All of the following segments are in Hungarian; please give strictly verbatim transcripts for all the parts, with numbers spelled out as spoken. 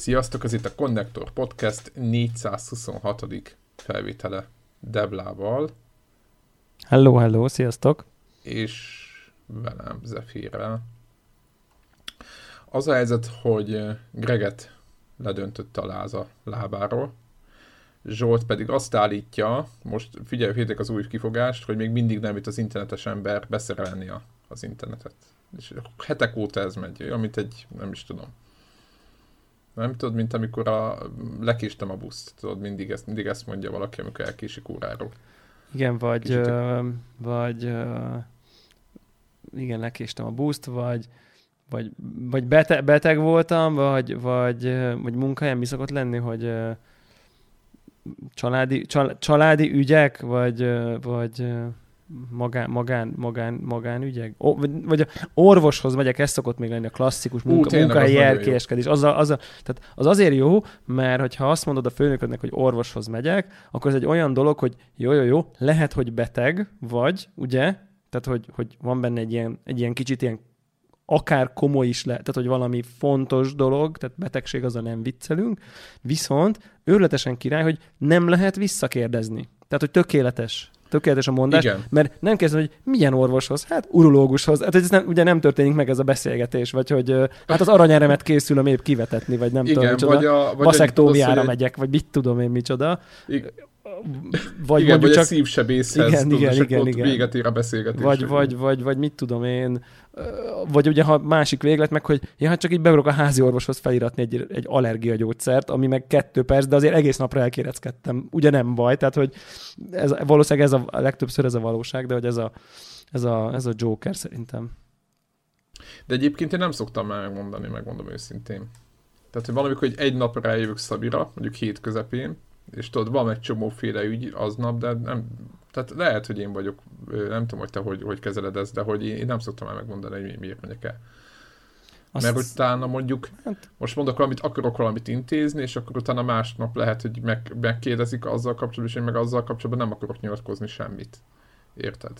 Sziasztok, ez itt a Connector Podcast négyszázhuszonhatodik felvétele Deblával. Hello, hello, sziasztok! És velem, Zephyr-rel. Az a helyzet, hogy Greget ledöntötte a láza lábáról, Zsolt pedig azt állítja, most figyeljétek az új kifogást, hogy még mindig nem jut az internetes ember beszerelni a, az internetet. És hetek óta ez megy, olyan, mint egy, nem is tudom. Nem tudod, mint amikor a, lekéstem a buszt, tudod, mindig ezt, mindig ezt mondja valaki, amikor elkésik óráról. Igen, vagy, ö, vagy ö, igen, lekéstem a buszt, vagy, vagy, vagy beteg, beteg voltam, vagy, vagy, vagy munkahelyen mi szokott lenni, hogy ö, családi, csal, családi ügyek, vagy, ö, vagy ö, magán, magán, magán, magánügyek? O, vagy, vagy orvoshoz megyek, ez szokott még lenni a klasszikus munka, uh, munkahelyi elkéskedés. Az, az, tehát az azért jó, mert hogyha azt mondod a főnöködnek, hogy orvoshoz megyek, akkor ez egy olyan dolog, hogy jó, jó, jó, lehet, hogy beteg vagy, ugye? Tehát, hogy, hogy van benne egy ilyen, egy ilyen kicsit ilyen akár komoly is lehet, tehát, hogy valami fontos dolog, tehát betegség, azzal nem viccelünk, viszont őrületesen király, hogy nem lehet visszakérdezni. Tehát, hogy tökéletes. Tökéletes a mondás, igen. Mert nem kezdem, hogy milyen orvoshoz? Hát urológushoz. Hát ez nem, ugye nem történik meg ez a beszélgetés, vagy hogy hát az aranyeremet készülöm épp kivetetni, vagy nem igen, tudom micsoda. Vaszektómiára megyek, vagy mit tudom én micsoda. Igen. Vagy igen, vagy csak... egy szívsebészhez, igen, tudod, igen, és igen, igen. Véget ér a beszélgetés. Vagy, vagy, vagy, vagy mit tudom én, vagy ugye ha másik véglet meg, hogy ja, hát csak így beugorok a házi orvoshoz feliratni egy, egy allergiagyógyszert, ami meg kettő perc, de azért egész napra elkéreckedtem. Ugye nem baj, tehát hogy ez, valószínűleg ez a legtöbbször ez a valóság, de hogy ez a, ez a, ez a Joker szerintem. De egyébként én nem szoktam már megmondani, megmondom őszintén. Tehát, hogy valamikor, hogy egy napra eljövök Szabira, mondjuk hét közepén, és tudod, van egy csomóféle ügy aznap, de nem, tehát lehet, hogy én vagyok, nem tudom, hogy te hogy, hogy kezeled ezt, de hogy én nem szoktam el megmondani, hogy miért megyek el. Azt... Mert utána mondjuk, hát... most mondok valamit, akarok valamit intézni, és akkor utána másnap lehet, hogy meg, megkérdezik azzal kapcsolatban, és én meg azzal kapcsolatban nem akarok nyilatkozni semmit. Érted?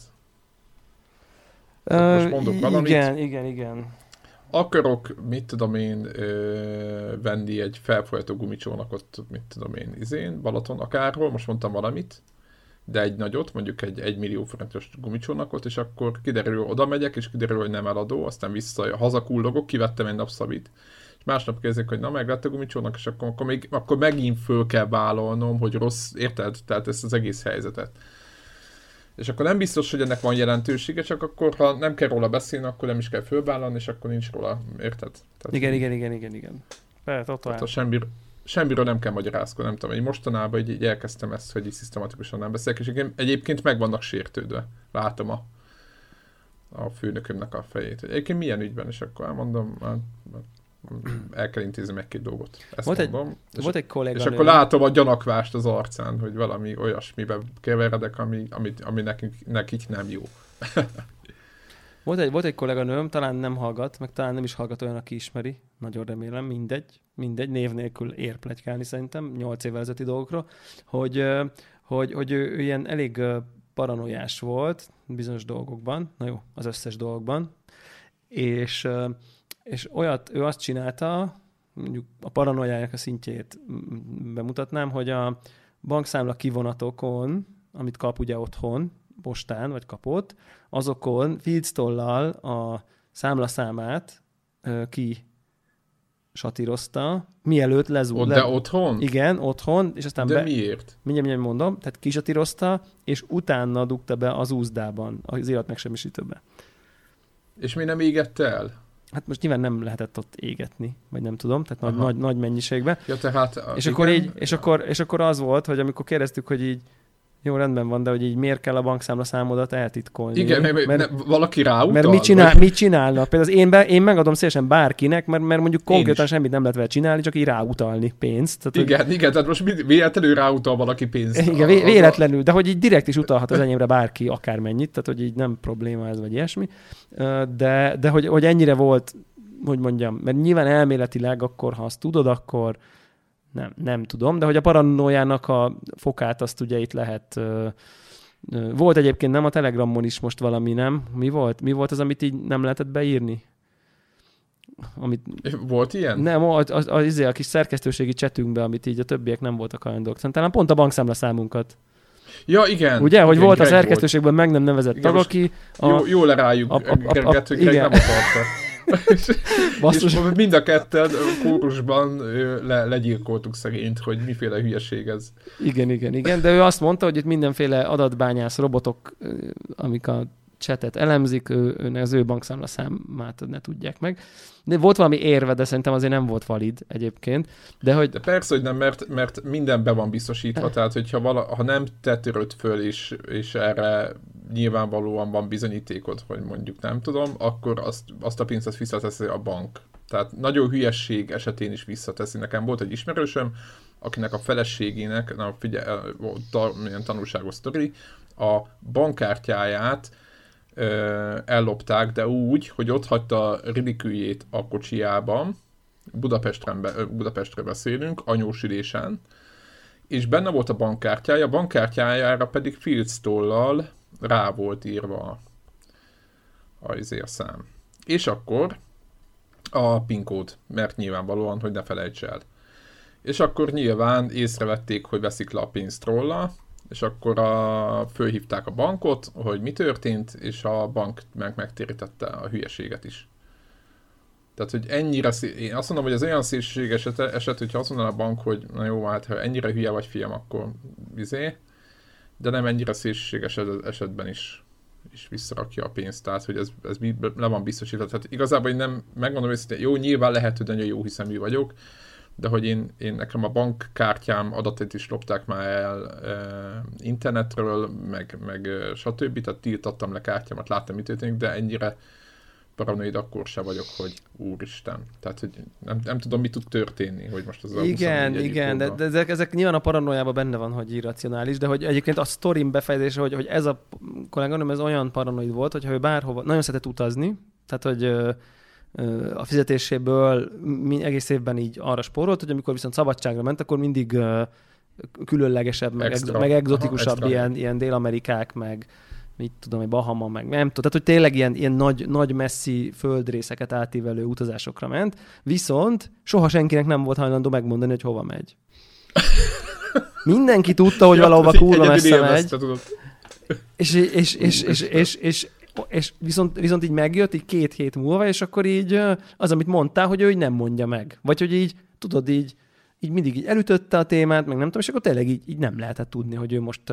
Uh, most mondok valamit. Igen, igen, igen. Akarok, mit tudom én, ö, venni egy felfolyató gumicsónakot, mit tudom én, izén, Balaton, akárhol, most mondtam valamit, de egy nagyot, mondjuk egy egy millió forintos gumicsónakot, és akkor kiderül, oda megyek, és kiderül, hogy nem eladó, aztán vissza, hazakullogok, kivettem egy napszabit, és másnap kezdik, hogy na, meg lett a gumicsónak, és akkor, akkor, még, akkor megint föl kell vállalnom, hogy rossz, érted? Tehát ezt az egész helyzetet. És akkor nem biztos, hogy ennek van jelentősége, csak akkor, ha nem kell róla beszélni, akkor nem is kell fölvállalni, és akkor nincs róla, érted? Tehát, igen, igen, igen, igen, igen. Tehát semmi, semmiről nem kell magyarázkodni, nem tudom, hogy mostanában így, így elkezdtem ezt, hogy így szisztematikusan nem beszélek, és egyébként meg vannak sértődve. Látom a, a főnökömnek a fejét, hogy egyébként milyen ügyben, és akkor elmondom, el kell intézni meg-két dolgot. Ezt volt mondom. Egy, és, volt egy kolléganő. És akkor látom a gyanakvást az arcán, hogy valami olyasmiben keveredek, ami, amit, ami nekik, nekik nem jó. volt, egy, volt egy kolléganőm, talán nem hallgat, meg talán nem is hallgat olyan, aki ismeri. Nagyon remélem, mindegy. Mindegy, név nélkül ér pletykálni szerintem, nyolc évvel ezelőtti dolgokról, hogy, hogy, hogy ő, ő ilyen elég paranoiás volt bizonyos dolgokban, na jó, az összes dolgokban, és És olyat, ő azt csinálta, mondjuk a paranoiájának a szintjét bemutatnám, hogy a bankszámla kivonatokon, amit kap ugye otthon, postán, vagy kapott, azokon filctollal a számlaszámát ki satírozta, mielőtt lezúl. De le... otthon? Igen, otthon. És aztán de be... miért? Mindjárt, mindjárt mondom. Tehát kisatírozta, és utána dugta be az úzdában, az életmegsemmisítőbe. És mi nem égette el? Hát most nyilván nem lehetett ott égetni, vagy nem tudom, tehát nagy, nagy, nagy mennyiségben. Ja, tehát, és, akkor így, és, akkor, és akkor az volt, hogy amikor kérdeztük, hogy így jó, rendben van, de hogy így miért kell a bankszámla számodat eltitkolni? Igen, mert, mert ne, valaki ráutal? Mert mit, csinál, mit csinálnak? Például én, be, én megadom szívesen bárkinek, mert, mert mondjuk konkrétan semmit nem lehet vele csinálni, csak így ráutalni pénzt. Tehát, igen, hogy... igen, tehát most véletlenül ráutal valaki pénzt. Igen, vé- véletlenül, de hogy így direkt is utalhat az enyémre bárki akármennyit, tehát hogy így nem probléma ez, vagy ilyesmi. De, de hogy, hogy ennyire volt, hogy mondjam, mert nyilván elméletileg akkor, ha azt tudod, akkor nem, nem tudom, de hogy a paranoiának a fokát azt ugye itt lehet... Volt egyébként nem a Telegramon is most valami, nem? Mi volt? Mi volt az, amit így nem lehetett beírni? amit... Volt ilyen? Nem, az, az, az, az a kis szerkesztőségi csetünkbe, amit így a többiek nem voltak hajlandók. Szerintem pont a bankszámla számunkat. Ja, igen. Ugye, hogy igen, volt Greg a szerkesztőségben meg nem nevezett igen, tag, aki... A... Jó, jó lerájuk Greget, hogy Greg nem akarta. És mind a ketten kórusban le, legyilkoltuk szegényt, hogy miféle hülyeség ez. Igen, igen, igen, de ő azt mondta, hogy itt mindenféle adatbányász robotok, amik a chatet elemzik, ő, ő, az ő bankszámla számát ne tudják meg. De volt valami érve, de szerintem azért nem volt valid egyébként. De, hogy... de persze, hogy nem, mert, mert minden be van biztosítva, eh. tehát hogyha vala, ha nem te töröd föl, és, és erre nyilvánvalóan van bizonyítékod, hogy mondjuk nem tudom, akkor azt, azt a pénzt azt visszateszi a bank. Tehát nagyon hülyesség esetén is visszateszi. Nekem volt egy ismerősöm, akinek a feleségének, na figyelj, ta, milyen tanulságos sztori, a bankkártyáját ellopták, de úgy, hogy ott hagyta a ridiküljét a kocsijában, Budapesten be, Budapestre beszélünk, anyósülésen, és benne volt a bankkártyája, a bankkártyájára pedig filctollal rá volt írva a izérszám. És akkor a PIN kód, mert nyilvánvalóan, hogy ne felejts el. És akkor nyilván észrevették, hogy veszik le a pénzt róla, és akkor a, fölhívták a bankot, hogy mi történt, és a bank meg megtérítette a hülyeséget is. Tehát, hogy ennyire, én azt mondom, hogy ez olyan szélsőséges eset, eset, hogyha azt mondaná a bank, hogy na jó, hát ha ennyire hülye vagy fiam, akkor vizé, de nem ennyire szélsőséges esetben is, is visszarakja a pénzt, tehát, hogy ez, ez le van biztosítva. Tehát igazából én nem, megmondom őszintén, jó, nyilván lehet, hogy nagyon jó hiszemű vagyok, de hogy én, én nekem a bankkártyám adatait is lopták már el e, internetről, meg, meg e, stb. Tehát tiltattam le kártyámat, láttam, mit történik, de ennyire paranoid akkor se vagyok, hogy úristen. Tehát, hogy nem, nem tudom, mi tud történni, hogy most az a igen, igen, de, de ezek, ezek nyilván a paranoiában benne van, hogy irracionális, de hogy egyébként a sztorim befejezése, hogy, hogy ez a kolléganom, ez olyan paranoid volt, hogyha ő bárhova, nagyon szeretett utazni, tehát, hogy a fizetéséből egész évben így arra spórolt, hogy amikor viszont szabadságra ment, akkor mindig különlegesebb, meg, extra, meg egzotikusabb aha, ilyen, ilyen Dél-Amerikák, meg mit tudom, egy Bahama, meg nem tudom. Tehát, hogy tényleg ilyen, ilyen nagy, nagy messzi földrészeket átívelő utazásokra ment, viszont soha senkinek nem volt hajlandó megmondani, hogy hova megy. Mindenki tudta, hogy ja, valahova kurva messze megy. És, és, és, és, és, és, és és viszont, viszont így megjött így két hét múlva, és akkor így az, amit mondtál, hogy ő így nem mondja meg. Vagy hogy így, tudod, így, így mindig így elütötte a témát, meg nem tudom, és akkor tényleg így, így nem lehetett tudni, hogy ő most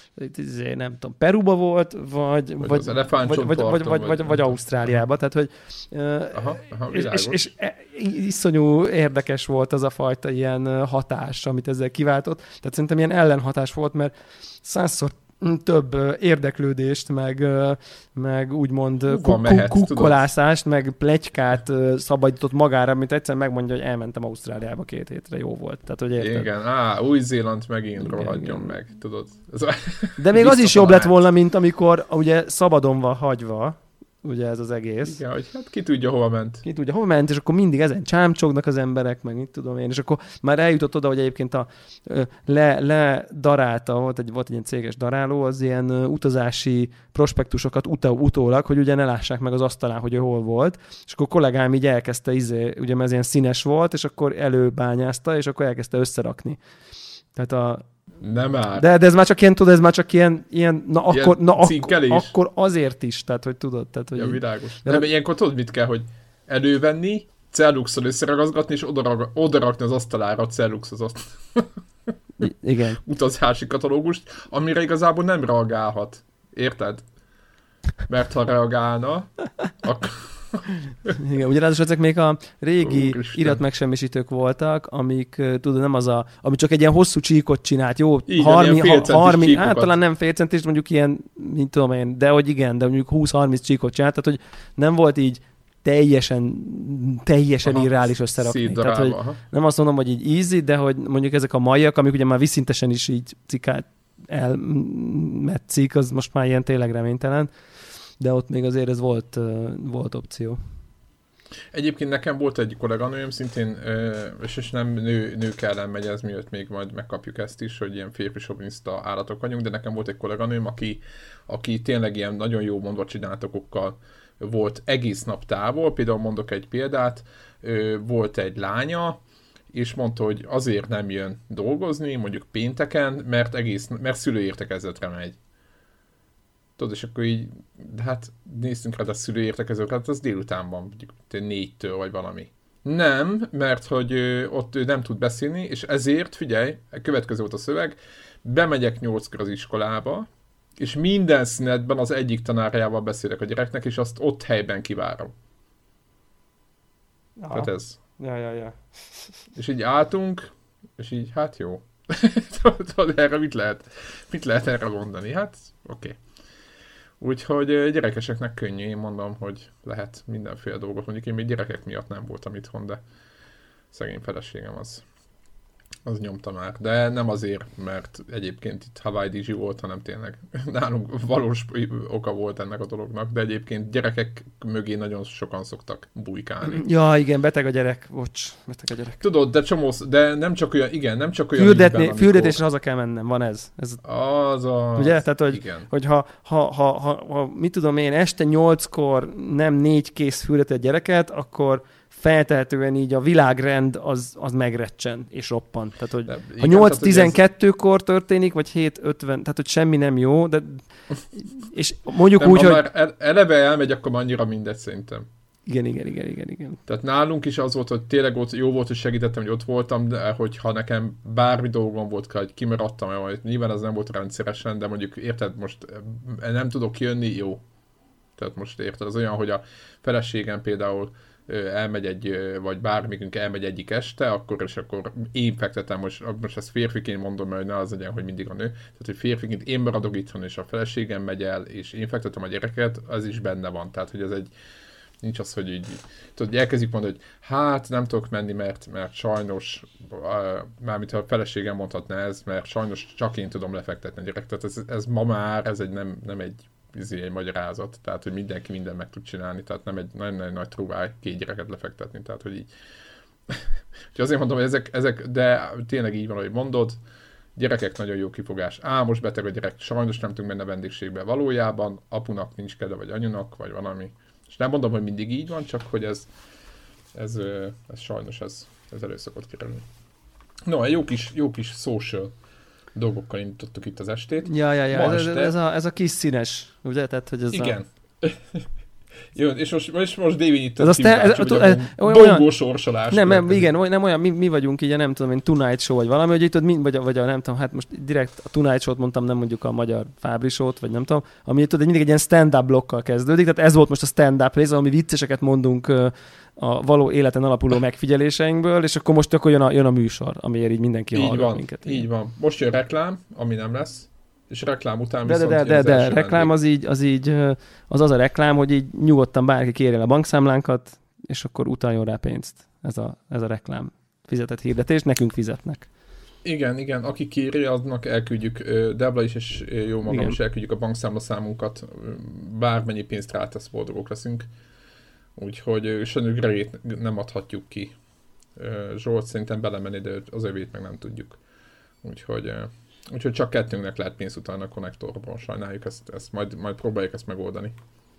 nem tudom, Peruba volt, vagy, vagy, vagy, vagy, vagy, vagy, vagy, vagy, vagy Ausztráliába. Tehát, hogy aha, aha, és, és, és iszonyú érdekes volt az a fajta ilyen hatás, amit ezzel kiváltott. Tehát szerintem ilyen ellenhatás volt, mert százszor több érdeklődést, meg, meg úgymond kukkolászást, meg pletykát szabadított magára, mint egyszer megmondja, hogy elmentem Ausztráliába két hétre, jó volt. Tehát, hogy érted? Igen, á, Új-Zéland megint rohadjon meg, tudod. Ez de még az is jobb lett volna, mint amikor ugye szabadon van hagyva, ugye ez az egész. Igen, hogy hát ki tudja, hova ment. Ki tudja, hova ment, és akkor mindig ezen csámcsognak az emberek, meg mit tudom én, és akkor már eljutott oda, hogy egyébként a le, le darálta, volt egy, volt egy ilyen céges daráló, az ilyen utazási prospektusokat uta, utólag, hogy ugye ne lássák meg az asztalán, hogy ő hol volt, és akkor a kollégám így elkezdte, izé, ugye mert ez ilyen színes volt, és akkor előbányázta, és akkor elkezdte összerakni. Tehát a nem áll. De, de ez már csak ilyen, tudod, ez már csak ilyen, ilyen na, ilyen akkor, na akkor, akkor azért is, tehát hogy tudod. Tehát, hogy ja, világos. De nem, ilyenkor tudod, mit kell, hogy elővenni, celluxon összeragazgatni, és odarakni az asztalára a cellux az azt. Igen. utazási katalógust, amire igazából nem reagálhat. Érted? Mert ha reagálna, akkor... Igen, ugyanaz ezek még a régi iratmegsemmisítők voltak, amik, tudod, nem az a, ami csak egy ilyen hosszú csíkot csinált, jó, harminc, harminc hát talán nem félcentis, mondjuk ilyen, mint tudom én, de hogy igen, de mondjuk húsz-harminc csíkot csinált, tehát hogy nem volt így teljesen, teljesen aha, irreális összerakni. Tehát, hogy nem azt mondom, hogy így easy, de hogy mondjuk ezek a maiak, amik ugye már viszintesen is így cikát elmetszik, az most már ilyen tényleg reménytelen. De ott még azért ez volt, volt opció. Egyébként nekem volt egy kolléganőm, szintén, és nem nő, nők ellen megy ez, miatt még majd megkapjuk ezt is, hogy ilyen férfi soviniszta állatok vagyunk, de nekem volt egy kolléganőm, aki, aki tényleg ilyen nagyon jó mondva csináltakokkal volt egész nap távol, például mondok egy példát, volt egy lánya, és mondta, hogy azért nem jön dolgozni, mondjuk pénteken, mert egész, mert szülőértekezletre megy. Tudod, és akkor így, de hát néztünk rá a szülőértekezletre, hát az délután van, mondjuk négytől vagy valami. Nem, mert hogy ott ő nem tud beszélni, és ezért, figyelj, a következő volt a szöveg, bemegyek nyolckor az iskolába, és minden szünetben az egyik tanárjával beszélek a gyereknek, és azt ott helyben kivárom. Aha. Tehát ez. Ja, ja, ja. És így álltunk, és így, hát jó. Erre mit lehet, mit lehet erre mondani? Hát, oké. Okay. Úgyhogy gyerekeseknek könnyű, én mondom, hogy lehet mindenféle dolgot. Mondjuk én még gyerekek miatt nem voltam itthon, de szegény feleségem az, az nyomta már. De nem azért, mert egyébként itt Hawaii Dizsi volt, hanem tényleg nálunk valós oka volt ennek a dolognak, de egyébként gyerekek mögé nagyon sokan szoktak bújkálni. Ja, igen, beteg a gyerek. Bocs, beteg a gyerek. Tudod, de csomósz, de nem csak olyan, igen, nem csak olyan Fürdetni, ígyben, amikor... Fürdetésre haza kell mennem, van ez. ez... Az az. Ugye? Tehát, hogy, igen. hogy ha, ha, ha, ha, ha, mit tudom én, este nyolckor nem négy kész fürdeti a gyereket, akkor feltehetően így a világrend az, az megrecsen és roppan. Tehát, hogy de, igen, ha nyolc tizenkettőkor ez... történik, vagy hét ötven, tehát, hogy semmi nem jó, de és mondjuk nem, úgy, hogy... már eleve elmegy, akkor annyira mindegy szerintem. Igen, igen, igen, igen, igen. Tehát nálunk is az volt, hogy tényleg ott, jó volt, hogy segítettem, hogy ott voltam, de hogyha nekem bármi dolgom volt, hogy kimaradtam, mert nyilván az nem volt rendszeresen, de mondjuk érted, most nem tudok jönni, jó. Tehát most érted, az olyan, hogy a feleségem például elmegy egy, vagy bármikünk elmegy egyik este, akkor és akkor én fektetem, most, most ezt férfiként mondom, hogy ne az legyen, hogy mindig a nő. Tehát, hogy férfiként én maradok itthon, és a feleségem megy el, és én fektetem a gyereket, az is benne van. Tehát, hogy ez egy, nincs az, hogy így, tudod, elkezdik mondani, hogy hát nem tudok menni, mert, mert sajnos, mármint a feleségem mondhatna ez, mert sajnos csak én tudom lefektetni a gyereket. Tehát ez, ez ma már, ez egy nem, nem egy egy magyarázat, tehát hogy mindenki minden meg tud csinálni, tehát nem egy nagyon nagy trúváj két gyereket lefektetni, tehát hogy így. Úgyhogy azért mondom, hogy ezek, ezek, de tényleg így van, ahogy mondod, gyerekek nagyon jó kifogás. Á, most beteg a gyerek, sajnos nem tudunk benne vendégségbe, valójában apunak nincs kedve, vagy anyunak, vagy valami. És nem mondom, hogy mindig így van, csak hogy ez, ez, ez sajnos ez, ez elő szokott kerülni. No, egy jó kis, jó kis social dolgokkal indítottuk itt az estét. Ja, ja, ja, ez, este... ez, a, ez a kis színes, ugye? Tehát, hogy ez igen. A... Jó, és most, most, most David itt a dolgó sorsolás. Nem, nem, igen, nem olyan, mi, mi vagyunk így, nem tudom én, Tonight Show vagy valami, hogy itt ott mind, vagy, vagy a, nem tudom, hát most direkt a Tonight Show-t mondtam, nem mondjuk a magyar Fábri Show-t, vagy nem tudom, ami tudod, mindig egy ilyen stand-up blokkal kezdődik, tehát ez volt most a stand-up rész, ami vicceseket mondunk a való életen alapuló megfigyeléseinkből, és akkor most akkor jön a, jön a műsor, amiért így mindenki így hallgat van, minket. Így van. Most jön reklám, ami nem lesz, és reklám után de, viszont de, de, de, de reklám az így, az így, az az a reklám, hogy így nyugodtan bárki kérje a bankszámlánkat, és akkor utaljon rá pénzt. Ez a, ez a reklám. Fizetett hirdetés, nekünk fizetnek. Igen, igen, aki kéri, aznak elküldjük, Debla is, és jó magam igen. is elküldjük a bankszámla számunkat, bármennyi pénzt rátesz, boldogok leszünk. Úgyhogy Sönögrét nem adhatjuk ki. Zsolt szerintem belemenni, de az övét meg nem tudjuk. Úgyhogy, úgyhogy csak kettőnknek lehet pénzt utalni a konnektorból. Sajnáljuk ezt, ezt majd, majd próbáljuk ezt megoldani.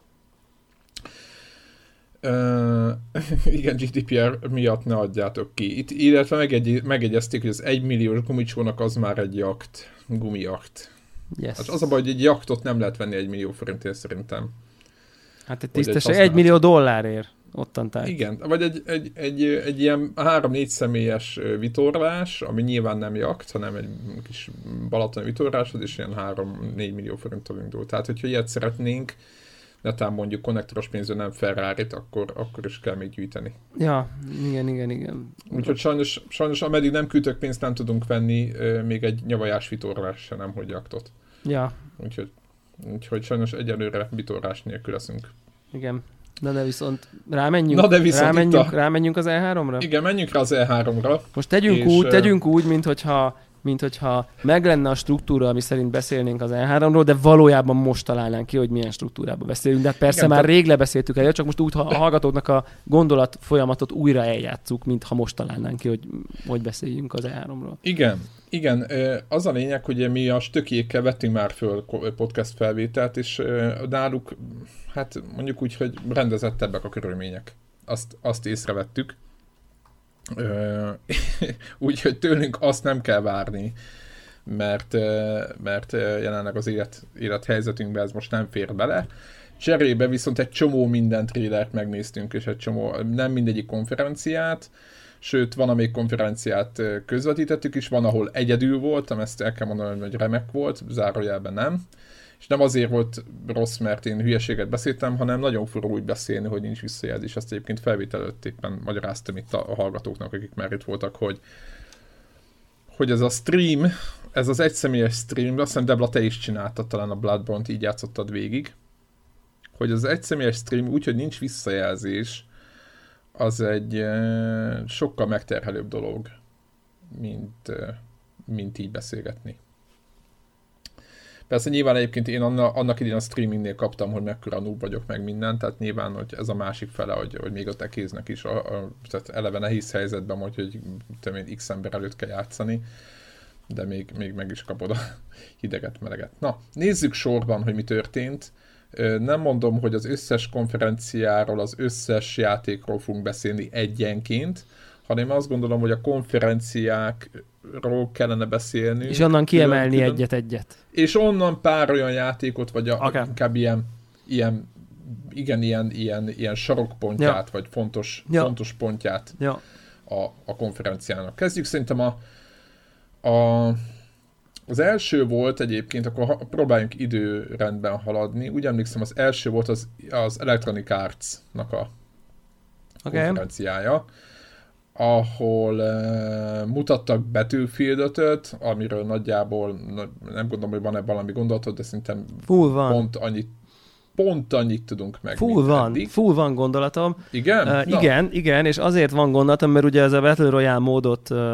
Uh, igen, gé dé pé er miatt ne adjátok ki. Itt, illetve megegy, megegyezték, hogy az egymilliós gumicsónak az már egy jakt, gumijakt. Yes. Hát az a baj, hogy egy jaktot nem lehet venni egy millió forintért szerintem. Hát egy tisztesség egy millió dollárért ottantál. Igen, vagy egy, egy, egy, egy ilyen három-négy személyes vitorlás, ami nyilván nem jakt, hanem egy kis balatoni vitorlás, az is ilyen három-négy millió forinttól indul. Tehát, hogyha ilyet szeretnénk, netán mondjuk konnektoros pénzről nem Ferrarit, akkor, akkor is kell még gyűjteni. Ja, igen, igen, igen. Úgyhogy sajnos, sajnos ameddig nem küldtök pénzt, nem tudunk venni még egy nyavajás vitorlás se, nem hogy jaktot. Ja. Úgyhogy, úgyhogy sajnos egyelőre vitorlás nélkül leszünk. Igen. Na de viszont rámenjünk, Na de viszont rámenjünk, a... rámenjünk az E háromra? Igen, menjünk rá az E háromra. Most tegyünk, és úgy, tegyünk úgy, minthogyha mint hogyha meg lenne a struktúra, ami szerint beszélnénk az E háromról, de valójában most találnánk ki, hogy milyen struktúrában beszélünk. De persze igen, már te... rég lebeszéltük el, csak most úgy a hallgatóknak a gondolat folyamatot újra eljátszuk, mintha most találnánk ki, hogy hogy beszéljünk az E háromról. Igen, igen. Az a lényeg, hogy mi a stökiékkel vettünk már föl podcast felvételt, és náluk, hát mondjuk úgy, hogy rendezettebbek a körülmények. Azt, azt észrevettük. Úgyhogy tőlünk azt nem kell várni, mert, mert jelenleg az élet, élethelyzetünkben ez most nem fér bele. Cserébe viszont egy csomó minden trélert megnéztünk, és egy csomó, nem mindegyik konferenciát, sőt, van, amelyik konferenciát közvetítettük is, van, ahol egyedül voltam, ezt el kell mondanom, hogy remek volt, zárójelben nem. És nem azért volt rossz, mert én hülyeséget beszéltem, hanem nagyon fura úgy beszélni, hogy nincs visszajelzés. Azt egyébként felvétel előtt éppen magyaráztam itt a hallgatóknak, akik már itt voltak, hogy, hogy ez a stream, ez az egyszemélyes stream, azt hiszem Debla, te is csináltad talán a Bloodborne-t, így játszottad végig, hogy az egyszemélyes stream úgy, hogy nincs visszajelzés, az egy e, sokkal megterhelőbb dolog, mint, e, mint így beszélgetni. Persze nyilván egyébként én annak, annak idén a streamingnél kaptam, hogy mekkora noob vagyok meg minden, tehát nyilván, hogy ez a másik fele, hogy, hogy még ott ekéznek is, a, a, tehát eleve nehéz helyzetben, hogy, hogy tudom, x ember előtt kell játszani, de még, még meg is kapod a hideget, meleget. Na, nézzük sorban, hogy mi történt. Nem mondom, hogy az összes konferenciáról, az összes játékról fogunk beszélni egyenként, hanem azt gondolom, hogy a konferenciákról kellene beszélni. És onnan kiemelni egyet-egyet. És onnan pár olyan játékot, vagy a, okay. inkább ilyen, ilyen, igen, ilyen, ilyen, ilyen sarokpontját, ja. vagy fontos, ja. fontos pontját ja. a, a konferenciának. Kezdjük szerintem a, a, az első volt egyébként, akkor próbáljunk időrendben haladni. Úgy emlékszem, az első volt az, az Electronic Arts-nak a okay. konferenciája, ahol uh, mutattak Battlefield-öt, amiről nagyjából nem gondolom, hogy van-e valami gondolatot, de szerintem van. pont annyit pont annyit tudunk meg. Full van, eddig. Full van gondolatom. Igen? Uh, igen, igen, és azért van gondolatom, mert ugye ez a Battle Royale módot uh,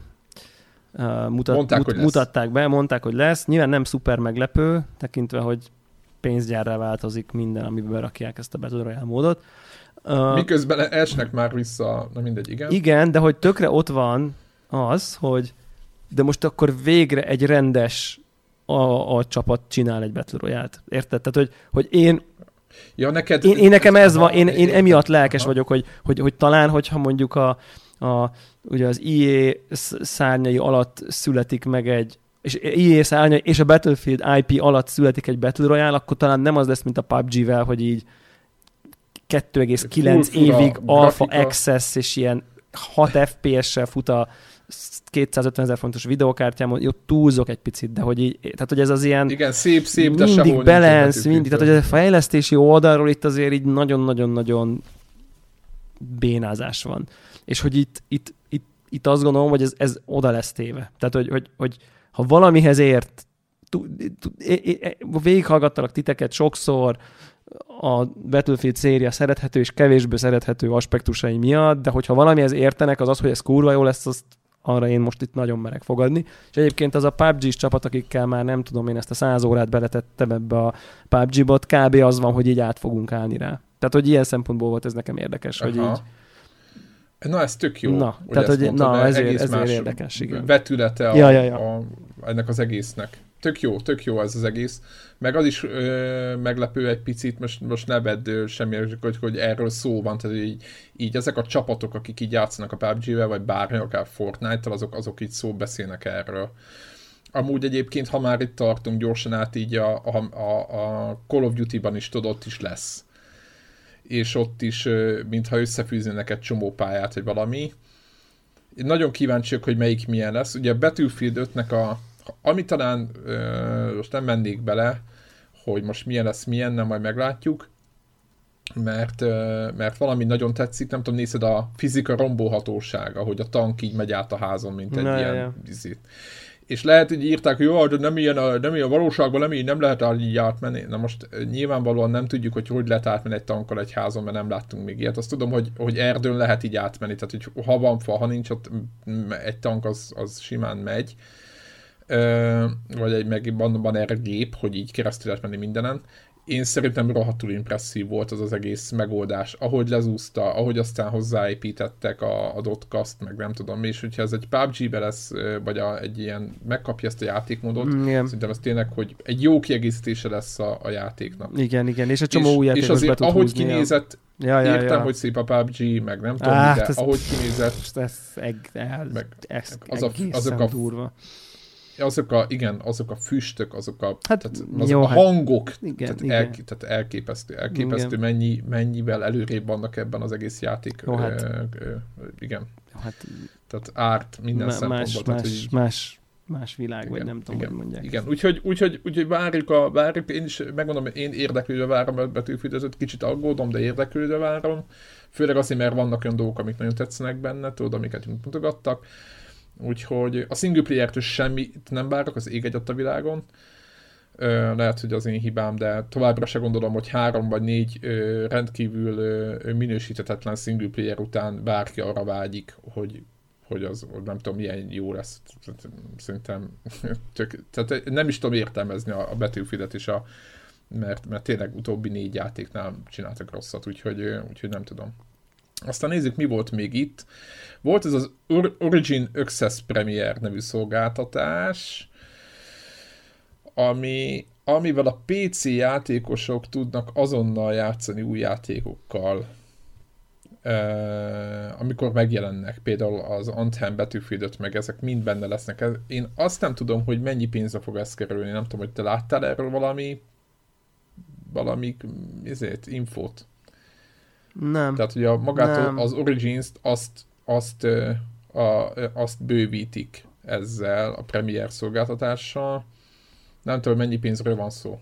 uh, mutat, mondták, mut, mutatták be, mondták, hogy lesz. Nyilván nem szuper meglepő, tekintve, hogy pénzgyárrá változik minden, amiben berakják ezt a Battle Royale módot. Uh, Miközben esnek már vissza, na mindegy, igen. Igen, de hogy tökre ott van az, hogy de most akkor végre egy rendes a, a csapat csinál egy Battle Royale-t. Érted? Tehát, hogy, hogy én ja, neked... Én, én nekem ez van, én, én emiatt lelkes vagyok, hogy, hogy, hogy talán, hogyha mondjuk a, a, ugye az í á szárnyai alatt születik meg egy és í á szárnyai és a Battlefield i pé alatt születik egy Battle Royale, akkor talán nem az lesz, mint a pé u bé gé-vel, hogy így kettő egész kilenc évig alpha access és ilyen hat ef pé es-sel fut a kétszázötven ezer fontos videókártyámon, jó, túlzok egy picit, de hogy így, tehát hogy ez az ilyen igen, szép, szép, de mindig balance, mindig, tehát hogy a fejlesztési oldalról itt azért így nagyon-nagyon-nagyon bénázás van. És hogy itt, itt, itt, itt azt gondolom, hogy ez, ez oda lesz téve. Tehát, hogy, hogy, hogy ha valamihez ért, végighallgattalak titeket sokszor, a Battlefield széria szerethető és kevésbé szerethető aspektusai miatt, de hogyha valamihez értenek, az az, hogy ez kurva jó lesz, azt arra én most itt nagyon merek fogadni. És egyébként az a pé u bé gés csapat, akikkel már nem tudom, én ezt a száz órát beletettem ebbe a pé u bé gé-bot, kb. Az van, hogy így át fogunk állni rá. Tehát, hogy ilyen szempontból volt ez nekem érdekes, aha. hogy így... Na, ez tök jó. Na, tehát, hogy mondtad, na ezért, ezért érdekes, igen. Vetülete a, ja, ja, ja. A, ennek az egésznek. Tök jó, tök jó ez az egész. Meg az is ö, meglepő egy picit, most, most ne vedd semmi, hogy, hogy erről szó van, tehát így, így ezek a csapatok, akik így játszanak a pé u bé gé-vel, vagy bármi, akár Fortnite-tal, azok, azok így szó beszélnek erről. Amúgy egyébként, ha már itt tartunk, gyorsan át így a, a, a, a Call of Duty-ban is tudod, ott is lesz. És ott is, mintha összefűznének egy csomó pályát, vagy valami. Én nagyon kíváncsiak, hogy melyik milyen lesz. Ugye a Battlefield ötnek a ami talán, ö, most nem mennék bele, hogy most milyen lesz, milyen, nem majd meglátjuk, mert, ö, mert valami nagyon tetszik, nem tudom, nézed a fizika rombóhatóság, ahogy a tank így megy át a házon, mint egy Na, ilyen ja. vizit. És lehet, hogy írták, hogy jó, de nem ilyen a, nem ilyen a valóságban, nem, így nem lehet így átmenni. Na most nyilvánvalóan nem tudjuk, hogy hogy lehet átmenni egy tankkal egy házon, mert nem láttunk még ilyet. Azt tudom, hogy, hogy erdőn lehet így átmenni, tehát hogy ha van fa, ha nincs ott egy tank, az, az simán megy. Ö, vagy egy meg van, van erre gép, hogy így keresztül lehet menni mindenen. Én szerintem rohadtul impresszív volt az az egész megoldás, ahogy lezúzta, ahogy aztán hozzáépítettek a, a dotcast, meg nem tudom mi, és hogyha ez egy pé u bé gé-be lesz, vagy a, egy ilyen, megkapja ezt a játékmódot, igen. szerintem ez tényleg, hogy egy jó kiegészítése lesz a, a játéknak. Igen, igen, és egy csomó és, új játékos és azért, be tud ahogy húzni, kinézett, ja, ja, értem, ja. hogy szép a pé u bé gé, meg nem tudom, Á, de ez, ahogy kinézett, ez, ez, ez, meg ez az a, azok a durva. Azok a, igen, azok a füstök, azok a, hát, tehát, azok jó, a hangok, hát, igen, tehát, igen. El, tehát elképesztő, elképesztő mennyi, mennyivel előrébb vannak ebben az egész játék. Jó, hát, ö, ö, igen. Jó, hát, tehát árt minden más, szempontból. Más, tehát, hogy, más, más világ, igen, vagy nem tudom, igen, hogy mondják. Igen, úgyhogy, úgyhogy, úgyhogy várjuk, a, várjuk, én is megmondom, én érdeklődve várom a Battlefield-et, kicsit aggódom, de érdeklődve várom. Főleg azért, mert vannak olyan dolgok, amik nagyon tetszenek benne, tudod, amiket mutogattak. Úgyhogy a single player-től semmit nem várok, az ég egyet a világon. Ö, lehet, hogy az én hibám, de továbbra se gondolom, hogy három vagy négy ö, rendkívül ö, minősíthetetlen single player után bárki arra vágyik, hogy, hogy az nem tudom, milyen jó lesz. Szerintem tök, tehát nem is tudom értelmezni a, a Battlefield-et is, a, mert, mert tényleg utóbbi négy játéknál csináltak rosszat, úgyhogy, úgyhogy nem tudom. Aztán nézzük, mi volt még itt. Volt ez az Origin Access Premier nevű szolgáltatás, ami, amivel a pé cé játékosok tudnak azonnal játszani új játékokkal, uh, amikor megjelennek. Például az Anthem, Battlefield öt, meg ezek mind benne lesznek. Én azt nem tudom, hogy mennyi pénzre fog ez kerülni. Nem tudom, hogy te láttál erről valami valami ezért, infót? Nem. Tehát ugye magától nem. az Origins-t azt, azt, a, azt bővítik ezzel a Premier szolgáltatással. Nem tudom, mennyi pénzről van szó.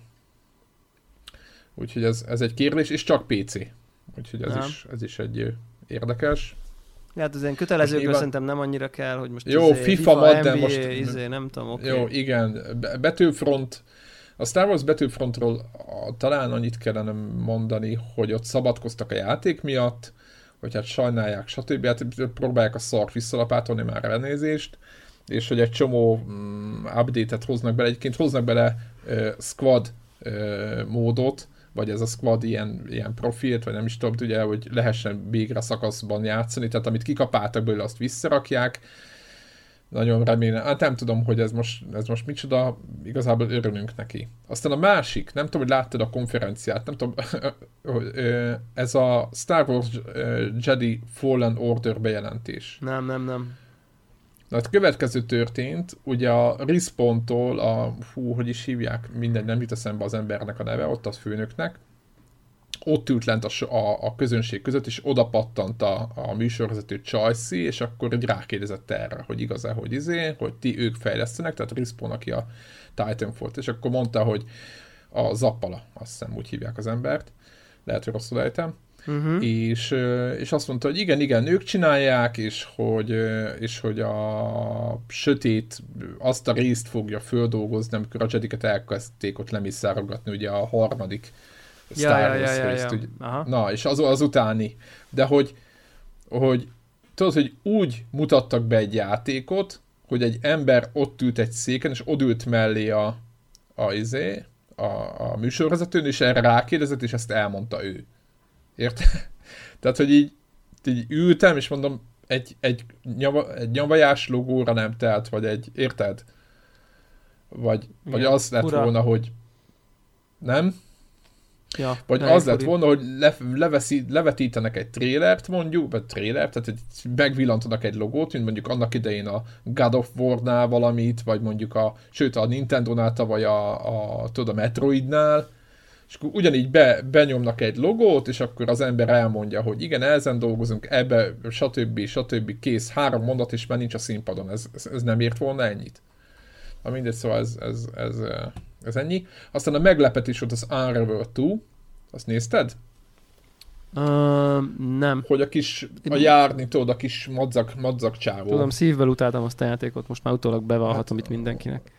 Úgyhogy ez, ez egy kérdés, és csak pé cé. Úgyhogy ez, is, ez is egy érdekes. Hát az ilyen kötelezőkről nyilván... szerintem nem annyira kell, hogy most jó, izé, FIFA, FIFA mod, de most... Izé, nem tudom, oké. Okay. Jó, igen. Battlefront, a Star Wars Battlefrontról talán annyit kellene mondani, hogy ott szabadkoztak a játék miatt, hogy hát sajnálják, stb. Hát próbálják a szart visszalapátolni már elnézést, és hogy egy csomó mm, update-et hoznak bele, egyébként hoznak bele uh, squad uh, módot, vagy ez a squad ilyen, ilyen profilt, vagy nem is tudom, ugye, hogy lehessen végre szakaszban játszani, tehát amit kikapáltak belőle, azt visszarakják. Nagyon remélem, hát nem tudom, hogy ez most, ez most micsoda, igazából örülünk neki. Aztán a másik, nem tudom, hogy láttad a konferenciát, nem tudom, ez a Star Wars Jedi Fallen Order bejelentés. Nem, nem, nem. Na, hát következő történt, ugye a Respawn-tól, a, hú, hogy is hívják, minden, nem jut eszembe az embernek a neve, ott az főnöknek, ott ült lent a, a, a közönség között, és oda pattant a, a műsorvezető Csajci, és akkor egy rákérdezett erre, hogy igaz-e, hogy izé, hogy ti ők fejlesztenek, tehát Respawn, aki a Titanfall-t, és akkor mondta, hogy a Zappala, azt hiszem úgy hívják az embert, lehet, hogy rosszul ejtem, uh-huh. és, és azt mondta, hogy igen, igen, ők csinálják, és hogy, és hogy a sötét azt a részt fogja földolgozni, amikor a Jediket elkezdték ott lemészárolgatni, ugye a harmadik Star ja, Wars ja, ja, részt, ja, ja. Na, és az, az utáni. De hogy, hogy tudod, hogy úgy mutattak be egy játékot, hogy egy ember ott ült egy széken, és ott ült mellé a, a, izé, a, a műsorvezetőn, és erre rákérdezett, és ezt elmondta ő. Érted? Tehát, hogy így, így ültem, és mondom, egy, egy, nyava, egy nyavajás logóra nem telt, vagy egy, érted? Vagy, vagy az lett ura. volna, hogy nem? Ja, vagy az lett volna, hogy le, leveszi, levetítenek egy trélert mondjuk, vagy trélert, tehát egy, megvillantanak egy logót, mint mondjuk annak idején a God of War-nál valamit, vagy mondjuk a, sőt a Nintendo-nál, vagy a, a, tudod, a Metroidnál, és akkor ugyanígy be, benyomnak egy logót, és akkor az ember elmondja, hogy igen, ezen dolgozunk, ebbe, stb. stb. Kész, három mondat, és már nincs a színpadon. Ez, ez, ez nem ért volna ennyit. Na mindegy, szóval ez, ez, ez, ez ennyi. Aztán a meglepetés volt az Unravel kettő. Azt nézted? Uh, nem. Hogy a kis, a járni, tudod, a kis madzag, madzag csávó. Tudom, szívvel utáltam azt a játékot, most már utólag bevallhatom hát, itt mindenkinek.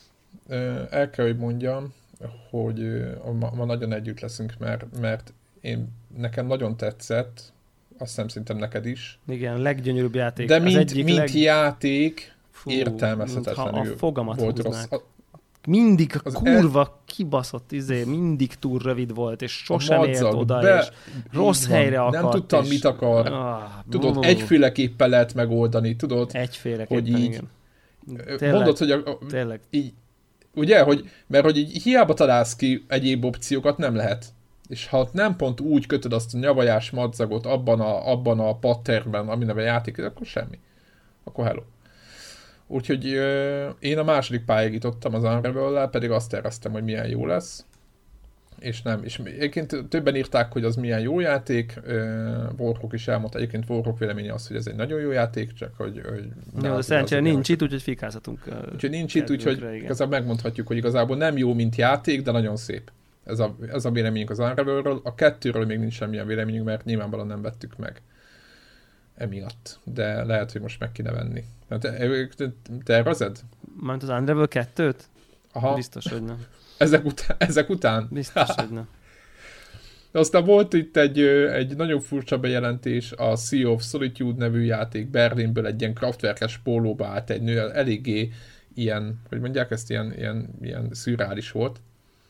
El kell, hogy mondjam, hogy ma, ma nagyon együtt leszünk, mert, mert én, nekem nagyon tetszett, azt hiszem szerintem neked is. Igen, leggyönyörűbb játék. De mint, az egyik mint leg... játék, Fú, értelmezhetetlenül a fogamat volt rossz. A, mindig a kurva el... kibaszott izé, mindig túl rövid volt, és sosem ért oda, be, és rossz helyre akart. Nem tudtam, és... mit akar. Ah, tudod, bú. egyféleképpen lehet megoldani, tudod? Egyféleképpen, hogy így, igen. Tényleg, mondod, hogy a, a, tényleg. Így, ugye, hogy, mert hogy így hiába találsz ki egyéb opciókat, nem lehet. És ha nem pont úgy kötöd azt a nyavajás madzagot abban a, abban a patternben, ami neve játék, akkor semmi. Akkor hello. Úgyhogy euh, én a második pályágítottam az Unravel-lel, pedig azt terveztem, hogy milyen jó lesz. És nem. És egyébként többen írták, hogy az milyen jó játék. Uh, Warhawk is elmondta. Egyébként Warhawk véleménye az, hogy ez egy nagyon jó játék, csak hogy... hogy jó, de szerencsére nincs itt, úgyhogy fikázhatunk. Uh, úgyhogy nincs itt, úgyhogy igazából megmondhatjuk, hogy igazából nem jó, mint játék, de nagyon szép. Ez a, ez a véleményünk az Unravelről. A kettőről még nincs semmilyen véleményünk, mert nyilvánvalóan nem vettük meg emiatt. De lehet, hogy most meg kéne venni. Te, te tervezed? Mármint az Unravel kettőt? Aha. Biztos, hogy nem. Ezek után? Ezek után? Biztos, hogy nem. Aztán volt itt egy, egy nagyon furcsa bejelentés, a Sea of Solitude nevű játék Berlinből egy ilyen Kraftwerkes pólóba állt egy nő, eléggé ilyen, hogy mondják ezt, ilyen, ilyen, ilyen szürreális volt.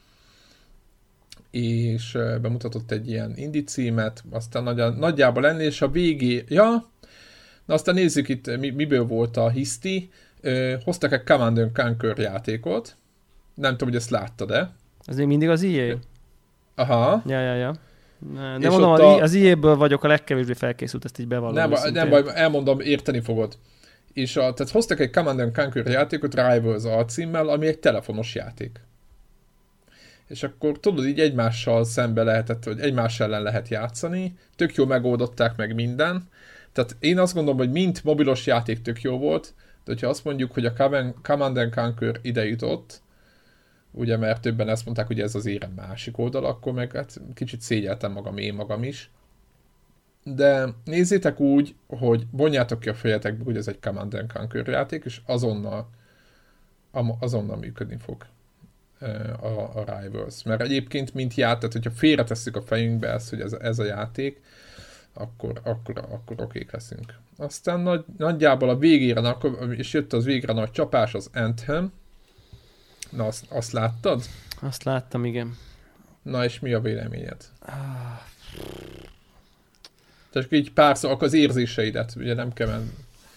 És bemutatott egy ilyen indie címet, aztán nagy, nagyjából ennél, és a végé, ja, na aztán nézzük itt, mi, miből volt a hiszti. Ö, hoztak egy Command and Conquer játékot, nem tudom, hogy ezt láttad-e. Ez még mindig az í á? Aha. Ja, ja, ja. Ne, nem mondom, a... az í á-ből vagyok a legkevésbé felkészült, ezt így bevallom. Nem, nem baj, elmondom, érteni fogod. És a, tehát hoztak egy Command and Conquer játékot Rivals alcímmel, ami egy telefonos játék. És akkor tudod, így egymással szembe lehetett, vagy egymás ellen lehet játszani, tök jó megoldották meg minden. Tehát én azt gondolom, hogy mint mobilos játék tök jó volt, de hogyha azt mondjuk, hogy a Command and Conquer ide jutott, ugye, mert többen ezt mondták, hogy ez az érem másik oldal, akkor meg hát kicsit szégyeltem magam, én magam is. De nézzétek úgy, hogy vonjátok ki a fejetekbe, hogy ez egy Command and Conquer játék, és azonnal, azonnal működni fog a, a Rivals. Mert egyébként, mint játék, tehát hogyha félretesszük a fejünkbe ezt, hogy ez, ez a játék, akkor, akkor, akkor okék leszünk. Aztán nagy, nagyjából a végére, és jött az végre nagy csapás, az Anthem. Na, azt, azt láttad? Azt láttam, igen. Na, és mi a véleményed? Ah. Tehát így pár szó, akkor az érzéseidet, ugye nem kell menni.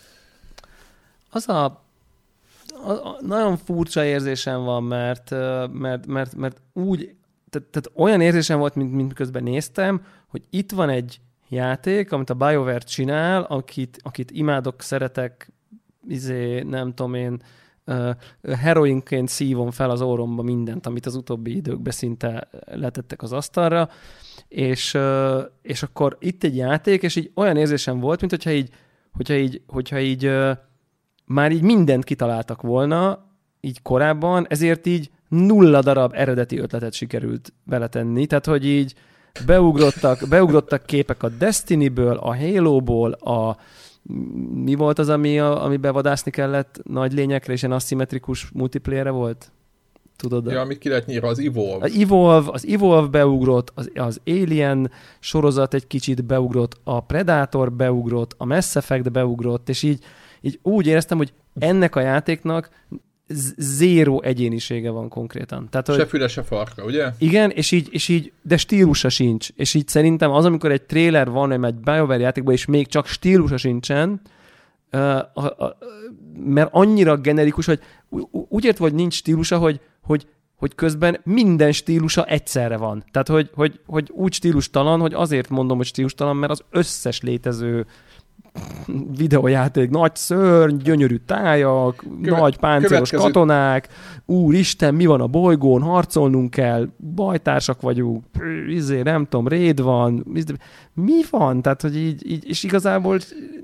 Az a, a, a nagyon furcsa érzésem van, mert, mert, mert, mert úgy, tehát, tehát olyan érzésem volt, mint, mint miközben néztem, hogy itt van egy játék, amit a BioWare csinál, akit, akit imádok, szeretek, izé, nem tudom én, uh, heroinként szívom fel az orromba mindent, amit az utóbbi időkben szinte letettek az asztalra, és, uh, és akkor itt egy játék, és így olyan érzésem volt, mint hogyha így, hogyha így, hogyha így uh, már így mindent kitaláltak volna, így korábban, ezért így nulla darab eredeti ötletet sikerült beletenni, tehát hogy így Beugrottak, beugrottak képek a Destiny-ből, a Halo-ból, a mi volt az, ami, a, ami bevadászni kellett nagy lényekre, és ilyen aszimmetrikus multiplayerre volt? Tudod? Ja, amit ki lehet nyírva, az Evolve. Az Evolve, az Evolve beugrott, az, az Alien sorozat egy kicsit beugrott, a Predator beugrott, a Mass Effect beugrott, és így, így úgy éreztem, hogy ennek a játéknak zéró egyénisége van konkrétan. Tehát, se füle, se farka, ugye? Igen, és így, és így, de stílusa sincs. És így szerintem az, amikor egy trailer van, egy BioWare játékban, és még csak stílusa sincsen, uh, uh, uh, mert annyira generikus, hogy úgy ért, hogy nincs stílusa, hogy, hogy, hogy közben minden stílusa egyszerre van. Tehát, hogy, hogy, hogy úgy stílustalan, hogy azért mondom, hogy stílustalan, mert az összes létező videójáték, nagy szörny, gyönyörű tájak, Követ, nagy páncélos következő... katonák, úristen, mi van a bolygón, harcolnunk kell, bajtársak vagyunk, izé, nem tudom, raid van, mi van? Tehát, hogy így, így és igazából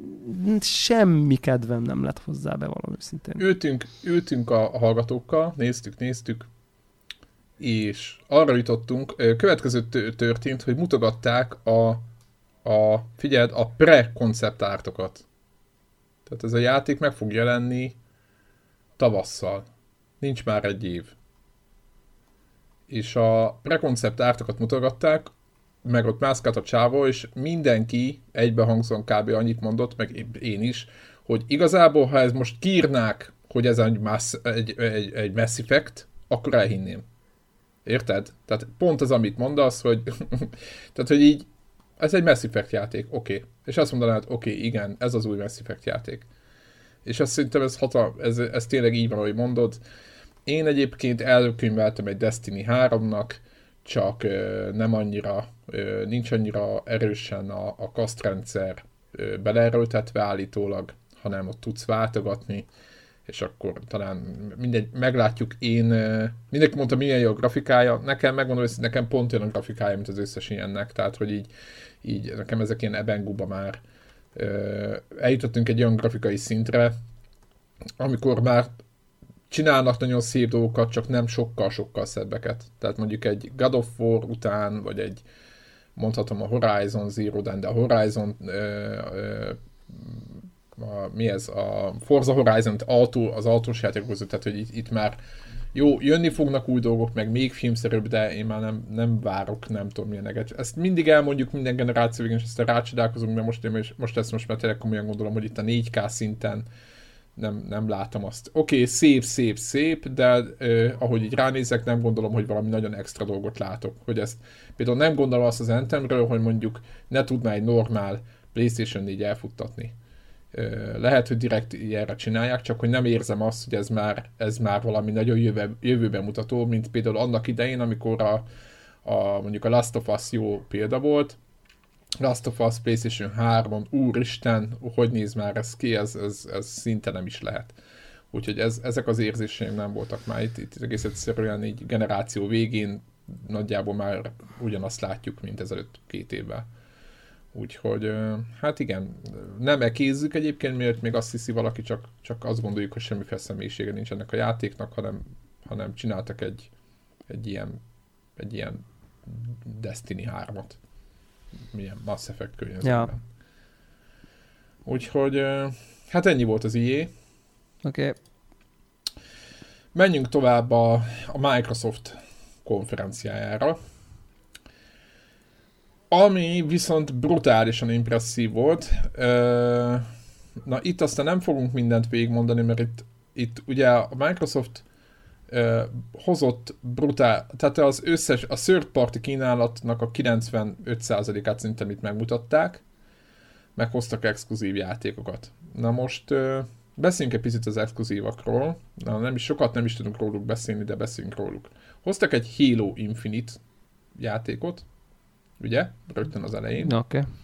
semmi kedvem nem lett hozzá, bevallom őszintén. Ültünk, ültünk a hallgatókkal, néztük, néztük, és arra jutottunk, következő történt, hogy mutogatták a a, figyeld, a pre-koncept artokat. Tehát ez a játék meg fog jelenni tavasszal. Nincs már egy év. És a pre-koncept artokat mutogatták, meg ott mászkált a csávó, és mindenki egybehangzóan kb. Annyit mondott, meg én is, hogy igazából, ha ez most kiírnák, hogy ez egy Mass, egy, egy, egy Mass Effect, akkor elhinném. Érted? Tehát pont az, amit mondasz, hogy tehát, hogy így ez egy Mass Effect játék, oké. Okay. És azt mondanád, oké, okay, igen, ez az új Mass Effect játék. És azt szerintem ez, hatal, ez, ez tényleg így van, ahogy mondod. Én egyébként előkönyveltem egy Destiny háromnak, csak ö, nem annyira, ö, nincs annyira erősen a, a kasztrendszer ö, beleerőltetve állítólag, hanem ott tudsz váltogatni, és akkor talán mindegy, meglátjuk. Én, ö, mindenki mondta, milyen jó a grafikája, nekem megmondom, hogy nekem pont olyan a grafikája, mint az összes ilyennek, tehát hogy így, így nekem ezek ilyen ebenguba már. Ö, eljutottunk egy olyan grafikai szintre, amikor már csinálnak nagyon szép dolgokat, csak nem sokkal-sokkal szebbeket. Tehát mondjuk egy God of War után, vagy egy, mondhatom a Horizon Zero Dawn, de a Horizon ö, ö, a, mi ez? A Forza Horizon autó, az autós játék között, tehát hogy itt, itt már jó, jönni fognak új dolgok, meg még filmszerűbb, de én már nem, nem várok, nem tudom milyeneket. Ezt mindig elmondjuk minden generáció végén, és aztán rácsodálkozunk, mert most, én, most ezt most már tényleg komolyan gondolom, hogy itt a négy ká szinten nem, nem látom azt. Oké, okay, szép, szép, szép, de eh, ahogy így ránézek, nem gondolom, hogy valami nagyon extra dolgot látok. Hogy ezt, például nem gondolom azt az Anthemről, hogy mondjuk ne tudná egy normál PlayStation négy elfuttatni. Eh, lehet, hogy direkt ilyenre csinálják, csak hogy nem érzem azt, hogy ez már, ez már valami nagyon jövő, jövőben mutató, mint például annak idején, amikor a, a, mondjuk a Last of Us jó példa volt, Last of Us PlayStation hármon, úristen, hogy néz már ez ki, ez, ez, ez szinte nem is lehet. Úgyhogy ez, ezek az érzéseim nem voltak már itt, itt egész egyszerűen így generáció végén nagyjából már ugyanazt látjuk, mint ezelőtt két évvel. Úgyhogy, hát igen, nem ekézzük egyébként, miért még azt hiszi valaki, csak, csak azt gondoljuk, hogy semmiféle személyisége nincs ennek a játéknak, hanem, hanem csináltak egy, egy, ilyen, egy ilyen Destiny hármat. Milyen Mass Effect környezetben. Ja. Úgyhogy, hát ennyi volt az i á. Oké. Okay. Menjünk tovább a, a Microsoft konferenciájára. Ami viszont brutálisan impresszív volt. Na itt aztán nem fogunk mindent végigmondani, mert itt, itt ugye a Microsoft Uh, hozott brutál, tehát az összes, a third party kínálatnak a kilencvenöt százalékát szerintem itt megmutatták, meghoztak exkluzív játékokat. Na most uh, beszéljünk egy picit az exkluzívakról, na, nem is sokat nem is tudunk róluk beszélni, de beszéljünk róluk. Hoztak egy Halo Infinite játékot, ugye? Rögtön az elején. Oké. Okay.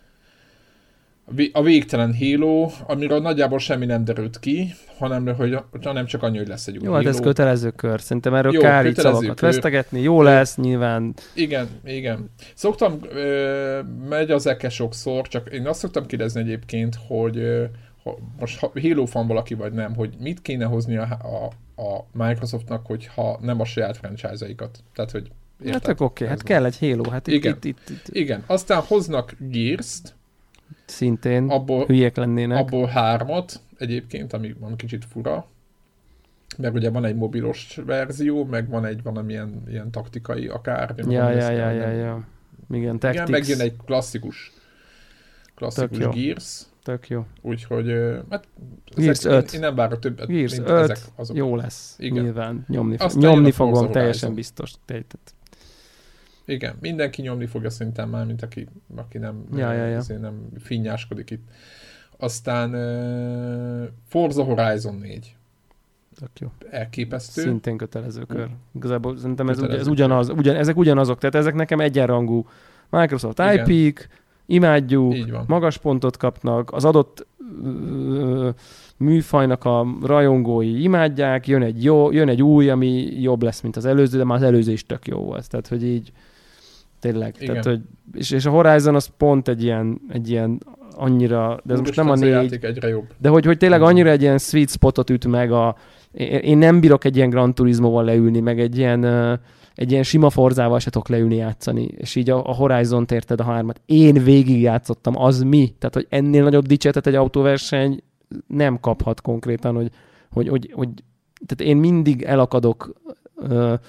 A végtelen Halo, amiről nagyjából semmi nem derült ki, hanem, hogy, hanem csak annyi, hogy lesz egy új Jó, Halo. hát ez kötelező kör. Szerintem erről jó, kár így szavakat kör. Vesztegetni. Jó lesz, nyilván. Igen, igen. Szoktam, ö, megy az eke sokszor, csak én azt szoktam kérdezni egyébként, hogy ö, ha, most ha Halo fan valaki vagy nem, hogy mit kéne hozni a, a, a Microsoftnak, hogyha nem a saját franchise-aikat. Tehát, hogy érted? Hát oké, okay. Hát kell egy Halo. Hát itt, igen. Itt, itt, itt. igen. Aztán hoznak Gears-t, szintén abból, hülyék lennének. Abból hármat egyébként, ami van kicsit fura. Meg ugye van egy mobilos verzió, meg van egy valamilyen ilyen taktikai akár. Ja, ja, ja, ja, ja. Igen, Tactics. Igen, megjön egy klasszikus klasszikus Tök Gears. Tök jó. Úgyhogy, hát Gears ezek, öt. Én, én nem várok többet, Gears mint öt. ezek azok. Jó lesz. Igen. Nyilván. Nyomni, fog, Aztán nyomni fogom, teljesen biztos. Tehát. Igen, mindenki nyomni fogja szerintem már, mint aki, aki nem, ja, ja, ja. nem finnyáskodik itt. Aztán uh, Forza Horizon négy. Tök jó. Elképesztő. Szintén kötelező kör. Uh. Igazából szerintem ez, ez ugyanaz, ugyan, ezek ugyanazok, tehát ezek nekem egyenrangú Microsoft i pé-k, imádjuk, magas pontot kapnak, az adott uh, műfajnak a rajongói imádják, jön egy, jó, jön egy új, ami jobb lesz, mint az előző, de már az előző is tök jó volt. Tehát, hogy így tényleg. Tehát, hogy, és, és a Horizon az pont egy ilyen, egy ilyen annyira, de ez Úgy most nem a négy, de hogy, hogy tényleg annyira egy ilyen sweet spotot üt meg a, én nem bírok egy ilyen Gran Turismoval leülni, meg egy ilyen, egy ilyen sima Forzával se tudok leülni játszani, és így a, a Horizont érted a hármat. Én végig játszottam, az mi? Tehát, hogy ennél nagyobb dicséretet egy autóverseny nem kaphat konkrétan, hogy, hogy, hogy, hogy tehát én mindig elakadok uh,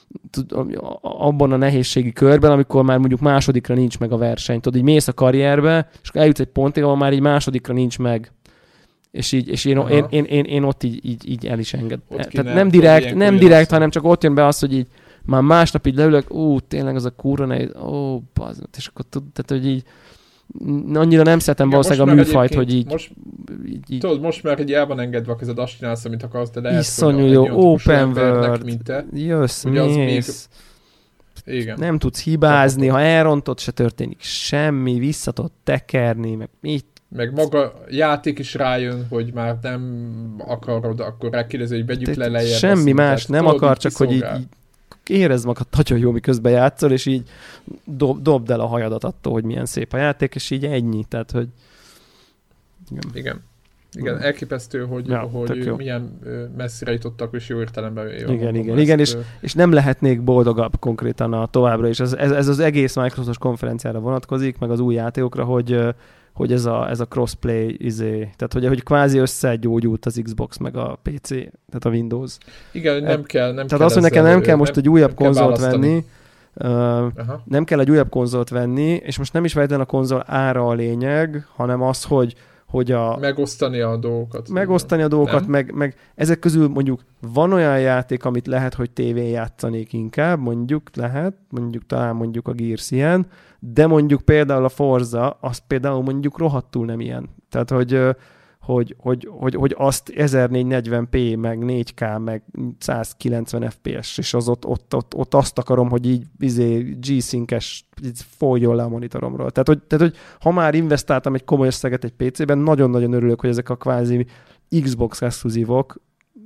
abban a nehézségi körben, amikor már mondjuk másodikra nincs meg a verseny. Tudod, így mész a karrierbe, és eljutsz egy pontig, ahol már így másodikra nincs meg. És így, és én, én, én, én, én ott így, így, így el is enged. Tehát nem direkt, nem direkt, hanem csak ott jön be az, hogy így már másnap így leülök, ú, tényleg az a kurva nehéz, ó, bazd, és akkor tud, tehát, hogy így annyira nem szeretem valószínűleg a műfajt, hogy így, most, így, így... Tudod, most már így el van engedve a kezed, azt csinálsz, amit akarsz, de lehet, iszonyú jó, open world, mint te, jössz, mész, még... Igen. Nem tudsz hibázni, ha elrontod, se történik semmi, vissza tudod tekerni, meg mit. Meg maga játék is rájön, hogy már nem akarod, akkor rákérdezi, hogy vegyük le lejjebb. Semmi más nem tudod, akar, csak hogy így, így érezd magad nagyon jó, miközben játszol, és így dob, dobd el a hajadat attól, hogy milyen szép a játék, és így ennyi. Tehát, hogy... Igen. Igen. Igen, elképesztő, hogy, ja, hogy milyen messzire jutottak, és jó értelemben. Jó igen, igen, igen, és, és nem lehetnék boldogabb konkrétan a továbbra is. Ez, ez, ez az egész Microsoftos konferenciára vonatkozik, meg az új játékokra, hogy, hogy ez a, ez a crossplay izé, tehát hogy, hogy kvázi összegyógyult az Xbox, meg a pé cé, tehát a Windows. Igen, nem kell. Nem tehát kell azt, hogy nekem nem kell most nem, egy újabb konzolt venni, uh, nem kell egy újabb konzolt venni, és most nem is feltétlenül a konzol ára a lényeg, hanem az, hogy hogy a... Megosztani a dolgokat. Megosztani a dolgokat, meg, meg ezek közül mondjuk van olyan játék, amit lehet, hogy tévén játszanék inkább, mondjuk lehet, mondjuk talán mondjuk a Gears ilyen, de mondjuk például a Forza, az például mondjuk rohadtul nem ilyen. Tehát, hogy, hogy, hogy, hogy, hogy azt ezernégyszáznegyven pé, meg négy ká, meg százkilencven ef pé es, és az ott, ott, ott, ott azt akarom, hogy így izé, G-Sync-es folyjon le a monitoromról. Tehát hogy, tehát, hogy ha már investáltam egy komoly összeget egy pé cében, nagyon-nagyon örülök, hogy ezek a kvázi Xbox exkluzívok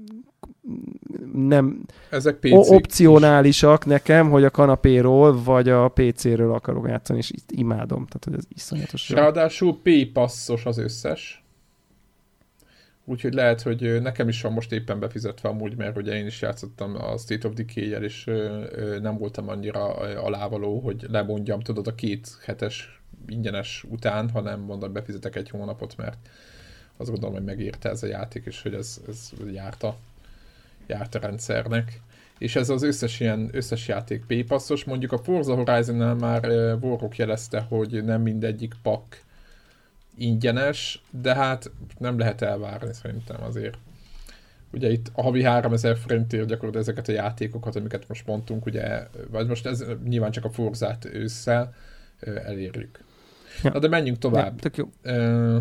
nem ezek pé cé opcionálisak is nekem, hogy a kanapéról vagy a pé céről akarok játszani, és itt imádom. Tehát, hogy ez iszonyatos. Ráadásul P-passzos az összes. Úgyhogy lehet, hogy nekem is van most éppen befizetve amúgy, mert ugye én is játszottam a State of Decay-jel, és nem voltam annyira alávaló, hogy lemondjam, tudod, a két hetes ingyenes után, hanem mondom, befizetek egy hónapot, mert azt gondolom, hogy megérte ez a játék, és hogy ez, ez járt, a, járt a rendszernek. És ez az összes ilyen összes játék P-passzos, mondjuk a Forza Horizon-nál már Warhawk jelezte, hogy nem mindegyik pak ingyenes, de hát nem lehet elvárni szerintem azért. Ugye itt a havi háromezer forintért gyakorlatilag ezeket a játékokat, amiket most mondtunk, ugye, vagy most ez nyilván csak a Forzát ősszel elérjük. Ja. Na de menjünk tovább. Ja, tök jó. Uh,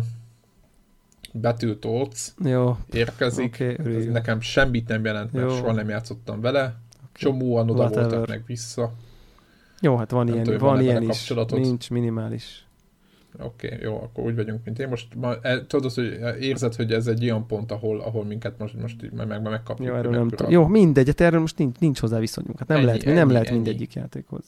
Battletoads érkezik. Okay, nekem semmit nem jelent, mert jó. Soha nem játszottam vele. Okay. Csomóan oda Whatever. Voltak meg vissza. Jó, hát van nem ilyen, tudom, van van ilyen is. Nincs minimális. Oké, okay, jó, akkor úgy vagyunk, mint én. Most ma, e, tudod, hogy érzed, hogy ez egy olyan pont, ahol, ahol minket most, most meg, meg megkapjuk. Jó, erről nem tudom. Jó, mindegy, hát erről most nincs, nincs hozzá viszonyunk. Hát nem ennyi, lehet, ennyi, nem lehet ennyi. Mindegyik játékhoz.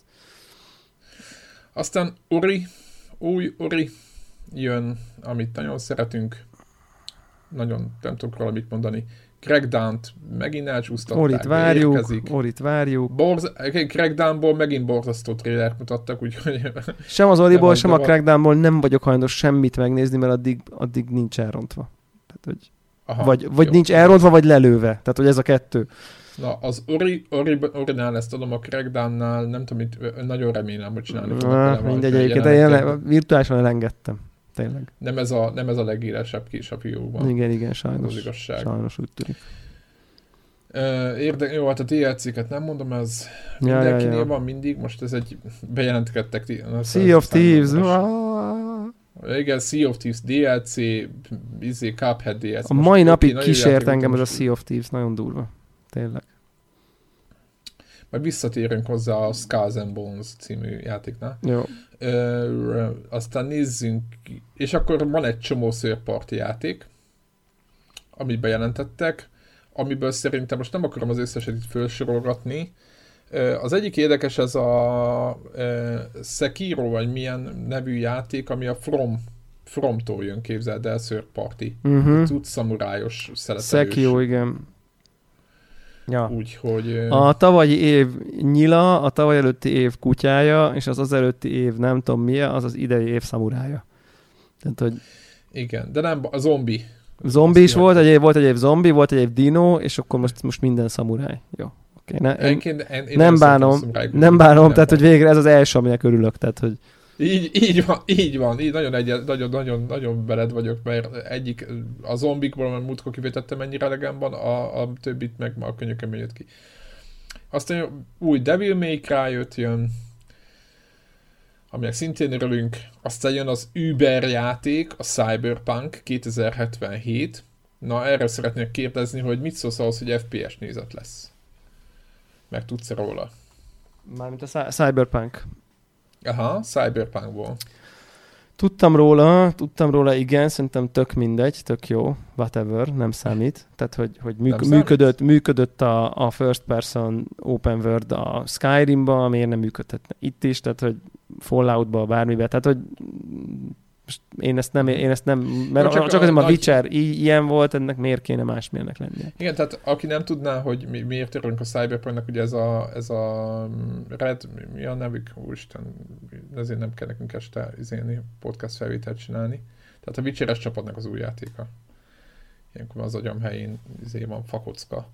Aztán Ori, új Ori jön, amit nagyon szeretünk. Nagyon nem tudok róla mit mondani. Crackdown-t megint elcsúsztatták. Orit várjuk, érkezik. Orit várjuk. Borz... Crackdown-ból megint borzasztó trailert mutattak, úgyhogy... Sem az Oriból, sem a Crackdown-ból nem vagyok hajlandós semmit megnézni, mert addig, addig nincs elrontva. Tehát, hogy... Aha, vagy vagy nincs elrontva, vagy lelőve. Tehát, hogy ez a kettő. Na, az Ori, Ori, Orinál ezt adom, a Crackdown-nál nem tudom, mit, nagyon remélem, hogy csinálni fognak. Mindegy, egyébként, de én virtuálisan elengedtem. Tényleg. Nem ez a, nem ez a legélesebb kis a fiókban. Igen, igen, sajnos. Sajnos úgy tűnik. Uh, érde, jó, hát a dé el cé-ket nem mondom, ez ja, mindenkinél ja, ja. van mindig, most ez egy bejelentkedtek. Sea of Thieves! Igen, Sea of Thieves dé el cé, izé, Cuphead dé el cé. A mai most napig kísért engem ez a Sea of Thieves, nagyon durva. Tényleg. Majd visszatérünk hozzá a Skulls and Bones című játéknál. Jó. Uh, aztán nézzünk, és akkor van egy csomó szőrparti játék, amit bejelentettek, amiből szerintem most nem akarom az összeset itt felsorolgatni. Uh, az egyik érdekes, ez a uh, Sekiro, vagy milyen nevű játék, ami a From, From-tól jön, képzeld el, szőrparti. Uh-huh. Tud szamurájos szeletelős. Sekiro, igen. Ja. Úgyhogy... A tavalyi év nyila, a tavaly előtti év kutyája, és az az előtti év nem tudom milyen, az az idei év szamurája. Tehát, hogy... Igen, de nem, a zombi. Zombi is volt, egy év, volt egy év zombi, volt egy év dino, és akkor most, most minden szamuráj. Jó, Okay, ne, én, én, én, én nem bánom, nem bánom, tehát hogy végre ez az első, aminek örülök, tehát hogy... Így, így van, így van, így nagyon, egy, nagyon, nagyon, nagyon beled vagyok, mert egyik a zombikból, mert múltkor kivétettem mennyire elegem van, a, a többit meg már a könyökömben jött ki. Aztán új Devil May Cry öt jön, aminek szintén örülünk, aztán jön az Uber játék, a Cyberpunk kétezer-hetvenhét. Na, erre szeretnék kérdezni, hogy mit szólsz ahhoz, hogy ef pé es nézet lesz? Meg tudsz-e róla? Mármint a Cyberpunk. Aha, Cyberpunkból. Tudtam róla, tudtam róla, igen, szerintem tök mindegy, tök jó, whatever, nem számít. Tehát, hogy, hogy műk- működött, működött a, a first person open world a Skyrimba, miért nem működhetne itt is, tehát, hogy Falloutba, bármibe, tehát, hogy én ezt nem, én ezt nem, mert no, csak, csak azért a, a Witcher nagy... ilyen volt, ennek miért kéne másmilyennek lennie. Igen, tehát aki nem tudná, hogy mi, miért örülünk a Cyberpunknak, ugye ez a, ez a Red, mi a nevük, úristen, ezért nem kell nekünk este izélni, podcast felvételt csinálni. Tehát a Witcheres csapatnak az új játéka. Ilyenkor az agyam helyén izé van fakocka.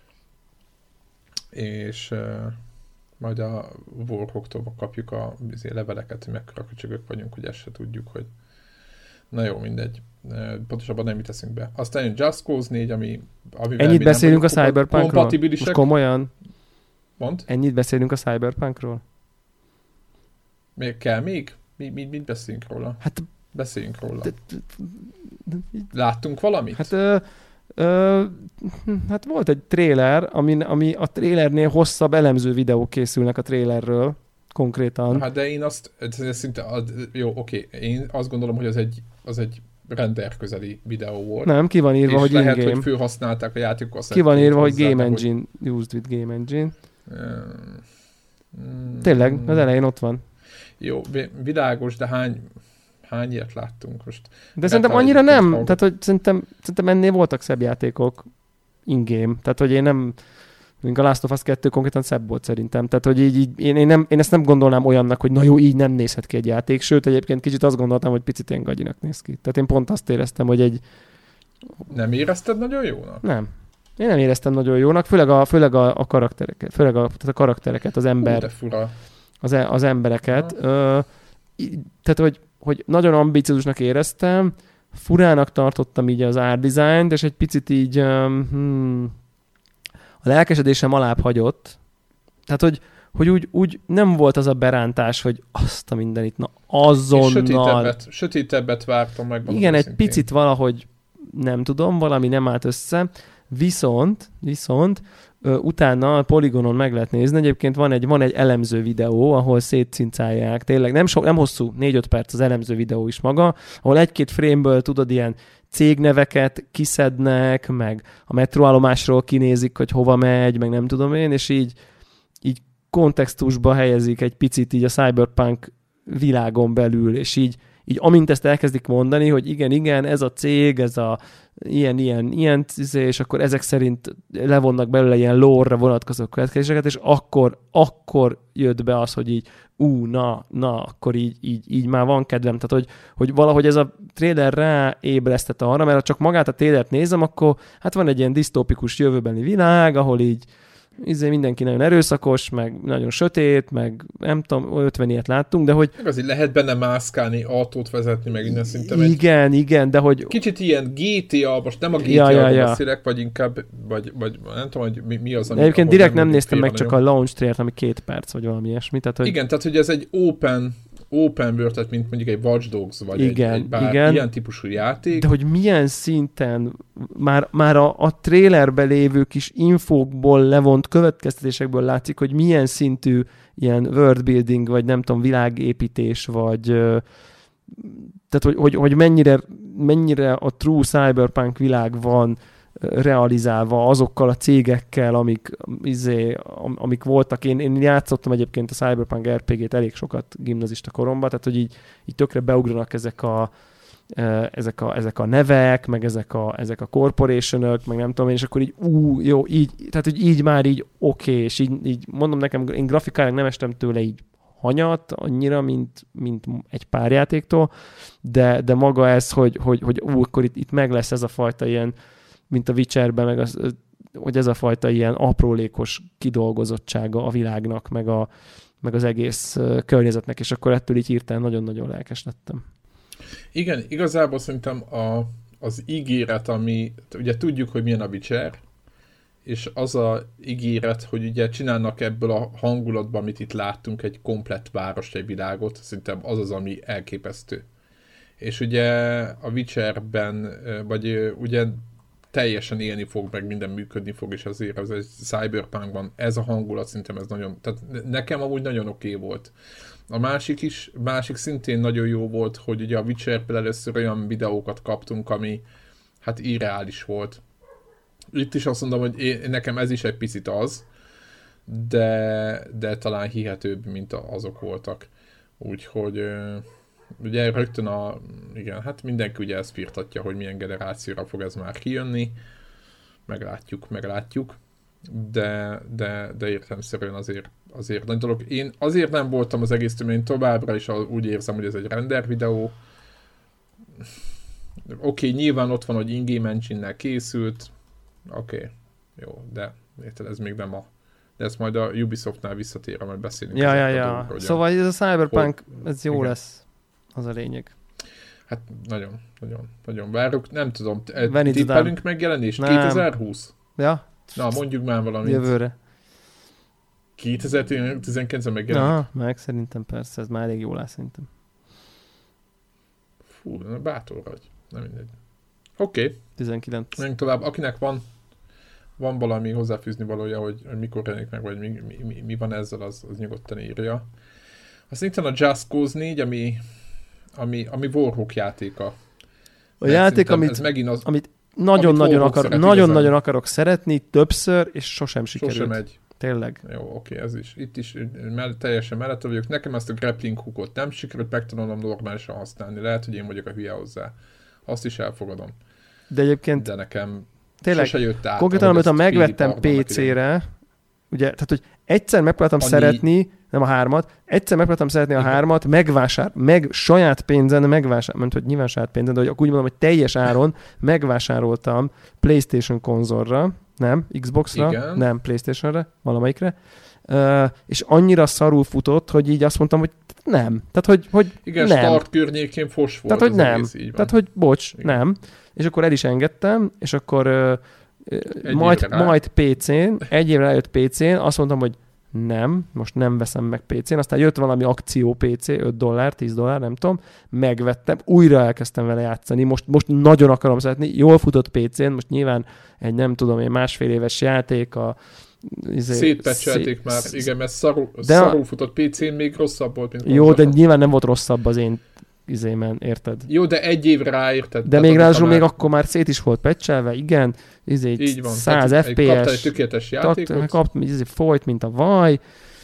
És uh, majd a Warhawktól kapjuk a izé, leveleket, hogy mekkora köcsögök vagyunk, hogy ezt se tudjuk, hogy na jó, mindegy. Pontosabban nem mit teszünk be. Aztán jön Just Cause négy, ami... Ennyit beszélünk a Cyberpunkról? Most komolyan? Mond? Ennyit beszélünk a Cyberpunkról? Még kell még? Mi, mi, mit beszélünk róla? Hát... Beszéljünk róla. Láttunk valamit? Hát... Ö, ö, hát volt egy trailer, ami, ami a trailernél hosszabb elemző videók készülnek a trailerről. Konkrétan. Hát de én azt, ez szinte, jó, oké, én azt gondolom, hogy az egy, az egy render közeli videó volt. Nem, ki van írva, és hogy lehet, in-game. hogy fölhasználták a játékot. Ki van írva, hogy Game Engine, hogy... used with Game Engine. Mm, Tényleg, az elején ott van. Jó, világos, de hány, hány ilyet láttunk most? De szerintem annyira nem, tehát hogy szerintem, szerintem ennél voltak szebb játékok in-game, tehát hogy én nem... Mint a Last of Us kettő konkrétan szebb volt szerintem. Tehát, hogy így, így én, én, nem, én ezt nem gondolnám olyannak, hogy na jó, így nem nézhet ki egy játék. Sőt, egyébként kicsit azt gondoltam, hogy picit ilyen gagyinak néz ki. Tehát én pont azt éreztem, hogy egy... Nem érezted nagyon jónak? Nem. Én nem éreztem nagyon jónak, főleg a, főleg a, a karaktereket, főleg a, tehát a karaktereket, az ember... Hú, fura. Az, az embereket. Ö, tehát, hogy, hogy nagyon ambiciózusnak éreztem, furának tartottam így az art design-t, és egy picit így... Hmm, a lelkesedésem alább hagyott. Tehát, hogy, hogy úgy, úgy nem volt az a berántás, hogy azt a mindenit, na azonnal... Sötétebbet, sötétebbet vártam meg. Igen, egy szintén. Picit valahogy nem tudom, valami nem állt össze. Viszont, viszont ö, utána a Polygonon meg lehet nézni. Egyébként van egy, van egy elemző videó, ahol szétcincálják. Tényleg nem, so, nem hosszú, négy-öt perc az elemző videó is maga, ahol egy-két frame-ből tudod ilyen cégneveket kiszednek, meg a metróállomásról kinézik, hogy hova megy, meg nem tudom én, és így, így kontextusba helyezik egy picit így a Cyberpunk világon belül, és így, így amint ezt elkezdik mondani, hogy igen, igen, ez a cég, ez a ilyen, ilyen, ilyen, és akkor ezek szerint levonnak belőle ilyen lore-ra vonatkozó következéseket, és akkor, akkor jött be az, hogy így ú, na, na, akkor így, így, így már van kedvem. Tehát, hogy, hogy valahogy ez a trailer ráébresztett arra, mert ha csak magát a trailert nézem, akkor hát van egy ilyen disztópikus jövőbeni világ, ahol így izé mindenki nagyon erőszakos, meg nagyon sötét, meg nem tudom, ötven ilyet láttunk, de hogy... Azért lehet benne mászkálni, autót vezetni, meg innen szinte igen, egy... igen, de hogy... Kicsit ilyen gé té á, most nem a gé té á-ról ja, ja, ja. beszélek, vagy inkább, vagy, vagy nem tudom, hogy mi, mi az, ami... Egyébként direkt nem, nem néztem meg csak a launch trailert, ami két perc, vagy valami ilyesmi, tehát hogy... Igen, tehát hogy ez egy open... open world, tehát mint mondjuk egy Watch Dogs, vagy igen, egy, egy bár igen. ilyen típusú játék. De hogy milyen szinten már, már a, a trailerbe lévő kis infókból levont következtetésekből látszik, hogy milyen szintű ilyen worldbuilding, vagy nem tudom, világépítés, vagy tehát, hogy, hogy, hogy mennyire, mennyire a true cyberpunk világ van realizálva azokkal a cégekkel, amik, izé, amik voltak. Én, én játszottam egyébként a Cyberpunk er pé gét elég sokat gimnazista koromban, tehát hogy így, így tökre beugranak ezek a, ezek a, ezek a nevek, meg ezek a, ezek a corporationok, meg nem tudom én, és akkor így ú, jó, így, tehát hogy így már így oké, okay, és így, így mondom nekem, én grafikának nem estem tőle így hanyat annyira, mint, mint egy pár játéktól, de, de maga ez, hogy, hogy, hogy ú, akkor itt, itt meg lesz ez a fajta ilyen mint a Witcherben, meg az, hogy ez a fajta ilyen aprólékos kidolgozottsága a világnak, meg, a, meg az egész környezetnek, és akkor ettől így hirtelen nagyon-nagyon lelkes lettem. Igen, igazából szerintem a, az ígéret, ami, ugye tudjuk, hogy milyen a Witcher, és az a ígéret, hogy ugye csinálnak ebből a hangulatban, amit itt láttunk, egy komplett várost, egy világot, szerintem az az, ami elképesztő. És ugye a Witcherben, vagy ugye teljesen élni fog, meg minden működni fog, és azért az egy Cyberpunkban ez a hangulat, szerintem ez nagyon, tehát nekem amúgy nagyon oké okay volt. A másik is, másik szintén nagyon jó volt, hogy ugye a Witcherből először olyan videókat kaptunk, ami hát irreális volt. Itt is azt mondom, hogy én, nekem ez is egy picit az, de, de talán hihetőbb, mint azok voltak. Úgyhogy ugye rögtön a, igen, hát mindenki ugye ezt firtatja, hogy milyen generációra fog ez már kijönni. Meglátjuk, meglátjuk. De, de, de értelemszerűen azért, azért nagy dolog. Én azért nem voltam az egész tömén, továbbra is úgy érzem, hogy ez egy render videó. Oké, okay, nyilván ott van, hogy in-game engine-nel készült. Oké, okay, jó, de érted, ez még nem a... De ezt majd a Ubisoftnál visszatérem, majd beszélünk. Ja, ja, ja. Dolgokra, szóval ez a Cyberpunk, hol... ez jó igen. lesz. Az a lényeg. Hát nagyon, nagyon, nagyon várjuk. Nem tudom, tippelünk megjelenést? Nem. kétezer-húsz? Ja. Na, mondjuk már valamit. Jövőre. kétezer-tizenkilencben megjelenik? Na, meg szerintem persze, ez már elég jól áll szerintem. Fú, bátor vagy. Nem mindegy. Oké. Okay. tizenkilenc. Menjünk tovább. Akinek van, van valami hozzáfűzni valója, hogy, hogy mikor jelenik meg, vagy mi, mi, mi, mi van ezzel, az, az nyugodtan írja. Aztán itt van a Just Cause négy, ami, ami, ami Warhawk játéka. A Mert játék, amit, az, amit nagyon-nagyon akar, nagyon, nagyon akarok szeretni, többször, és sosem sikerült. Sosem megy. Tényleg. Jó, oké, ez is. Itt is mell- teljesen mellette vagyok. Nekem ezt a grappling hookot nem sikerült megtanulnom normálisan használni. Lehet, hogy én vagyok a hülye hozzá. Azt is elfogadom. De egyébként... De nekem tényleg, sose jött át. Konkrétan, amit megvettem pé cére, ugye, tehát, hogy egyszer megpróbáltam szeretni, nem a hármat, egyszer megpróbáltam szeretni a hármat, megvásár, meg saját pénzen megvásár, mert hogy nyilván saját pénzen, de hogy úgy mondom, hogy teljes áron megvásároltam PlayStation konzolra, nem, Xboxra, igen. Nem, PlayStationre, valamelyikre, uh, és annyira szarul futott, hogy így azt mondtam, hogy nem. Tehát, hogy, hogy igen, nem. start környékén fos volt. Tehát, hogy nem. Egész, Tehát, hogy bocs, igen. Nem. És akkor el is engedtem, és akkor uh, majd, majd pé cén, egy évre rájött pé cén, azt mondtam, hogy nem, most nem veszem meg pé cén, aztán jött valami akció pé cé, öt dollár, tíz dollár, nem tudom, megvettem, újra elkezdtem vele játszani, most, most nagyon akarom szeretni, jól futott pé cén, most nyilván egy nem tudom én másfél éves játék, a izé, szétpecselték szé... már, igen, mert szarul, de szarul futott pé cén még rosszabb volt, mint jó, de nyilván nem volt rosszabb az én izémen, érted? Jó, de egy évre ráérted. De még ráadásul még már... akkor már szét is volt pecselve, igen, izé, így van, száz ef pé es. Kaptál egy tökéletes játékot. Kapt, izé, folyt, mint a vaj,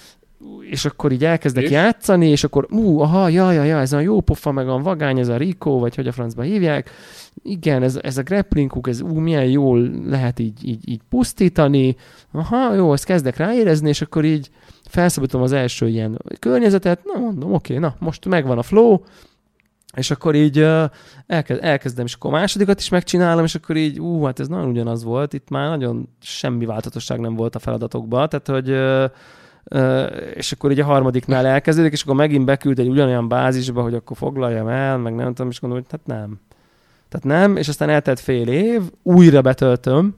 és akkor így elkezdek és? játszani, és akkor ú, aha, jaj, jaj, jaj, ez a jó pofa, meg a vagány, ez a Rico, vagy hogy a francba hívják. Igen, ez, ez a grappling hook, ez ú, milyen jól lehet így, így, így pusztítani. Aha, jó, ezt kezdek ráérezni, és akkor így felszabadítom az első ilyen környezetet. Na, mondom, oké, na, most megvan a flow, és akkor így uh, elkezd, elkezdem, és akkor a másodikat is megcsinálom, és akkor így, ú, hát ez nagyon ugyanaz volt, itt már nagyon semmi változatosság nem volt a feladatokban, tehát hogy uh, Uh, és akkor így a harmadiknál elkezdődik, és akkor megint beküld egy ugyanolyan bázisba, hogy akkor foglaljam el, meg nem tudom, és gondolom, hogy hát nem. Tehát nem, és aztán eltelt fél év, újra betöltöm,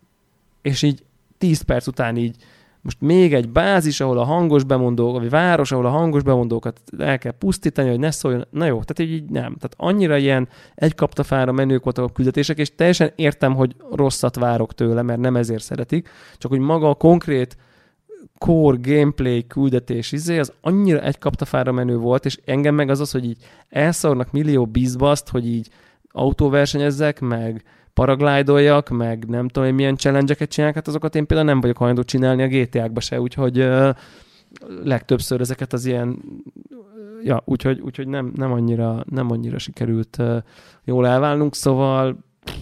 és így tíz perc után így most még egy bázis, ahol a hangos bemondók, vagy város, ahol a hangos bemondókat el kell pusztítani, hogy ne szóljon. Na jó, tehát így nem. Tehát annyira ilyen egy kaptafára menők voltak a küldetések, és teljesen értem, hogy rosszat várok tőle, mert nem ezért szeretik, csak hogy maga a konkrét core gameplay küldetés izé, az annyira egy kaptafára menő volt, és engem meg az az, hogy így elszórnak millió bizbaszt, hogy így autóversenyezzek, meg paraglide-oljak, meg nem tudom, hogy milyen challenge-eket csinálják, hát azokat én például nem vagyok hajlandó csinálni a gé té á-kba se, úgyhogy uh, legtöbbször ezeket az ilyen ja, úgyhogy, úgyhogy nem, nem, annyira, nem annyira sikerült uh, jól elválnunk, szóval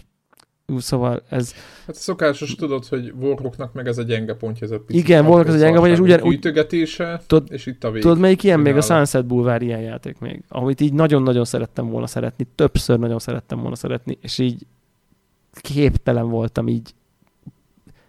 Szóval ez... Hát szokásos tudod, hogy Warhawknak meg ez a gyenge pontja, ez a picit. Igen, Warhawk ez a gyenge pontja, és ugyan... Gyűjtögetése, tud, és itt a vég. Tudod, melyik ilyen még? A Sunset Boulevard ilyen játék még. Amit így nagyon-nagyon szerettem volna szeretni, többször nagyon szerettem volna szeretni, és így képtelen voltam így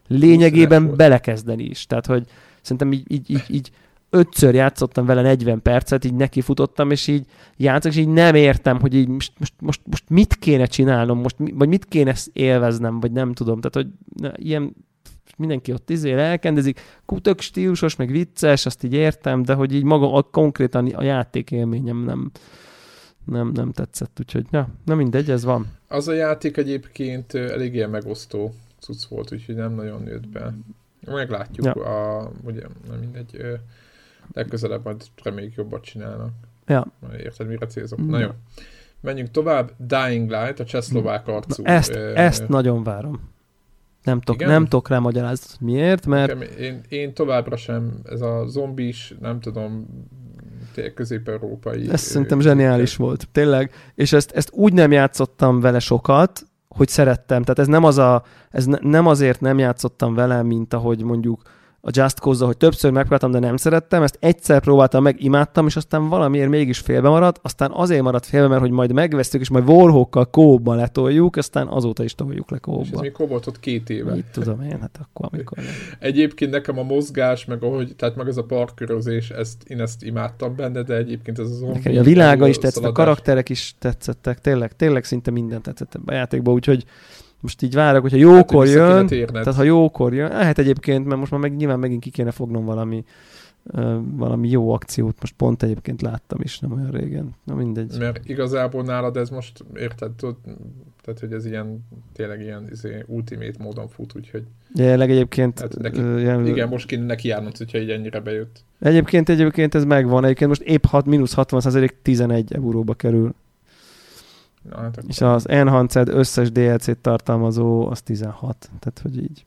lényegében belekezdeni is. Tehát, hogy szerintem így, így, így, így ötször játszottam vele negyven percet, így neki futottam, és így játszok, és így nem értem, hogy így most, most, most, most mit kéne csinálnom, most, vagy mit kéne élveznem, vagy nem tudom. Tehát, hogy na, ilyen mindenki ott izé elkendezik, tök stílusos, meg vicces, azt így értem, de hogy így maga a, konkrétan a játékélményem nem, nem, nem tetszett, úgyhogy ja, na mindegy, ez van. Az a játék egyébként elég ilyen megosztó cucc volt, úgyhogy nem nagyon jött be. Meglátjuk, ja. a, ugye, nem mindegy, legközelebb majd reméljük jobbat csinálnak. Ja. Érted, mire célzok? Ja. Na jó. Menjünk tovább. Dying Light, a csehszlovák arcú. Ezt, ö... ezt nagyon várom. Nem tudok, nem tudok rá magyarázni, miért, mert... Én, én továbbra sem, ez a zombis, nem tudom, közép-európai... Ez szerintem zseniális volt, tényleg. És ezt, ezt úgy nem játszottam vele sokat, hogy szerettem. Tehát ez nem, az a, ez ne, nem azért nem játszottam vele, mint ahogy mondjuk a Just Cause-zal, hogy többször megpróbáltam, de nem szerettem. Ezt egyszer próbáltam meg, imádtam, és aztán valamiért mégis félbe maradt. Aztán azért maradt félbe, mert hogy majd megvesztük, és majd Warhawkkal kóban letoljuk, aztán azóta is toljuk le kóba. És ez mikor volt ott két éve? Mit tudom én, hát akkor, amikor nem. Egyébként nekem a mozgás, meg ahogy, tehát meg ez a parkörözés, ezt, én ezt imádtam benne, de egyébként ez az zombi... A világa is tetszett, a karakterek is tetszettek, tényleg, tényleg szinte minden tetszett a játékban, úgyhogy most így várok, hogyha jókor hát, jön, tehát ha jókor jön, hát egyébként, mert most már meg, nyilván megint ki kéne fognom valami, uh, valami jó akciót, most pont egyébként láttam is, nem olyan régen, na mindegy. Mert igazából nálad ez most, érted, tud, tehát hogy ez ilyen, tényleg ilyen izé, ultimate módon fut, úgyhogy... Jelenleg egyébként... Hát neki, uh, jelen... Igen, most kéne neki járnod, hogyha így ennyire bejött. Egyébként, egyébként ez megvan, egyébként most épp hat, mínusz hatvan százalék tizenegy euróba kerül. Na, hát és az Enhanced összes dé el cét tartalmazó az tizenhat. Tehát, hogy így.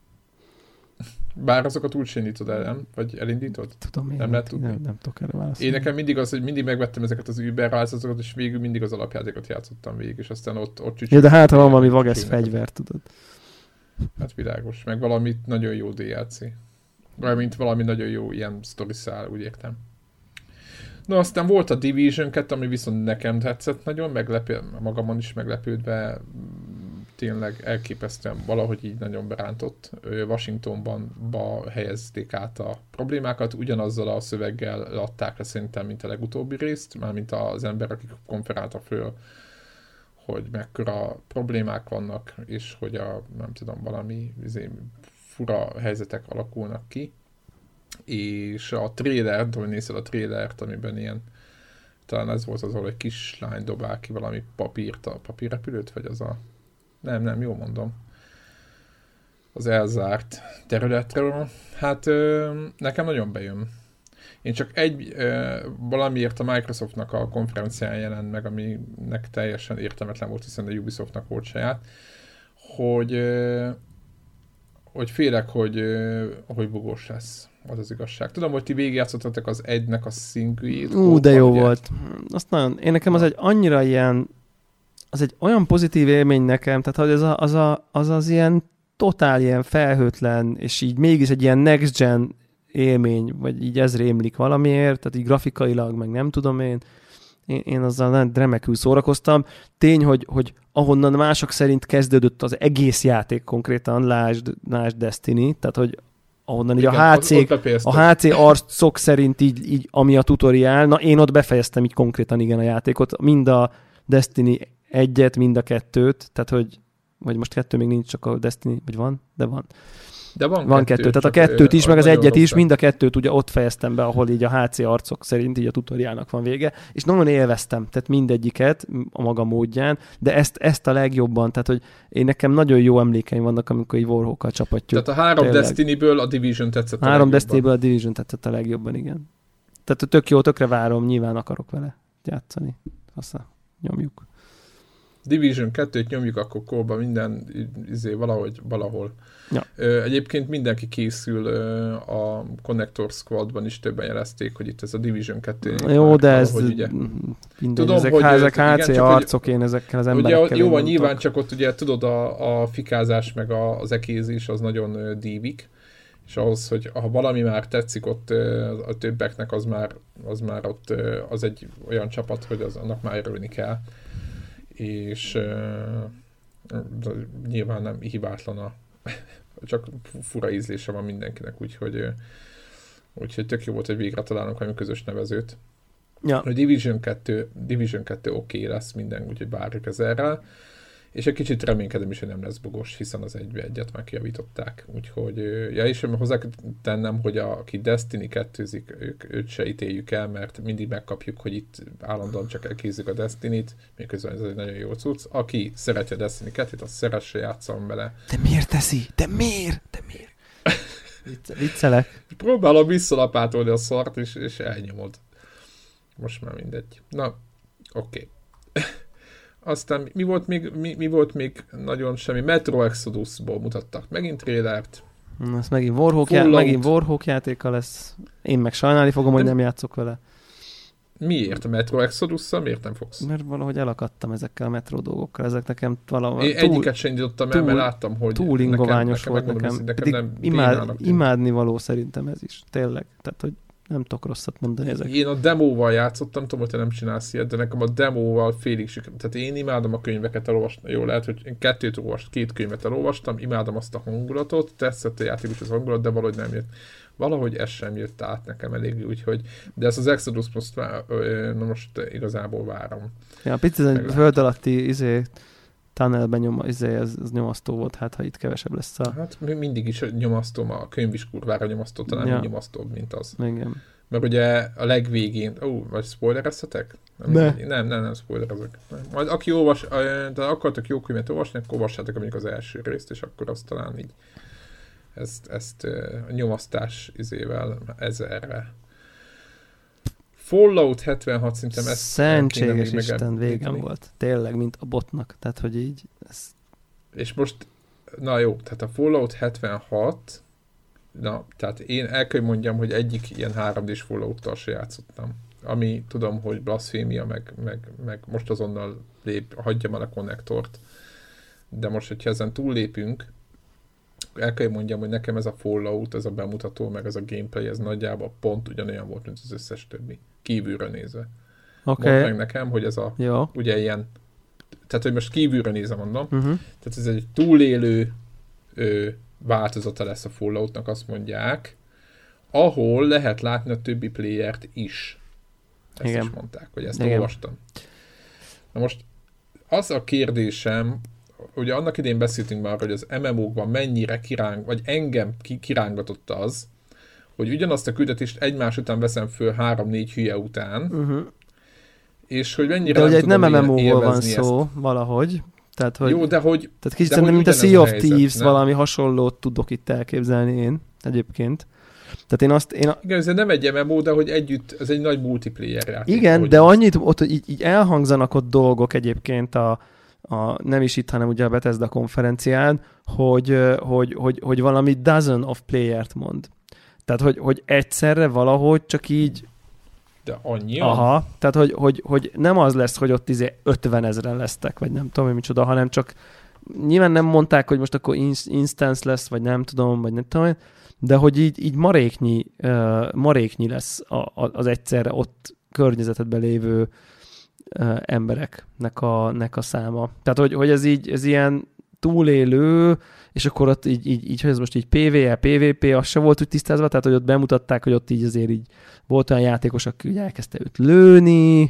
Bár azokat úgy sem indítod el, nem? Vagy elindítod? Tudom én. Nem, lehet tudni? Nem, nem tudok erre válaszolni. Én nekem mindig az, hogy mindig megvettem ezeket az Uber változatokat, és végül mindig az alapjátékot játszottam végig, és aztán ott, ott csücsük. Ja, de hát ha van valami vagesz fegyver, tudod. Hát világos. Meg valami nagyon jó dé el cé. Valamint valami nagyon jó ilyen sztoriszál, úgy értem. No, aztán volt a Division kettő, ami viszont nekem tetszett nagyon, meglepő, magamon is meglepődve, tényleg elképesztően valahogy így nagyon berántott. Washingtonban ba helyezték át a problémákat, ugyanazzal a szöveggel adták le szerintem, mint a legutóbbi részt, mármint az ember, akik konferáltak föl, hogy mekkora problémák vannak, és hogy a, nem tudom, valami izé, fura helyzetek alakulnak ki. És a trailert, hogy nézed a trailert, amiben ilyen, talán ez volt az, ahol egy kislány dobál ki valami papírt, a papírrepülőt, vagy az a, nem, nem, jól mondom, az elzárt területről. Hát ö, nekem nagyon bejön. Én csak egy, ö, valamiért a Microsoftnak a konferencián jelent meg, aminek teljesen értelmetlen volt, hiszen a Ubisoftnak volt saját, hogy, ö, hogy félek, hogy, ö, hogy bugós lesz. Az az igazság. Tudom, hogy ti végigjátszottatok az egynek a szingűjét. Ú, de jó ugye? Volt. Azt nagyon, én nekem az egy annyira ilyen, az egy olyan pozitív élmény nekem, tehát hogy az a, az, a, az, az ilyen totál ilyen felhőtlen, és így mégis egy ilyen next gen élmény, vagy így ez rémlik valamiért, tehát így grafikailag, meg nem tudom én, én, én azzal remekül szórakoztam. Tény, hogy, hogy ahonnan mások szerint kezdődött az egész játék konkrétan, lásd, lásd Destiny, tehát hogy ahonnan igen, így a há cé, a há cé arcok szerint így, így, ami a tutoriál, na én ott befejeztem így konkrétan igen a játékot, mind a Destiny egyet, mind a kettőt, tehát hogy, vagy most kettő még nincs, csak a Destiny, vagy van? De van. De van, van kettő, kettő. Tehát a kettőt is, meg az egyet is, mind a kettőt ugye ott fejeztem be, ahol így a há cé arcok szerint így a tutoriálnak van vége, és nagyon élveztem, tehát mindegyiket a maga módján, de ezt, ezt a legjobban, tehát hogy én nekem nagyon jó emlékeim vannak, amikor így Warhawkkal csapatjuk. Tehát a három tényleg. Destinyből a Division tetszett a Három Destinyből a Division tetszett a legjobban, igen. Tehát tök jó, tökre várom, nyilván akarok vele játszani. Aztán nyomjuk. Division kettőt nyomjuk, akkor kóba minden izé valahogy, valahol. Ja. Ö, egyébként mindenki készül, ö, a Connector Squadban is többen jelezték, hogy itt ez a Division kettő. Jó, de ez ugye... Tudom, ezek, hogy ezek há cé igen, arcok, hogy, én ezekkel az emberekkel. Ugye, jó van, nyilván csak ott ugye tudod a, a fikázás meg a, az ekézés az nagyon ö, dívik, és ahhoz, hogy ha valami már tetszik ott ö, a többeknek, az már, az már ott ö, az egy olyan csapat, hogy az, annak már örülni kell. És uh, nyilván nem hibátlan a, csak fura ízlése van mindenkinek, úgyhogy, úgyhogy tök jó volt, hogy végre találunk valami közös nevezőt. Ja. A Division kettő, Division kettő oké okay lesz minden, úgyhogy várjuk ezerrel. És egy kicsit reménykedem is, hogy nem lesz bugos, hiszen az egybe egyet már kijavították. Úgyhogy, ja, és hozzá tennem, hogy a, aki Destiny kettőzik, ők, őt se ítéljük el, mert mindig megkapjuk, hogy itt állandóan csak elkézzük a Destiny-t, miközben ez egy nagyon jó cucc. Aki szereti a Destiny kettőt, az szeresse, játszom vele. De miért teszi? De miért? De miért? Vicce, viccelek. Próbálom visszalapátolni a szart, és, és elnyomod. Most már mindegy. Na, oké. Okay. Aztán mi volt még, mi, mi volt még nagyon semmi? Metro Exodusból mutattak megint trailert. Ez megint Warhawk, já- megint Warhawk játéka lesz. Én meg sajnálni fogom, hogy nem játszok vele. Miért a Metro Exodusszal? Miért nem fogsz? Mert valahogy elakadtam ezekkel a Metro dolgokkal. Ezek nekem valahogy... Én túl, egyiket sem indítottam el, mert láttam, hogy túl ingoványos nekem, volt nekem. nekem nem imád, imádni való szerintem ez is. Tényleg. Tehát, hogy nem tudok rosszat mondani ezek. Én a demóval játszottam, tudom, hogy te nem csinálsz ilyet, de nekem a demóval félig sikerült. Tehát én imádom a könyveket elolvasni. Jó, lehet, hogy én kettőt olvast, két könyvet elolvastam, imádom azt a hangulatot, tetszett a játék is az hangulat, de valahogy nem jött. Valahogy ez sem jött át nekem elég, úgyhogy, de ezt az Exodus most, na most igazából várom. Ja, picit egy föld alatti izé, tunnelben nyom, izé, ez, ez nyomasztó volt, hát ha itt kevesebb lesz a... Hát mindig is nyomasztom, a könyv is kurvára nyomasztó, talán ja. nyomasztóbb, mint az. Igen. Mert ugye a legvégén, ó, oh, vagy spoilerezhetek? Nem, ne. nem, nem, nem spoilerezek. Majd aki olvas, de akartok jó könyvet olvasni, akkor olvassátok mondjuk az első részt, és akkor azt talán így ezt, ezt a nyomasztás izével ezerre. Fallout hetvenhat szerintem ezt... Szentséges Isten, végem volt. Tényleg, mint a botnak. Tehát, hogy így... Ez... És most, na jó, tehát a Fallout hetvenhat, na, tehát én el kell mondjam, hogy egyik ilyen három dés Fallout-tal se játszottam. Ami tudom, hogy blasfémia, meg, meg, meg most azonnal lép, hagyjam el a konnektort. De most, hogyha ezen túllépünk, el kell mondjam, hogy nekem ez a Fallout, ez a bemutató, meg ez a gameplay, ez nagyjából pont ugyanolyan volt, mint az összes többi. Kívülről nézve. Okay. Mondd meg nekem, hogy ez a, jó. ugye ilyen, tehát, hogy most kívülről nézve mondom, uh-huh. tehát ez egy túlélő ö, változata lesz a Falloutnak, azt mondják, ahol lehet látni a többi playert is. Ezt igen. is mondták, hogy ezt igen. olvastam. Na most az a kérdésem, ugye annak idén beszéltünk már, hogy az em em ó-kban mennyire kiráng, vagy engem kirángatott az, hogy ugyanazt a küldetést egymás után veszem föl három-négy hülye után, uh-huh. és hogy mennyire de nem ugye tudom nem em em ó-ból van ezt. szó valahogy. Tehát, hogy, jó, de hogy... Tehát kicsit szerintem, mint a Sea of Thieves, nem? Valami hasonlót tudok itt elképzelni én egyébként. Tehát én azt... Én a... Igen, ez nem egy em em ó, de hogy együtt, ez egy nagy multiplayer játék. Igen, de annyit ott, hogy így, így elhangzanak ott dolgok egyébként a, a, nem is itt, hanem ugye a Bethesda konferencián, hogy, hogy, hogy, hogy valami dozen of player-t mond. Tehát, hogy, hogy egyszerre valahogy csak így... De annyi? Aha, tehát, hogy, hogy, hogy nem az lesz, hogy ott izé ötven ezren lesztek, vagy nem tudom, hogy micsoda, hanem csak nyilván nem mondták, hogy most akkor instance lesz, vagy nem tudom, vagy nem tudom, de hogy így, így maréknyi, uh, maréknyi lesz a, a, az egyszerre ott környezetedben lévő uh, embereknek a, nek a száma. Tehát, hogy, hogy ez így, ez ilyen túlélő, és akkor ott így, így, így hogy ez most így pé vé e, pé vé pé, az se volt úgy tisztázva, tehát, hogy ott bemutatták, hogy ott így azért így volt olyan játékos, aki ugye elkezdte őt lőni,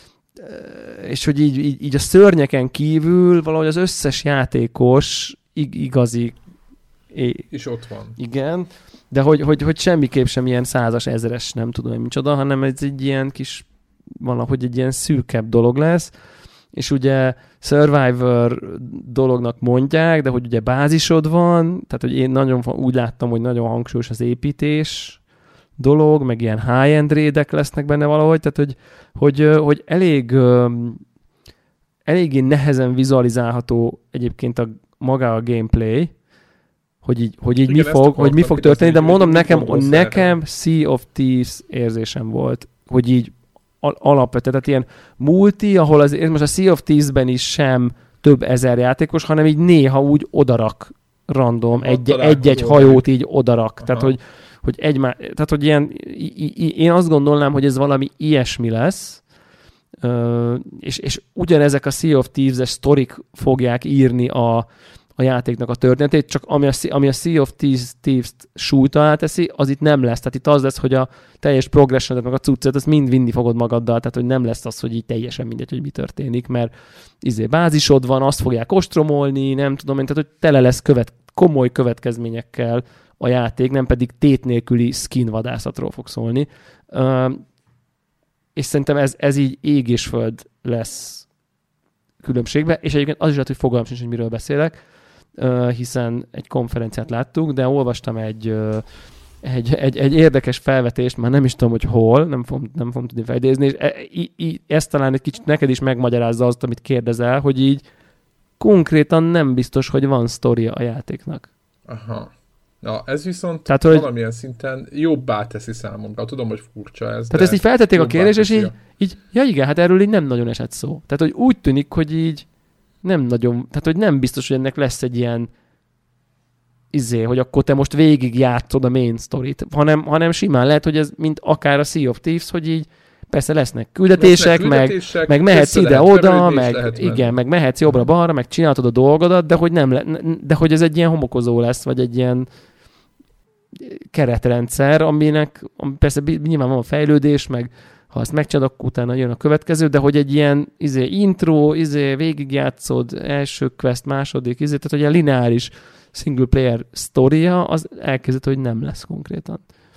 és hogy így, így, így a szörnyeken kívül valahogy az összes játékos ig- igazi é- és ott van. Igen, de hogy, hogy, hogy semmiképp sem ilyen százas, ezeres, nem tudom, hogy micsoda, hanem ez egy ilyen kis, valahogy egy ilyen szűkebb dolog lesz, és ugye Survivor dolognak mondják, de hogy ugye bázisod van, tehát hogy én nagyon úgy láttam, hogy nagyon hangsúlyos az építés dolog, meg ilyen high-end raidek lesznek benne valahogy, tehát hogy, hogy, hogy elég eléggé nehezen vizualizálható egyébként a, maga a gameplay, hogy így, hogy így mi fog, hogy mi fog történni, de mondom, nekem, nekem Sea of Thieves érzésem volt, hogy így alapvetően, tehát ilyen multi, ahol az, most a Sea of Thieves-ben is sem több ezer játékos, hanem így néha úgy odarak random, egy, egy-egy hajót így odarak. Aha. Tehát, hogy, hogy egymá, tehát, hogy ilyen, i, i, én azt gondolnám, hogy ez valami ilyesmi lesz, uh, és, és ugyanezek a Sea of Thieves-es sztorik fogják írni a, a a játéknak a történetét, csak ami a, ami a Sea of Thieves-t súlyt alá teszi, az itt nem lesz. Tehát itt az lesz, hogy a teljes progression meg a cuccet, azt mind vinni fogod magaddal, tehát hogy nem lesz az, hogy így teljesen mindegy, hogy mi történik, mert izé bázisod van, azt fogják ostromolni, nem tudom én, tehát hogy tele lesz követ, komoly következményekkel a játék, nem pedig tét nélküli skin vadászatról fog szólni. Uh, és szerintem ez, ez így ég és föld lesz különbségbe, és egyébként az is lehet, hogy fogalmam sincs, hogy miről beszélek, uh, hiszen egy konferenciát láttuk, de olvastam egy, uh, egy, egy, egy érdekes felvetést, már nem is tudom, hogy hol, nem fogom, nem fogom tudni felidézni, és e, i, i, ezt talán egy kicsit neked is megmagyarázza azt, amit kérdezel, hogy így konkrétan nem biztos, hogy van sztoria a játéknak. Aha. Na, ez viszont tehát, valamilyen hogy... szinten jobbá teszi számomra. Tudom, hogy furcsa ez, tehát ezt így feltették a kérdést, és így, így, ja igen, hát erről így nem nagyon esett szó. Tehát, hogy úgy tűnik, hogy így nem nagyon, tehát, hogy nem biztos, hogy ennek lesz egy ilyen izé, hogy akkor te most végig játszod a main storyt, hanem, hanem simán lehet, hogy ez mint akár a Sea of Thieves, hogy így persze lesznek küldetések, lesznek küldetések meg, meg mehetsz ide-oda, meg igen, meg mehetsz jobbra-balra, meg csináltad a dolgodat, de hogy, nem le, de hogy ez egy ilyen homokozó lesz, vagy egy ilyen keretrendszer, aminek ami persze nyilván van a fejlődés, meg ha ezt megcsinálod, akkor utána jön a következő, de hogy egy ilyen izé, intro, izé, végigjátszod, első quest, második, izé, tehát hogy ilyen lineáris single player sztoria, az elkezdett, hogy nem lesz konkrétan.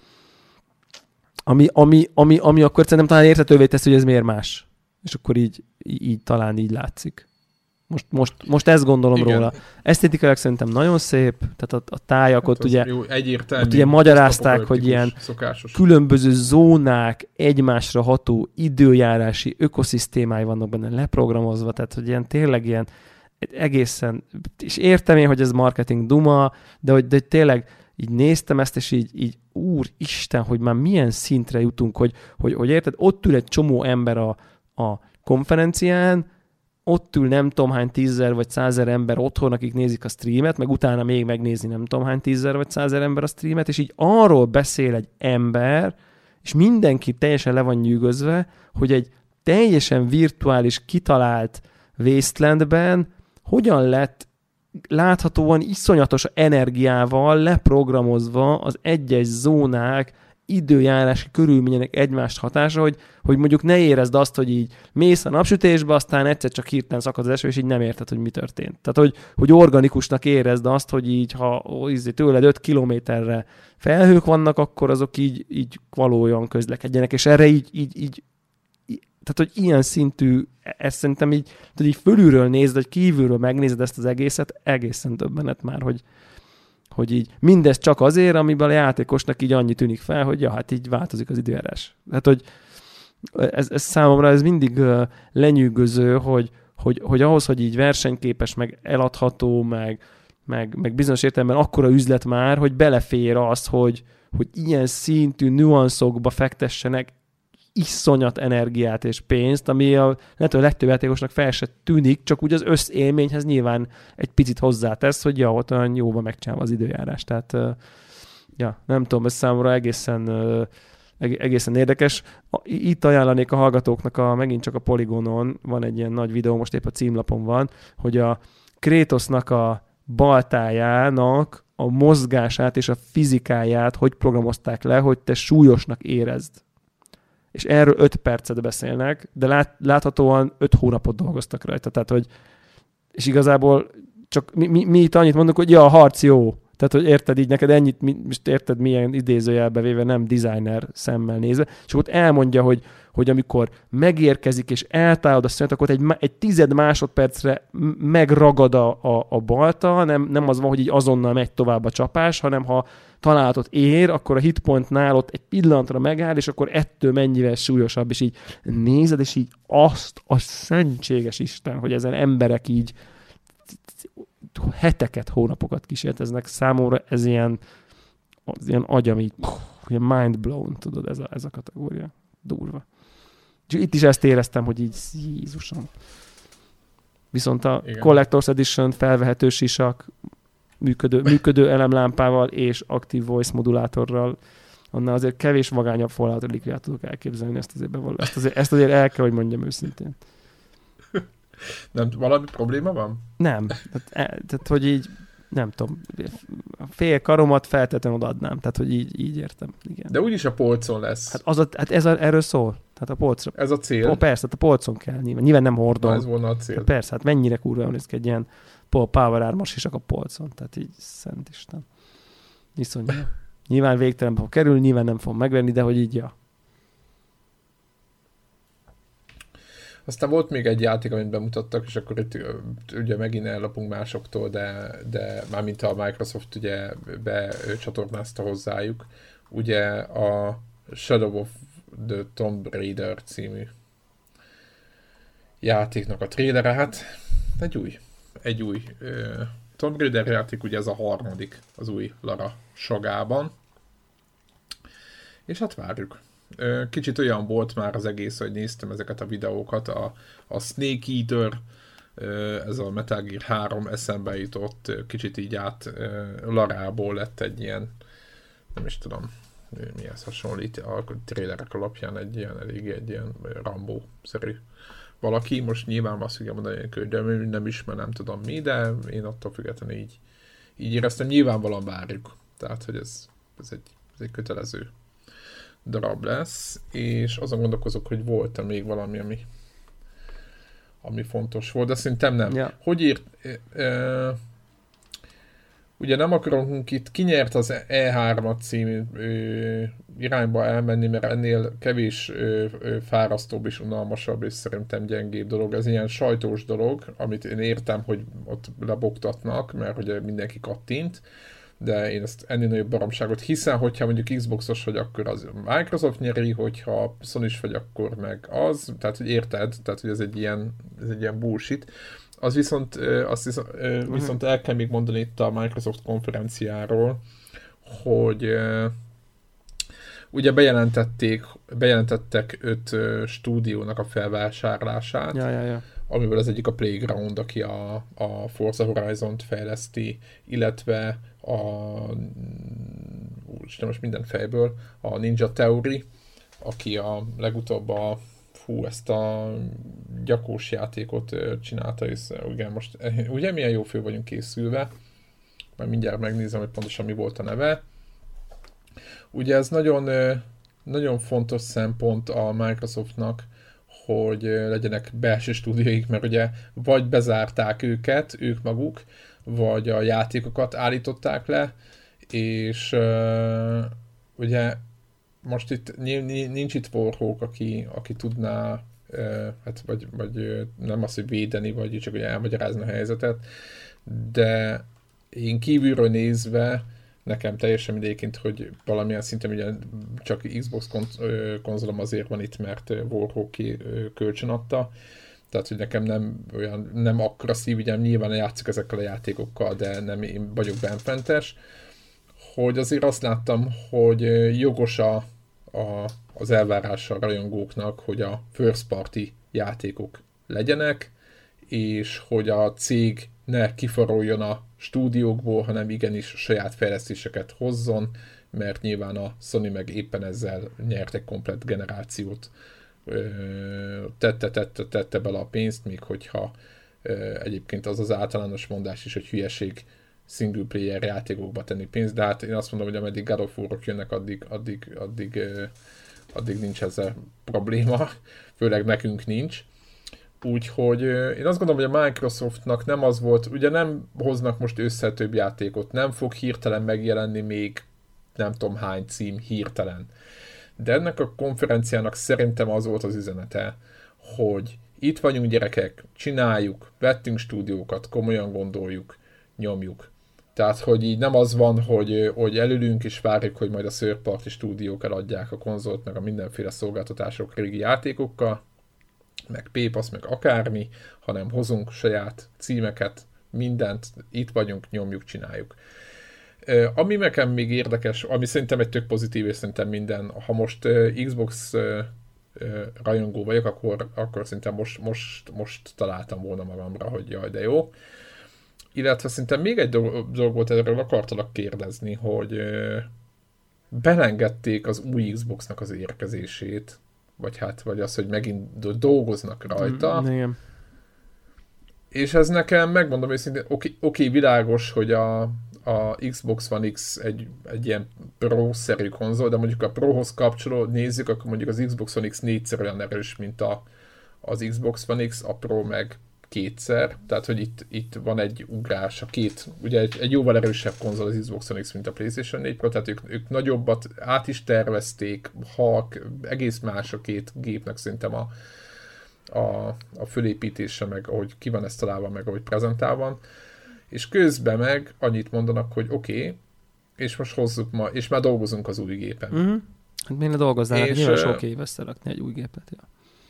Ami, ami, ami, ami akkor szerintem talán érthetővé teszi, hogy ez miért más. És akkor így, így, így talán így látszik. Most, most, most ezt gondolom igen. róla. Esztétikailag szerintem nagyon szép, tehát a, a tájak hát ott ugye, jó, ott ugye magyarázták, hogy ilyen szokásos. Különböző zónák, egymásra ható időjárási ökoszisztémái vannak benne leprogramozva, tehát hogy ilyen tényleg ilyen egészen, és értem én, hogy ez marketing duma, de hogy, de hogy tényleg így néztem ezt, és így, így úristen, hogy már milyen szintre jutunk, hogy, hogy, hogy érted, ott ül egy csomó ember a, a konferencián, ott ül nem tudom hány tízzer vagy százer ember otthon, akik nézik a streamet, meg utána még megnézi nem tudom hány tízzer vagy százer ember a streamet, és így arról beszél egy ember, és mindenki teljesen le van nyűgözve, hogy egy teljesen virtuális, kitalált Wastelandben hogyan lett láthatóan iszonyatos energiával leprogramozva az egyes zónák időjárási körülményének egymást hatása, hogy, hogy mondjuk ne érezd azt, hogy így mész a napsütésbe, aztán egyszer csak hirtelen szakad az eső, és így nem érted, hogy mi történt. Tehát, hogy, hogy organikusnak érezd azt, hogy így, ha tőled öt kilométerre felhők vannak, akkor azok így, így valójában közlekedjenek, és erre így, így, így tehát, hogy ilyen szintű, ezt szerintem így, hogy így fölülről nézd, vagy kívülről megnézed ezt az egészet, egészen döbbenet már, hogy, hogy így mindez csak azért, amiben a játékosnak így annyi tűnik fel, hogy ja, hát így változik az időjárás. Tehát, hogy ez, ez számomra ez mindig uh, lenyűgöző, hogy, hogy, hogy ahhoz, hogy így versenyképes, meg eladható, meg, meg, meg bizonyos értelemben akkora üzlet már, hogy belefér az, hogy, hogy ilyen szintű nüanszokba fektessenek iszonyat energiát és pénzt, ami a, lehet, hogy a legtöbb játékosnak fel se tűnik, csak úgy az összélményhez nyilván egy picit hozzátesz, hogy ja, ott olyan jóban megcsinálva az időjárás. Tehát, uh, ja, nem tudom, ez számomra egészen, uh, egészen érdekes. Itt ajánlanék a hallgatóknak, a, megint csak a Polygonon van egy ilyen nagy videó, most épp a címlapon van, hogy a Kratosnak a baltájának a mozgását és a fizikáját hogy programozták le, hogy te súlyosnak érezd. És erről öt percet beszélnek, de lát, láthatóan öt hónapot dolgoztak rajta. Tehát, hogy, és igazából csak mi, mi, mi itt annyit mondunk, hogy ja, a harc jó. Tehát, hogy érted így neked ennyit, most érted milyen idézőjelbe véve, nem designer szemmel nézve, és ott elmondja, hogy, hogy amikor megérkezik és eltállod a szönet, akkor egy, egy tized másodpercre megragad a, a, a balta, nem, nem az van, hogy így azonnal megy tovább a csapás, hanem ha találatot ér, akkor a hitpointnál ott egy pillanatra megáll, és akkor ettől mennyivel súlyosabb, és így nézed, és így azt a szentséges Isten, hogy ezen emberek így heteket, hónapokat kísérteznek. Számomra ez ilyen, az ilyen agyam így, ilyen mind blown, tudod, ez a, ez a kategória. Durva. És itt is ezt éreztem, hogy így Jézusom. Viszont a igen. Collector's Edition felvehető sisak, működő, működő elemlámpával és aktív voice modulátorral, annál azért kevés magányabb Fallout Relikviát tudok elképzelni, ezt azért, bevall- ezt, azért, ezt azért el kell, hogy mondjam őszintén. Nem, valami probléma van? Nem. Tehát, tehát hogy így, nem tudom, fél karomat feltétlenül odaadnám. Tehát, hogy így, így értem. Igen. De úgyis a polcon lesz. Hát, az a, hát ez a, erről szól. Tehát a polcra. Ez a cél? Ó, persze, tehát a polcon kell nyilván. Nyilván nem hordom. Na, ez volna a cél. Hát persze, hát mennyire kurva jól néz ki egy ilyen Power Armor is a polcon. Tehát így, szent Isten. Viszont nyilván végtelenbe fog kerülni, nyilván nem fog megvenni, de hogy így, ja. Aztán volt még egy játék, amit bemutattak, és akkor itt ugye megint ellapunk másoktól, de, de mármint a Microsoft ugye becsatornázta hozzájuk. Ugye a Shadow of the Tomb Raider című játéknak a trailere, hát egy új, egy új uh, Tomb Raider játék, ugye ez a harmadik az új Lara sagában. És hát várjuk. Kicsit olyan volt már az egész, hogy néztem ezeket a videókat, a, a Snake Eater, ez a Metal Gear három eszembe jutott, kicsit így át Larából lett egy ilyen, nem is tudom, mihez hasonlít, a trailerek alapján egy ilyen, elég egy ilyen Rambo-szerű valaki. Most nyilván azt fogja mondani, hogy de nem ismer, nem tudom mi, de én attól függetlenül így, így éreztem, nyilvánvalóan várjuk. Tehát, hogy ez, ez, egy, ez egy kötelező darab lesz, és azon gondolkozok, hogy volt-e még valami, ami, ami fontos volt, de szerintem nem. Ja. Hogy írt... E, e, ugye nem akarunk itt kinyert az E három című ö, irányba elmenni, mert ennél kevés ö, ö, fárasztóbb és unalmasabb, és szerintem gyengébb dolog. Ez ilyen sajtós dolog, amit én értem, hogy ott leboktatnak, mert ugye mindenki kattint, de én ezt ennél nagyobb baromságot, hiszen hogyha mondjuk Xboxos vagy, akkor az Microsoft nyeri, hogyha Sony-s vagy, akkor meg az, tehát hogy érted, tehát hogy ez egy ilyen, ez egy ilyen bullshit. Az viszont, azt viszont, viszont el kell még mondani itt a Microsoft konferenciáról, hogy ugye bejelentették, bejelentettek öt stúdiónak a felvásárlását, ja, ja, ja. amiből az egyik a Playground, aki a, a Forza Horizont fejleszti, illetve a úristen, most minden fejből, a Ninja Theory, aki a legutóbb a fú, ezt a gyakós játékot csinálta, és ugye most, ugye milyen jó fő vagyunk készülve, majd mindjárt megnézem, hogy pontosan mi volt a neve. Ugye ez nagyon, nagyon fontos szempont a Microsoftnak, hogy legyenek belső stúdióik, mert ugye vagy bezárták őket, ők maguk, vagy a játékokat állították le, és uh, ugye most itt nincs itt Warhawk, aki, aki tudná, uh, hát vagy, vagy uh, nem azt, hogy védeni, vagy csak hogy elmagyarázni a helyzetet, de én kívülről nézve nekem teljesen mindegyébként, hogy valamilyen szinten ugye csak Xbox kon- konzolom azért van itt, mert Warhawk kölcsön adta. Tehát, hogy nekem nem olyan, nem akkora szívügyem, nyilván játszok ezekkel a játékokkal, de nem én vagyok benfentes. Hogy azért azt láttam, hogy jogos a, a, az elvárása a rajongóknak, hogy a first party játékok legyenek, és hogy a cég ne kifaroljon a stúdiókból, hanem igenis saját fejlesztéseket hozzon, mert nyilván a Sony meg éppen ezzel nyert egy komplett generációt, tette, tette, tette bele a pénzt, még hogyha egyébként az az általános mondás is, hogy hülyeség single player játékokba tenni pénzt, de hát én azt mondom, hogy ameddig God of War-ok jönnek, addig, addig, addig, addig nincs ezzel probléma, főleg nekünk nincs. Úgyhogy én azt gondolom, hogy a Microsoftnak nem az volt, ugye nem hoznak most össze több játékot, nem fog hirtelen megjelenni még nem tudom hány cím hirtelen. De ennek a konferenciának szerintem az volt az üzenete, hogy itt vagyunk gyerekek, csináljuk, vettünk stúdiókat, komolyan gondoljuk, nyomjuk. Tehát, hogy így nem az van, hogy, hogy elülünk és várjuk, hogy majd a third party stúdiók eladják a konzolt, meg a mindenféle szolgáltatások régi játékokkal, meg P-Pass, meg akármi, hanem hozunk saját címeket, mindent, itt vagyunk, nyomjuk, csináljuk. Uh, ami nekem még érdekes, ami szerintem egy tök pozitív, és szerintem minden, ha most uh, Xbox uh, uh, rajongó vagyok, akkor, akkor szerintem most, most, most találtam volna magamra, hogy jaj, de jó. Illetve szerintem még egy dolog, dolog volt, erről akartalak kérdezni, hogy uh, belengedték az új Xboxnak az érkezését, vagy hát, vagy az, hogy megint dolgoznak rajta. Mm, igen. és ez nekem, megmondom őszintén, oké, oké, világos, hogy a, a Xbox One X egy, egy ilyen Pro-szerű konzol, de mondjuk a Prohoz kapcsolód nézzük, akkor mondjuk az Xbox One X négyszer olyan erős, mint a, az Xbox One X, a Pro meg kétszer, tehát hogy itt, itt van egy ugrás, a két, ugye egy, egy jóval erősebb konzol az Xbox One X, mint a PlayStation négy Pro, tehát ők, ők nagyobbat át is tervezték, halk, egész más a két gépnek szerintem a, a, a fölépítése, meg ahogy ki van ezt találva, meg ahogy prezentálva van, és közben meg annyit mondanak, hogy oké, okay, és most hozzuk ma, és már dolgozunk az új gépen. Mm-hmm. Hát miért ne dolgoznának? És nyilván sok év összerakni egy új gépet, ja.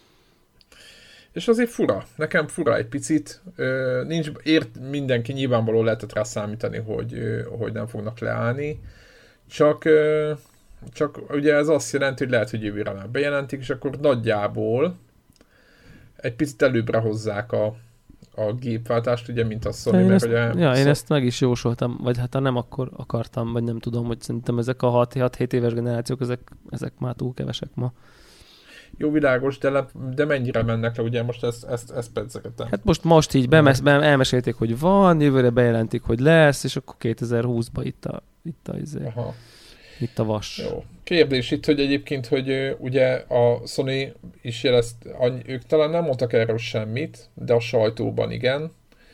És azért fura. Nekem fura egy picit. Nincs, ért mindenki, nyilvánvaló lehetett rá számítani, hogy, hogy nem fognak leállni. Csak, csak ugye ez azt jelenti, hogy lehet, hogy jövőre már bejelentik, és akkor nagyjából egy picit előbbre hozzák a, a gépváltást, ugye, mint a Sony. Én meg, ezt, ugye, ja, én szó... ezt meg is jósoltam, vagy hát ha nem, akkor akartam, vagy nem tudom, hogy szerintem ezek a hat-hét éves generációk, ezek, ezek már túl kevesek ma. Jó, világos, de, le, de mennyire mennek le, ugye most ezt, ezt, ezt pedzegetem. Hát most, most így bemesz, be, elmesélték, hogy van, jövőre bejelentik, hogy lesz, és akkor kétezer-húszban itt a, itt a, izé, itt a vas. Jó. Kérdés itt, hogy egyébként, hogy ugye a Sony is jelezt, ők talán nem mondtak erről semmit, de a sajtóban igen.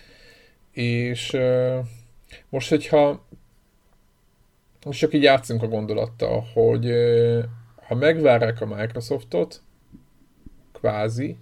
És most, hogyha most csak így játszunk a gondolattal, hogy ha megvárják a Microsoftot, kvázi,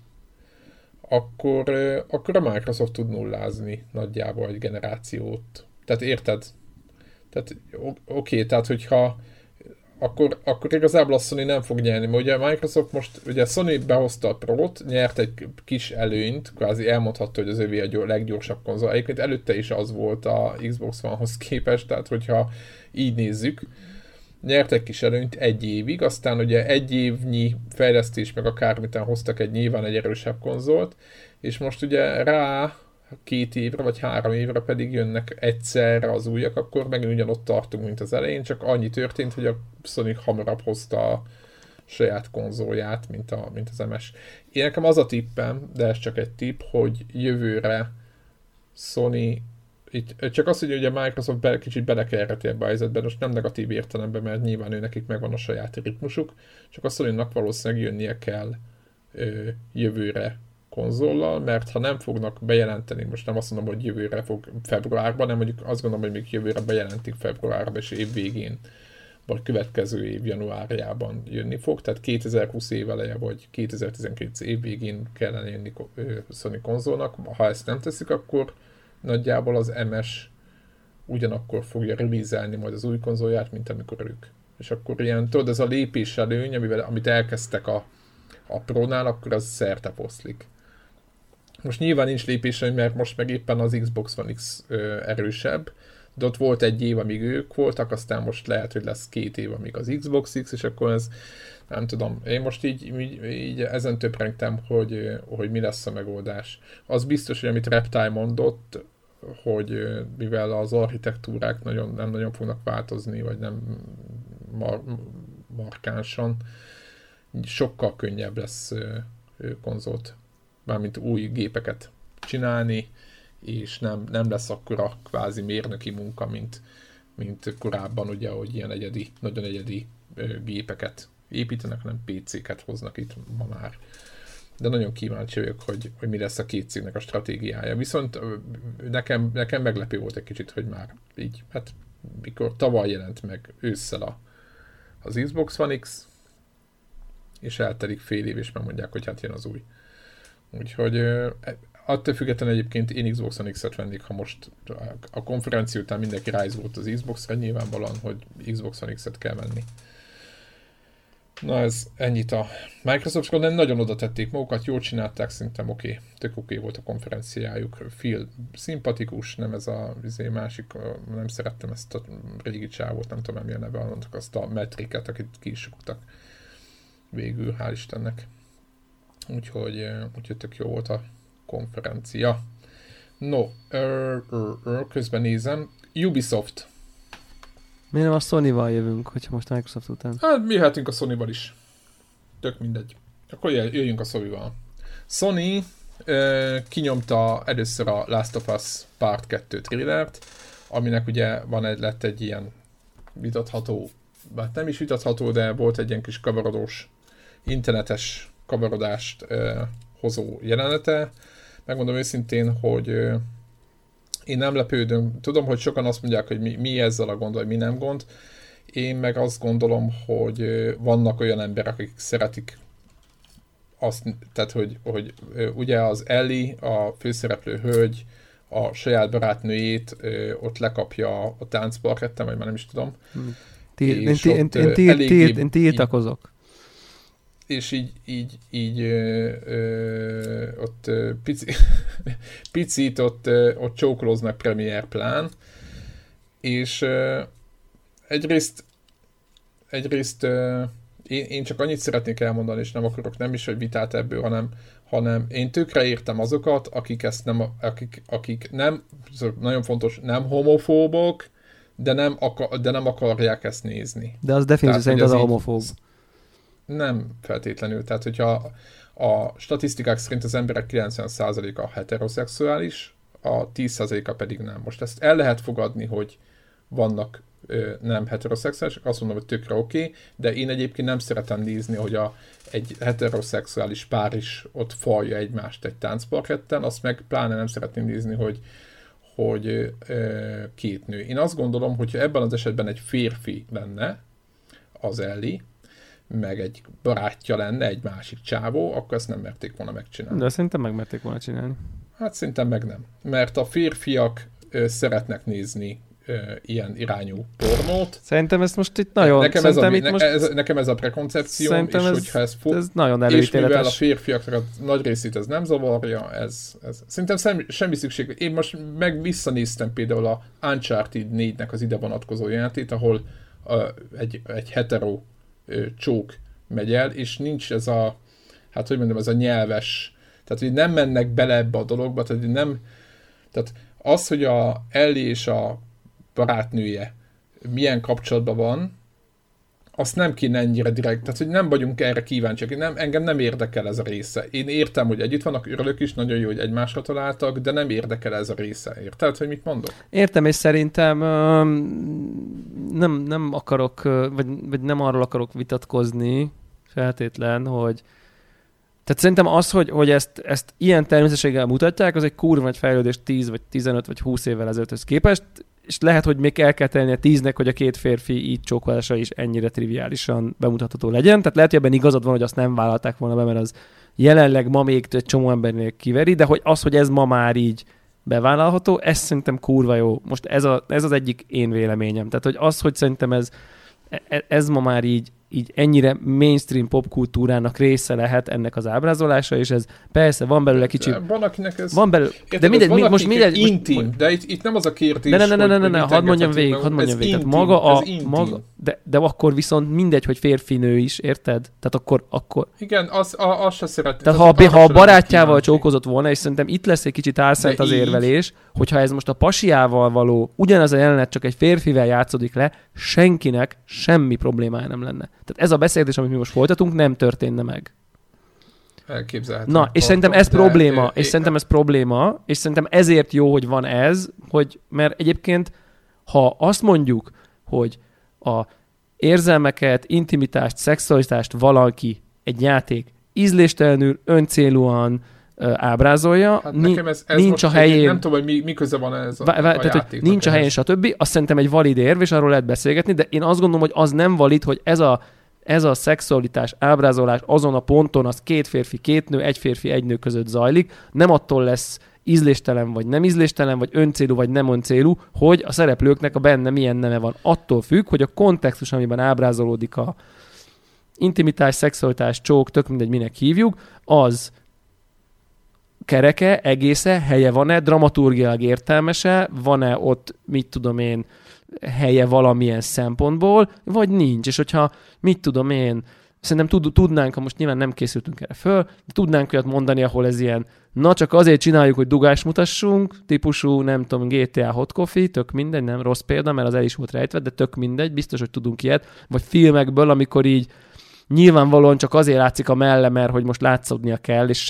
akkor, akkor a Microsoft tud nullázni nagyjából egy generációt. Tehát érted? Tehát oké, okay, tehát hogyha akkor, akkor igazából a Sony nem fog nyerni, mert ugye a Microsoft most, ugye Sony behozta a Pro-t, nyert egy kis előnyt, kvázi elmondhatta, hogy az övé a leggyorsabb konzol. Egyébként előtte is az volt a Xbox One-hoz képest, tehát hogyha így nézzük, nyert egy kis előnyt egy évig, aztán ugye egy évnyi fejlesztés meg akármiten hoztak egy nyilván egy erősebb konzolt, és most ugye rá két évre vagy három évre pedig jönnek egyszerre az újak, akkor megint ugyanott tartunk, mint az elején, csak annyi történt, hogy a Sony hamarabb hozta a saját konzolját, mint, a, mint az em es. Én nekem az a tippem, de ez csak egy tipp, hogy jövőre Sony itt, csak azt, hogy ugye a Microsoft be, kicsit belekerheti ebbe a helyzetben, most nem negatív értelemben, mert nyilván ő nekik megvan a saját ritmusuk, csak a Sony-nak valószínűleg jönnie kell ö, jövőre konzollal, mert ha nem fognak bejelenteni, most nem azt mondom, hogy jövőre fog februárban, nem mondjuk azt gondolom, hogy még jövőre bejelentik februárban és év végén, vagy következő év januárjában jönni fog, tehát kétezer-húsz év eleje, vagy kétezer-tizenkét év végén kellene jönni Sony konzolnak. Ha ezt nem teszik, akkor nagyjából az em es ugyanakkor fogja release-elni majd az új konzolját, mint amikor ők. És akkor ilyen, tudod, ez a lépés előny, amivel, amit elkezdtek a, a Pro-nál, akkor az szerte poszlik. Most nyilván nincs lépés előny, mert most meg éppen az Xbox One X ö, erősebb, de ott volt egy év, amíg ők voltak, aztán most lehet, hogy lesz két év, amíg az Xbox X, és akkor ez, nem tudom, én most így, így, így ezen töprengtem, hogy, hogy mi lesz a megoldás. Az biztos, hogy amit Reptile mondott, hogy mivel az architektúrák nagyon, nem nagyon fognak változni, vagy nem mar, markánsan, sokkal könnyebb lesz konzolt, mármint új gépeket csinálni, és nem, nem lesz akkora kvázi mérnöki munka, mint, mint korábban, ugye, hogy ilyen egyedi, nagyon egyedi gépeket építenek, nem pé céket hoznak itt ma már. De nagyon kíváncsi vagyok, hogy, hogy mi lesz a két cégnek a stratégiája. Viszont nekem, nekem meglepő volt egy kicsit, hogy már így, hát mikor tavaly jelent meg ősszel a, az Xbox One X, és eltelik fél év, és megmondják, hogy hát jön az új. Úgyhogy attól függetlenül egyébként én Xbox One X-et vennék, ha most a konferencia után mindenki ráizgult az Xbox-ra, nyilvánvalóan, hogy Xbox One X-et kell venni. Na ez ennyit a Microsoftról, nem nagyon oda tették magukat, jól csinálták, szerintem oké, okay. Tök oké okay volt a konferenciájuk. Phil szimpatikus, nem ez a izé, másik, nem szerettem ezt a régi csávót, nem tudom, milyen neve, mondtak azt a metriket, akit ki is rúgtak végül, hál' Istennek. Úgyhogy, úgyhogy tök jó volt a konferencia. No, ör, ör, ör, közben nézem. Ubisoft. Mi nem a Sony-val jövünk, hogyha most a Microsoft után? Hát mi jöhetünk a Sony-val is. Tök mindegy. Akkor jöjjünk a Sony-val. Sony ö, kinyomta először a Last of Us Part kettő trailert, aminek ugye van egy, lett egy ilyen vitatható, hát nem is vitatható, de volt egy ilyen kis kavarodós, internetes kavarodást ö, hozó jelenete. Megmondom őszintén, hogy ö, én nem lepődöm. Tudom, hogy sokan azt mondják, hogy mi, mi ezzel a gond, vagy mi nem gond. Én meg azt gondolom, hogy ö, vannak olyan emberek, akik szeretik azt, tehát, hogy, hogy ö, ugye az Ellie, a főszereplő hölgy, a saját barátnőjét ö, ott lekapja a táncparketten, vagy már nem is tudom. Én tiltakozok. És így, így, így ö, ö, ott ö, pici, picit ott, ö, ott csókolóznak premier plán, és ö, egyrészt egyrészt ö, én, én csak annyit szeretnék elmondani, és nem akarok nem is, hogy vitát ebből, hanem, hanem én tökre értem azokat, akik ezt nem, akik, akik nem, nagyon fontos, nem homofóbok, de nem, akar, de nem akarják ezt nézni. De az definíció szerint az a homofób. Nem feltétlenül. Tehát, hogyha a statisztikák szerint az emberek kilencven százaléka heteroszexuális, a tíz százaléka pedig nem. Most ezt el lehet fogadni, hogy vannak ö, nem heteroszexuálisok, azt mondom, hogy tökre oké, okay, de én egyébként nem szeretem nézni, hogy a, egy heteroszexuális pár is ott falja egymást egy táncparketten, azt meg pláne nem szeretném nézni, hogy, hogy ö, két nő. Én azt gondolom, hogyha ebben az esetben egy férfi lenne, az Ellie, meg egy barátja lenne, egy másik csávó, akkor ezt nem merték volna megcsinálni. De szerintem megmerték volna csinálni. Hát szerintem meg nem. Mert a férfiak ö, szeretnek nézni ö, ilyen irányú pornót. Szerintem ez most itt nagyon... Nekem, ez a, itt ne, most... ez, nekem ez a prekoncepcióm, és ez, hogyha ez fog... Ez nagyon és mivel előítéletes. a férfiaknak a nagy részét ez nem zavarja, ez... ez szerintem semmi, semmi szükség. Én most meg visszanéztem például a Uncharted négynek az ide vonatkozó jelentét, ahol ö, egy, egy hetero csók megy el, és nincs ez a, hát hogy mondjam, ez a nyelves, tehát hogy nem mennek bele ebbe a dologba, tehát nem, tehát az, hogy a Ellie és a barátnője milyen kapcsolatban van, azt nem kéne ennyire direkt, tehát hogy nem vagyunk erre kíváncsiak, nem, engem nem érdekel ez a része. Én értem, hogy együtt vannak, örülök is, nagyon jó, hogy egymásra találtak, de nem érdekel ez a része. Érted, hogy mit mondok? Értem, és szerintem nem, nem akarok, vagy, vagy nem arról akarok vitatkozni feltétlen, hogy tehát szerintem az, hogy, hogy ezt, ezt ilyen természetességgel mutatják, az egy kurva nagy fejlődés tíz vagy tizenöt vagy húsz évvel ezelőtthöz képest, és lehet, hogy még el kell tenni a tíznek, hogy a két férfi így csókolása is ennyire triviálisan bemutatható legyen. Tehát lehet, hogy ebben igazad van, hogy azt nem vállalták volna be, mert az jelenleg ma még egy csomó embernél kiveri, de hogy az, hogy ez ma már így bevállalható, ez szerintem kurva jó. Most ez, a, ez az egyik én véleményem. Tehát, hogy az, hogy szerintem ez, ez ma már így, így ennyire mainstream popkultúrának része lehet ennek az ábrázolása, és ez persze van belőle kicsit... De van, akinek ez... Van belőle... Érted, de mindegy, van, most mindegy... Intim, most, de itt, itt nem az a kérdés, de ne, ne, ne, ne, ne, ne, hogy hadd mondjam végig, hadd mondjam végig. Tehát maga a... Maga, de, de akkor viszont mindegy, hogy férfi-nő is, érted? Tehát akkor... akkor... Igen, az, a, azt se szeretném. Tehát ha, a, ha a barátjával csókozott volna, és szerintem itt lesz egy kicsit álszent az érvelés, hogyha ez most a pasiával való, ugyanaz a jelenet csak egy férfivel játszódik le, senkinek semmi problémája nem lenne. Tehát ez a beszélgetés, amit mi most folytatunk, nem történne meg. Elképzelhető. Na, és szerintem ez probléma, és szerintem ez probléma, és szerintem ezért jó, hogy van ez, hogy, mert egyébként, ha azt mondjuk, hogy a érzelmeket, intimitást, szexualitást valaki, egy játék ízléstelenül, öncélúan uh, ábrázolja, hát ni- ez, ez nincs a helyén... Nem tudom, hogy mi, mi köze van ez a, vá- vá- a tehát, hogy nincs a helyén, stb. Azt szerintem egy valid érv, és arról lehet beszélgetni, de én azt gondolom, hogy az nem valid, hogy ez a ez a szexualitás, ábrázolás azon a ponton, az két férfi, két nő, egy férfi, egy nő között zajlik, nem attól lesz ízléstelen, vagy nem ízléstelen, vagy öncélú, vagy nem öncélú, hogy a szereplőknek a benne milyen neme van. Attól függ, hogy a kontextus, amiben ábrázolódik a intimitás, szexualitás, csók, tök mindegy, minek hívjuk, az kereke, egésze, helye van-e, dramaturgiailag értelmese, van-e ott, mit tudom én, helye valamilyen szempontból, vagy nincs. És hogyha, mit tudom én, szerintem tud, tudnánk, ha most nyilván nem készültünk erre föl, de tudnánk olyat mondani, ahol ez ilyen, na csak azért csináljuk, hogy dugást mutassunk, típusú, nem tudom, gé té á Hot Coffee, tök mindegy, nem rossz példa, mert az el is volt rejtve, de tök mindegy, biztos, hogy tudunk ilyet, vagy filmekből, amikor így nyilvánvalóan csak azért látszik a melle, mert hogy most látszódnia kell, és semmi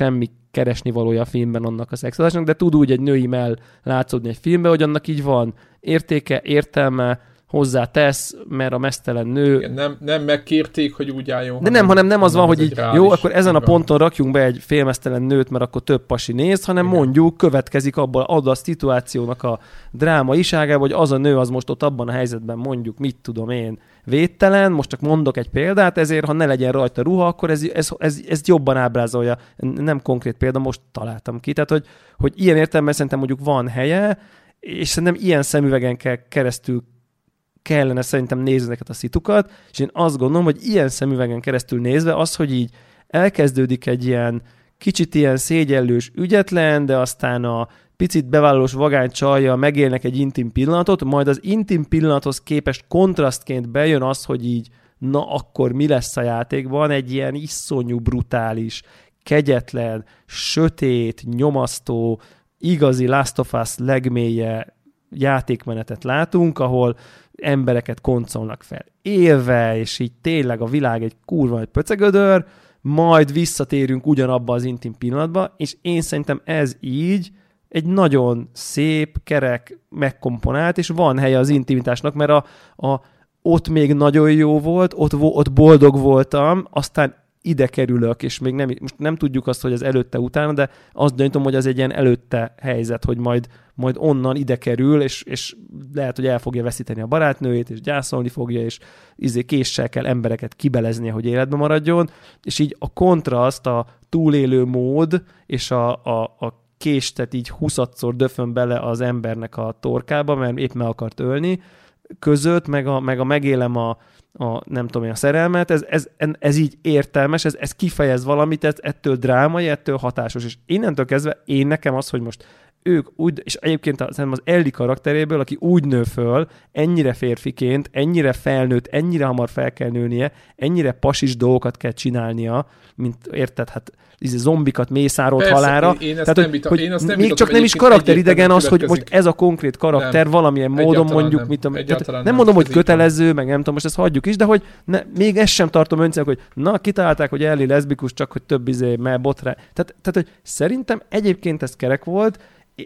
keresni valója a filmben annak a szexualitásnak, de tud úgy egy női mell látszódni egy filmben, hogy annak így van értéke, értelme, hozzá tesz, mert a meztelen nő... Igen, nem, nem megkérték, hogy úgy álljon. De nem, hanem nem az van, hogy így, jó, akkor ezen a ponton rakjunk be egy félmeztelen nőt, mert akkor több pasi néz, hanem igen. mondjuk következik abban a szituációnak a drámaiságában, hogy az a nő az most ott abban a helyzetben mondjuk, mit tudom én, védtelen, most csak mondok egy példát, ezért ha ne legyen rajta ruha, akkor ez, ez, ez, ez jobban ábrázolja. Nem konkrét példa, most találtam ki. Tehát, hogy, hogy ilyen értelemben szerintem mondjuk van helye, és szerintem ilyen szemüvegen kell keresztül kellene szerintem nézni ezeket a szitukat, és én azt gondolom, hogy ilyen szemüvegen keresztül nézve az, hogy így elkezdődik egy ilyen kicsit ilyen szégyellős, ügyetlen, de aztán a picit bevállalós vagány csajjal megélnek egy intim pillanatot, majd az intim pillanathoz képest kontrasztként bejön az, hogy így na akkor mi lesz a játékban, egy ilyen iszonyú brutális, kegyetlen, sötét, nyomasztó, igazi Last of Us legmélye játékmenetet látunk, ahol embereket koncolnak fel élve, és így tényleg a világ egy kurva nagy pöcegödör, majd visszatérünk ugyanabba az intim pillanatba, és én szerintem ez így egy nagyon szép, kerek, megkomponált, és van helye az intimitásnak, mert a, a, ott még nagyon jó volt, ott, ott boldog voltam, aztán ide kerülök, és még nem, most nem tudjuk azt, hogy az előtte utána, de azt gyanítom, hogy az egy ilyen előtte helyzet, hogy majd, majd onnan ide kerül, és, és lehet, hogy el fogja veszíteni a barátnőjét, és gyászolni fogja, és izé késsel kell embereket kibeleznie, hogy életben maradjon, és így a kontraszt, a túlélő mód, és a, a, a késtet így huszadszor döfön bele az embernek a torkába, mert épp meg akart ölni, között, meg a, meg a megélem a a, nem tudom én, a szerelmet, ez, ez, ez így értelmes, ez, ez kifejez valamit, ez ettől drámai, ettől hatásos, és innentől kezdve én nekem az, hogy most ők úgy, és egyébként az, az Ellie karakteréből, aki úgy nő föl, ennyire férfiként, ennyire felnőtt, ennyire hamar fel kell nőnie, ennyire pasis dolgokat kell csinálnia, mint érted, hát zombikat mészárolt halára. Én, én Tehát, hogy, vita, hogy én még vitatom, csak nem is karakteridegen az, hogy most ez a konkrét karakter nem, valamilyen módon mondjuk, mit tudom, nem, nem mondom, hogy kötelező, van. Meg nem tudom, most ezt hagyjuk is, de hogy ne, még ezt sem tartom öncélnak, hogy na, kitalálták, hogy Ellie leszbikus, csak hogy több izé, mert botrá. Tehát, tehát, hogy szerintem egyébként ez kerek volt.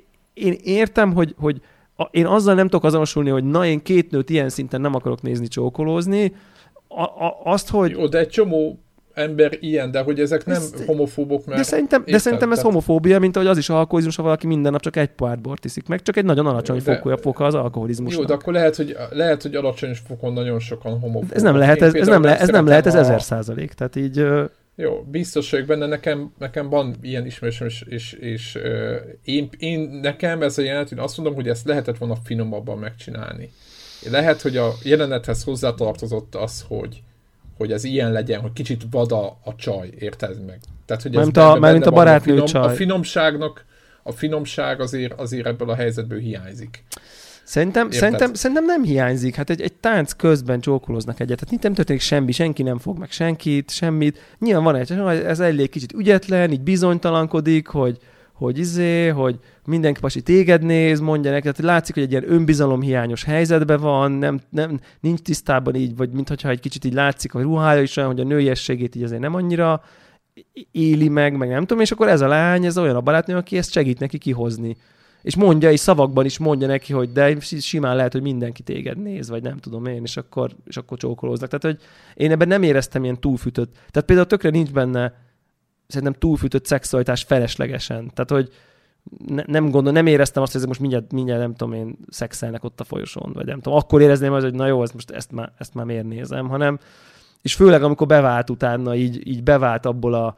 Én értem, hogy, hogy a, én azzal nem tudok azonosulni, hogy na, én két nőt ilyen szinten nem akarok nézni, csókolózni. A, a, azt, hogy... Jó, de egy csomó ember ilyen, de hogy ezek nem ez, homofóbok, mert... De szerintem, de szerintem ez homofóbia, mint ahogy az is alkoholizmus, ha valaki minden nap csak egy pohár bort iszik meg, csak egy nagyon alacsony de, fokúja foka az alkoholizmusnak. Jó, de akkor lehet, hogy, lehet, hogy alacsony fokon nagyon sokan homofóbok. Ez nem lehet, ez, ez nem, le, ez nem lehet, ez ezer százalék. Tehát így... Jó, biztos vagyok benne, nekem, nekem van ilyen ismerősöm, és, és, és uh, én, én, nekem ez a jelenet, én azt mondom, hogy ezt lehetett volna finomabban megcsinálni. Lehet, hogy a jelenethez hozzátartozott az, hogy, hogy ez ilyen legyen, hogy kicsit vada a csaj, érted meg? Tehát, hogy ez benne, a, benne a barátnő a, finom, csaj. a finomságnak, a finomság azért, azért ebből a helyzetből hiányzik. Szerintem, szerintem, szerintem nem hiányzik. Hát egy, egy tánc közben csókolóznak egyet. Tehát nem történik semmi, senki nem fog meg senkit, semmit. Nyilván van egy, ez elég kicsit ügyetlen, így bizonytalankodik, hogy, hogy izé, hogy mindenki pasi téged néz, mondja neki. Tehát látszik, hogy egy ilyen önbizalomhiányos helyzetben van, nem, nem, nincs tisztában így, vagy mintha egy kicsit így látszik, hogy ruhája is olyan, hogy a nőiességét így azért nem annyira éli meg, meg nem tudom, és akkor ez a lány, ez olyan a barátnő, aki ezt segít neki kihozni. És mondja, és szavakban is mondja neki, hogy de simán lehet, hogy mindenki téged néz, vagy nem tudom én, és akkor, és akkor csókolóznak. Tehát, hogy én ebben nem éreztem ilyen túlfűtött. Tehát például tökre nincs benne szerintem túlfűtött szexualitás feleslegesen. Tehát, hogy ne, nem gondol, nem éreztem azt, hogy ezek most mindjárt, mindjárt nem tudom én, szexelnek ott a folyosón, vagy nem tudom. Akkor érezném az, hogy na jó, ezt most ezt már, ezt már miért nézem, hanem, és főleg amikor bevált utána, így, így bevált abból a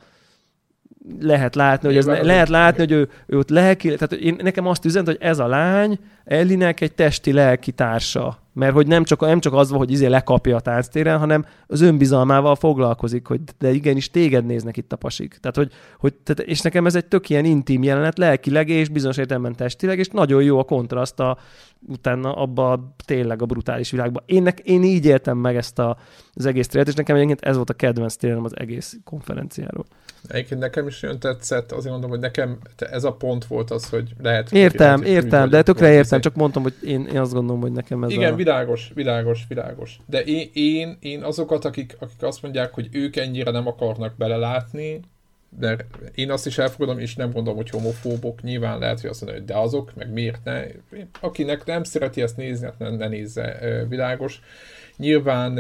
lehet látni, hogy, ez ne, lehet látni, hogy ő, ő ott lelki, tehát én, nekem azt üzent, hogy ez a lány Ellinek egy testi lelki társa. Mert hogy nem csak, nem csak az van, hogy izé lekapja a tánctéren, hanem az önbizalmával foglalkozik, hogy de igenis téged néznek itt a pasik. Tehát, hogy, hogy, tehát, és nekem ez egy tök ilyen intim jelenet, lelkileg és bizonyos értelemben testileg, és nagyon jó a kontraszt a, utána abba tényleg a brutális világban. Én, én így éltem meg ezt a, az egész trélet, és nekem egyébként ez volt a kedvenc trélerem az egész konferenciáról. Egyébként nekem is olyan tetszett, azért mondom, hogy nekem ez a pont volt az, hogy lehet... Értem, értem, de tökre értem, csak mondtam, hogy én, én azt gondolom, hogy nekem ez igen, a... világos, világos, világos. De én, én, én azokat, akik, akik azt mondják, hogy ők ennyire nem akarnak belelátni, de én azt is elfogadom, és nem gondolom, hogy homofóbok, nyilván lehet, hogy azt mondja, hogy de azok, meg miért ne. Akinek nem szereti ezt nézni, hát ne, ne nézze, világos. Nyilván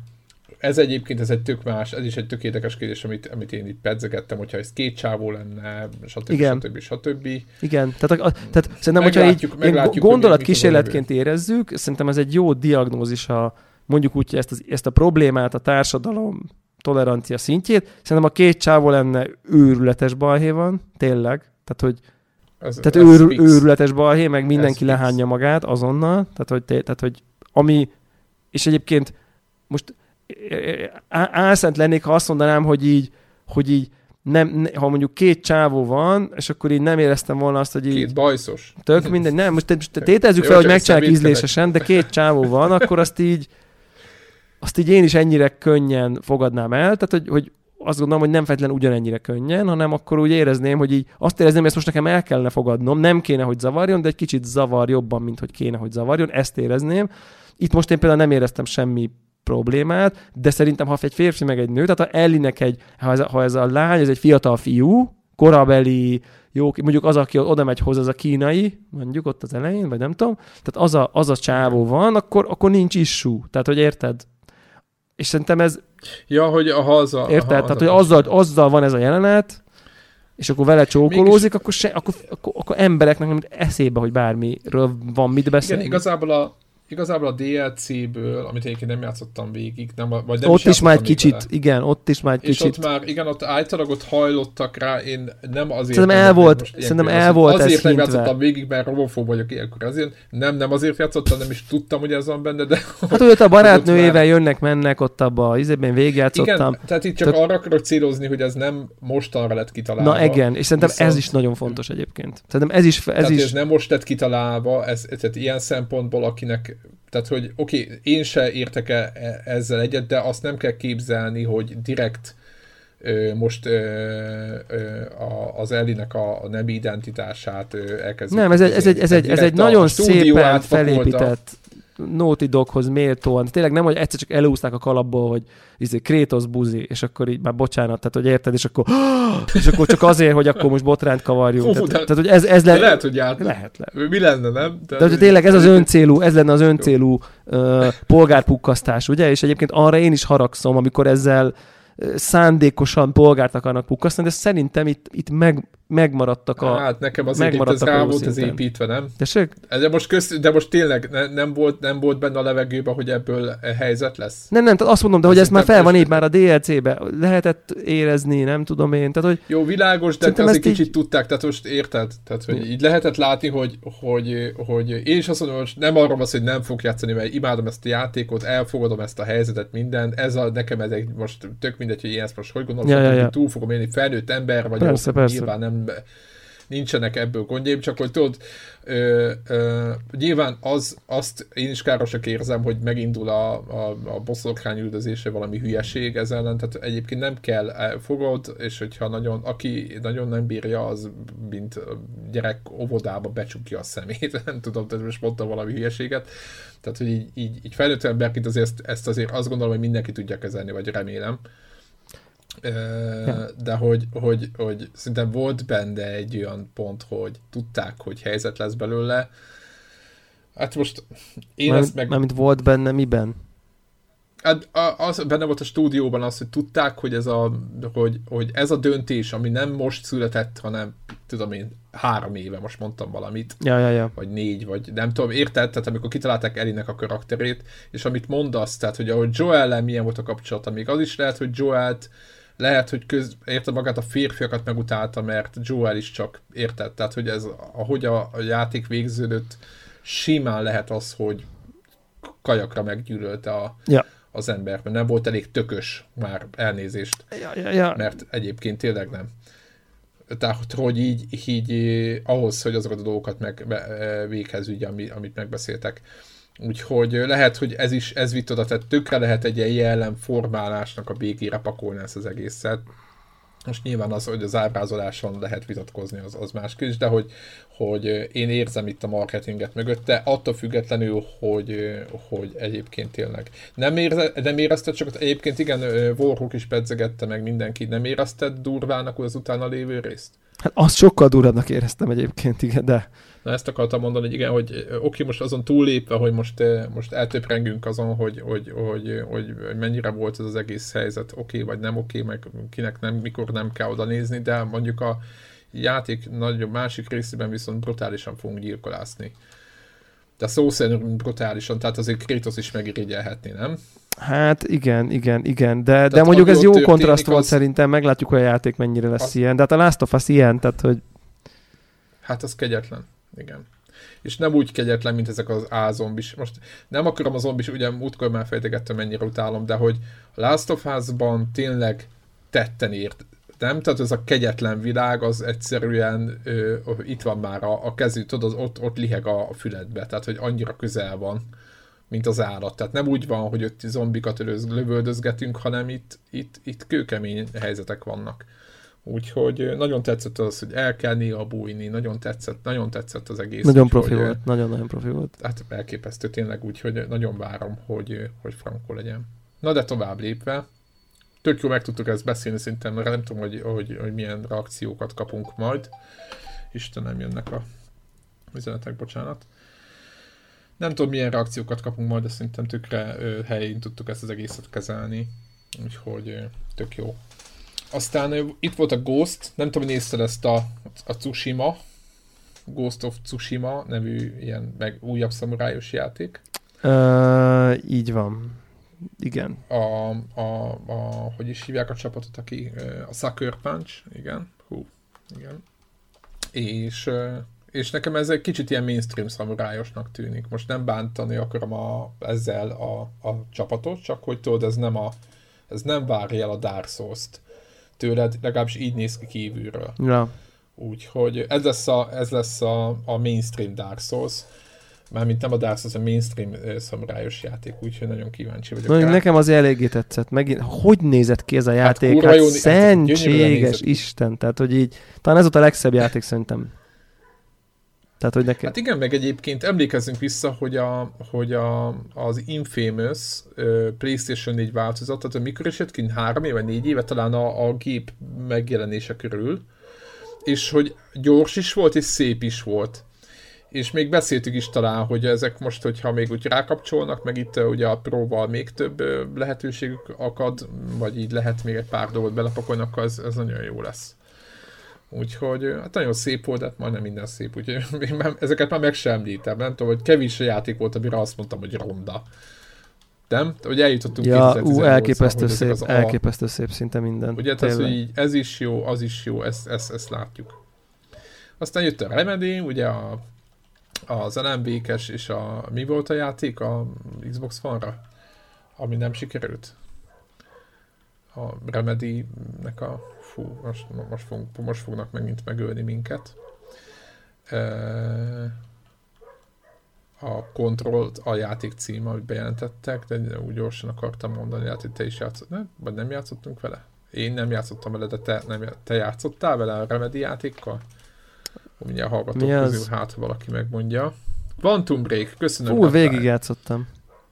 ez egyébként ez egy tök más, ez is egy tök érdekes kérdés, amit, amit én itt pedzegettem, hogyha ez két csávó lenne, stb. Igen. stb. stb. Igen, tehát, a, tehát szerintem, hogyha így gondolatkísérletként érezzük, szerintem ez egy jó diagnózis, a, mondjuk úgy, hogy ezt, az, ezt a problémát, a társadalom tolerancia szintjét, szerintem a két csávó lenne őrületes balhé van, tényleg, tehát hogy ez, tehát ez őr, őrületes balhé, meg mindenki ez lehányja fix. Magát azonnal, tehát hogy, tehát hogy ami, és egyébként most álszent lennék, ha azt mondanám, hogy így, hogy így nem, ha mondjuk két csávó van, és akkor így nem éreztem volna azt, hogy így... Két bajszos. Tök mindegy, nem, most tétezzük fel, hogy megcsinálják ízlésesen, de két csávó van, akkor azt így azt így én is ennyire könnyen fogadnám el, tehát hogy, hogy azt gondolom, hogy nem feltétlenül ugyanennyire könnyen, hanem akkor úgy érezném, hogy így azt érezném, hogy ezt most nekem el kellene fogadnom, nem kéne, hogy zavarjon, de egy kicsit zavar jobban, mint hogy kéne, hogy zavarjon, ezt érezném. Itt most én például nem éreztem semmi problémát, de szerintem, ha egy férfi meg egy nő, tehát ha Ellinek egy, ha ez, a, ha ez a lány, ez egy fiatal fiú, korabeli, jó, mondjuk az, aki oda megy hozzá, az a kínai, mondjuk ott az elején, vagy nem tudom, tehát az a, az a csávó van, akkor, akkor nincs issue. Tehát, hogy érted? És szerintem ez... Ja, hogy a haza... Érted? Tehát, hogy azzal, azzal van ez a jelenet, és akkor vele csókolózik, Mégis... akkor, se, akkor, akkor, akkor embereknek nem eszébe, hogy bármiről van mit beszélni. Igen, igazából a, igazából a dé el cé-ből, amit egyébként nem játszottam végig, nem, vagy nem ott is, is már egy kicsit, vele. Igen, ott is már egy és kicsit. És ott már, igen, ott általában ott hajlottak rá, én nem azért... Szerintem el volt, szerintem el volt ez Azért nem hintve. játszottam végig, mert romofób vagyok ilyenkor, azért nem, nem azért játszottam, nem is tudtam, hogy ez van benne, de... Hát ott a barátnőjével már... jönnek, mennek ott abba, izében végigjátszottam. Igen, tehát itt csak Tök... arra akarok célozni, hogy ez nem mostanra lett kitalálva. Na igen, és szerintem viszont... ez is nagyon fontos egyébként. Szerintem ez is... Ez tehát is... ez nem most lett kitalálva, ez, tehát ilyen szempontból, akinek... Tehát, hogy oké, okay, én se értek e, ezzel egyet, de azt nem kell képzelni, hogy direkt ö, most ö, ö, a, az Ellinek a, a nemi identitását elkezdjük. Nem, ez egy, ez egy, ez egy, ez egy nagyon szépen felépített Naughty Doghoz méltóan. Tényleg nem, hogy egyszer csak elúzták a kalapból, hogy izé, Kratos buzi, és akkor így már bocsánat, tehát hogy érted, és akkor és akkor csak azért, hogy akkor most botránt kavarjunk. Hú, tehát, de, tehát, hogy ez, ez le... lehet, hogy járt. Lehet, lehet. Mi lenne, nem? De, de hogy tényleg ez az öncélú, ez lenne az öncélú uh, polgárpukkasztás, ugye? És egyébként arra én is haragszom, amikor ezzel szándékosan polgárt akarnak pukkasztani, de szerintem itt, itt meg, megmaradtak a... Hát nekem azért itt ez rá volt ez építve, nem? Tessék? De most, közt, de most tényleg ne, nem, volt, nem volt benne a levegőben, hogy ebből helyzet lesz? Nem, nem, tehát azt mondom, de hogy ez már fel van ép már a dé el cé-be. Lehetett érezni, nem tudom én. Tehát, hogy jó, világos, de azért kicsit így... tudták, tehát most érted? Tehát, hogy így lehetett látni, hogy, hogy, hogy én is azt mondom, hogy nem arról van, hogy nem fogok játszani, mert imádom ezt a játékot, elfogadom ezt a helyzetet, minden. Ez a, nekem ez egy most tök mindegy, hogy én ezt most hogy gondolom, ja, ja, ja. túl fogom élni, felnőtt ember vagyok, persze, persze. Nyilván nem, nincsenek ebből gondjaim, csak hogy tudod, ö, ö, nyilván az, azt én is károsak érzem, hogy megindul a, a, a boszorkány üldözése valami hülyeség ez ellen, tehát egyébként nem kell fogod, és hogyha nagyon, aki nagyon nem bírja, az mint gyerek óvodába becsukja a szemét, nem tudom, tehát most mondtam valami hülyeséget, tehát hogy így, így, így felnőtt emberként azért ezt, ezt azért azt gondolom, hogy mindenki tudja kezelni, vagy remélem. De hogy, hogy, hogy szerintem volt benne egy olyan pont, hogy tudták, hogy helyzet lesz belőle. Hát most én már, ezt meg... Mármint volt benne miben? Hát az, benne volt a stúdióban az, hogy tudták, hogy ez a, hogy, hogy ez a döntés, ami nem most született, hanem tudom én, három éve, most mondtam valamit, ja, ja, ja. vagy négy, vagy nem tudom, érted? Tehát amikor kitalálták Ellie-nek a karakterét, és amit mondasz, tehát hogy ahogy Joel-lel milyen volt a kapcsolata, még az is lehet, hogy Joelt lehet, hogy köz, érted magát a férfiakat megutálta, mert Joel is csak érted. Tehát, hogy ez, ahogy a, a játék végződött, simán lehet az, hogy kajakra meggyűlölte a, ja. az embert, mert nem volt elég tökös már, elnézést. Ja, ja, ja. Mert egyébként tényleg nem. Tehát, hogy így, így ahhoz, hogy azokat a dolgokat meg véghez ügye, amit megbeszéltek. Úgyhogy lehet, hogy ez is, ez vitt oda, tehát tökre lehet egy ilyen jellemformálásnak a végére pakolni ezt az egészet. Most nyilván az, hogy az ábrázoláson lehet vitatkozni, az, az más kérdés, de hogy, hogy én érzem itt a marketinget mögötte, attól függetlenül, hogy, hogy egyébként tényleg. Nem, érze, nem érezted, csak egyébként igen, Warhawk is pedzegette meg mindenki, nem érezted durvának az utána lévő részt? Hát azt sokkal durvábbnak éreztem egyébként, igen, de... Na ezt akartam mondani, hogy igen, hogy oké, most azon túllépve, hogy most, most eltöprengünk azon, hogy, hogy, hogy, hogy mennyire volt ez az egész helyzet, oké vagy nem oké, meg kinek nem, mikor nem kell oda nézni, de mondjuk a játék nagyobb másik részében viszont brutálisan fogunk gyilkolászni. De szó szerint brutálisan, tehát azért Kratos is megirigyelhetné, nem? Hát igen, igen, igen, de, de mondjuk ez jó kontraszt volt az... szerintem, meglátjuk, hogy a játék mennyire lesz az... ilyen, de hát a Last of Us ilyen, tehát hogy... Hát az kegyetlen, igen. És nem úgy kegyetlen, mint ezek az A-zombis. Most nem akarom a zombis, ugye múltkor már fejtegettem, mennyire utálom, de hogy a Last of Us-ban tényleg tetten ért, nem? Tehát ez a kegyetlen világ, az egyszerűen ö, itt van már a, a kezű, tudod, ott, ott liheg a füledbe, tehát hogy annyira közel van, mint az állat. Tehát nem úgy van, hogy ott zombikat lövöldözgetünk, hanem itt, itt, itt kőkemény helyzetek vannak. Úgyhogy nagyon tetszett az, hogy el kell néha bújni, nagyon tetszett, nagyon tetszett az egész. Nagyon úgy, profi hogy, volt, nagyon-nagyon profi volt. Hát elképesztő tényleg, úgyhogy nagyon várom, hogy, hogy frankó legyen. Na de tovább lépve, tök jó meg tudtuk ezt beszélni, szerintem nem tudom, hogy, hogy, hogy milyen reakciókat kapunk majd. Istenem, jönnek a üzenetek, bocsánat. Nem tudom, milyen reakciókat kapunk majd, de szerintem tökre ö, helyén tudtuk ezt az egészet kezelni. Úgyhogy ö, tök jó. Aztán ö, itt volt a Ghost, nem tudom, hogy nézted ezt a, a Tsushima, Ghost of Tsushima nevű ilyen meg újabb szamurájos játék. Uh, így van. Igen. A, a, a, hogy is hívják a csapatot, aki a Sucker Punch, igen. Hú, igen. És... És nekem ez egy kicsit ilyen mainstream szamurájosnak tűnik. Most nem bántani akarom a, ezzel a, a csapatot, csak hogy tudod, ez nem, a, ez nem várja el a Dark Souls-t tőled, legalábbis így néz ki kívülről. Ja. Úgyhogy ez lesz a, ez lesz a, a mainstream Dark Souls, mármint nem a Dark Souls, a mainstream uh, szamurájos játék, úgyhogy nagyon kíváncsi vagyok. Na, nekem az eléggé tetszett. Megint, hogy nézett ki ez a játék? Hát, hát jó, szentséges Isten, tehát hogy így, talán ez volt a legszebb játék szerintem. Tehát, hogy nekem... Hát igen, meg egyébként emlékezzünk vissza, hogy, a, hogy a, az Infamous uh, PlayStation négy változat, tehát mikor is jött ki, három éve, négy éve talán a, a gép megjelenése körül, és hogy gyors is volt, és szép is volt. És még beszéltük is talán, hogy ezek most, hogyha még úgy rákapcsolnak, meg itt ugye a Pro-val még több lehetőségük akad, vagy így lehet még egy pár dolgot belepakolni, akkor ez, ez nagyon jó lesz. Úgyhogy hát nagyon szép volt, de hát majdnem minden szép, úgyhogy még már, ezeket már meg sem említem, nem tudom, hogy kevés a játék volt, amire azt mondtam, hogy ronda. Nem? Hogy eljutottunk ja, kétezer-tizennyolcra. Ú, elképesztő szép, a... elképesztő szép szinte minden. Ugye ez, hogy így, ez is jó, az is jó, ezt, ezt, ezt látjuk. Aztán jött a Remedy, ugye a, az el em bé-kes és a, mi volt a játék a Xbox One-ra, ami nem sikerült? A Remedy-nek a fú, most, most, fog, most fognak megint megölni minket. A Control-t a játék cím, amit bejelentettek, de úgy gyorsan akartam mondani, hát, hogy te is játszottál, vagy nem játszottunk vele? Én nem játszottam vele, de te, nem, te játszottál vele a Remedy játékkal? Mindjárt hallgatók közül, hát ha valaki megmondja. Quantum Break, köszönöm. Fú, végig játszottam.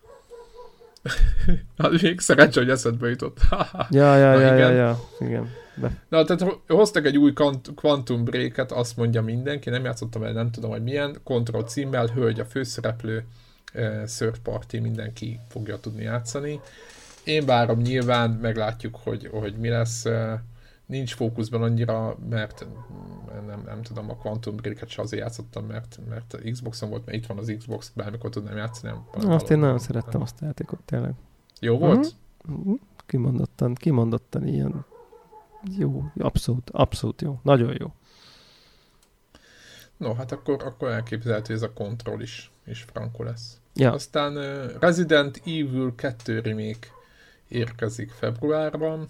Hát még szerencsé, hogy eszedbe jutott. ja, ja, Na, ja, igen. ja, ja, igen. Be. Na, tehát hoztak egy új Quantum Break-et, azt mondja mindenki, nem játszottam el, nem tudom, hogy milyen, Control címmel, hölgy a főszereplő, uh, third party, mindenki fogja tudni játszani. Én várom nyilván, meglátjuk, hogy, hogy mi lesz. Uh, nincs fókuszban annyira, mert nem, nem tudom, a Quantum Break-et se azért játszottam, mert, mert Xboxon volt, mert itt van az Xbox, bármikor tudnám játszani. Nem, azt én nagyon szerettem nem. Azt a játékot, tényleg. Jó volt? Mm-hmm. Kimondottan, kimondottan ilyen jó, abszolút, abszolút jó, nagyon jó. No, hát akkor, akkor elképzelhető, hogy ez a Control is, is frankó lesz. Ja. Aztán uh, Resident Evil kettő remake érkezik februárban.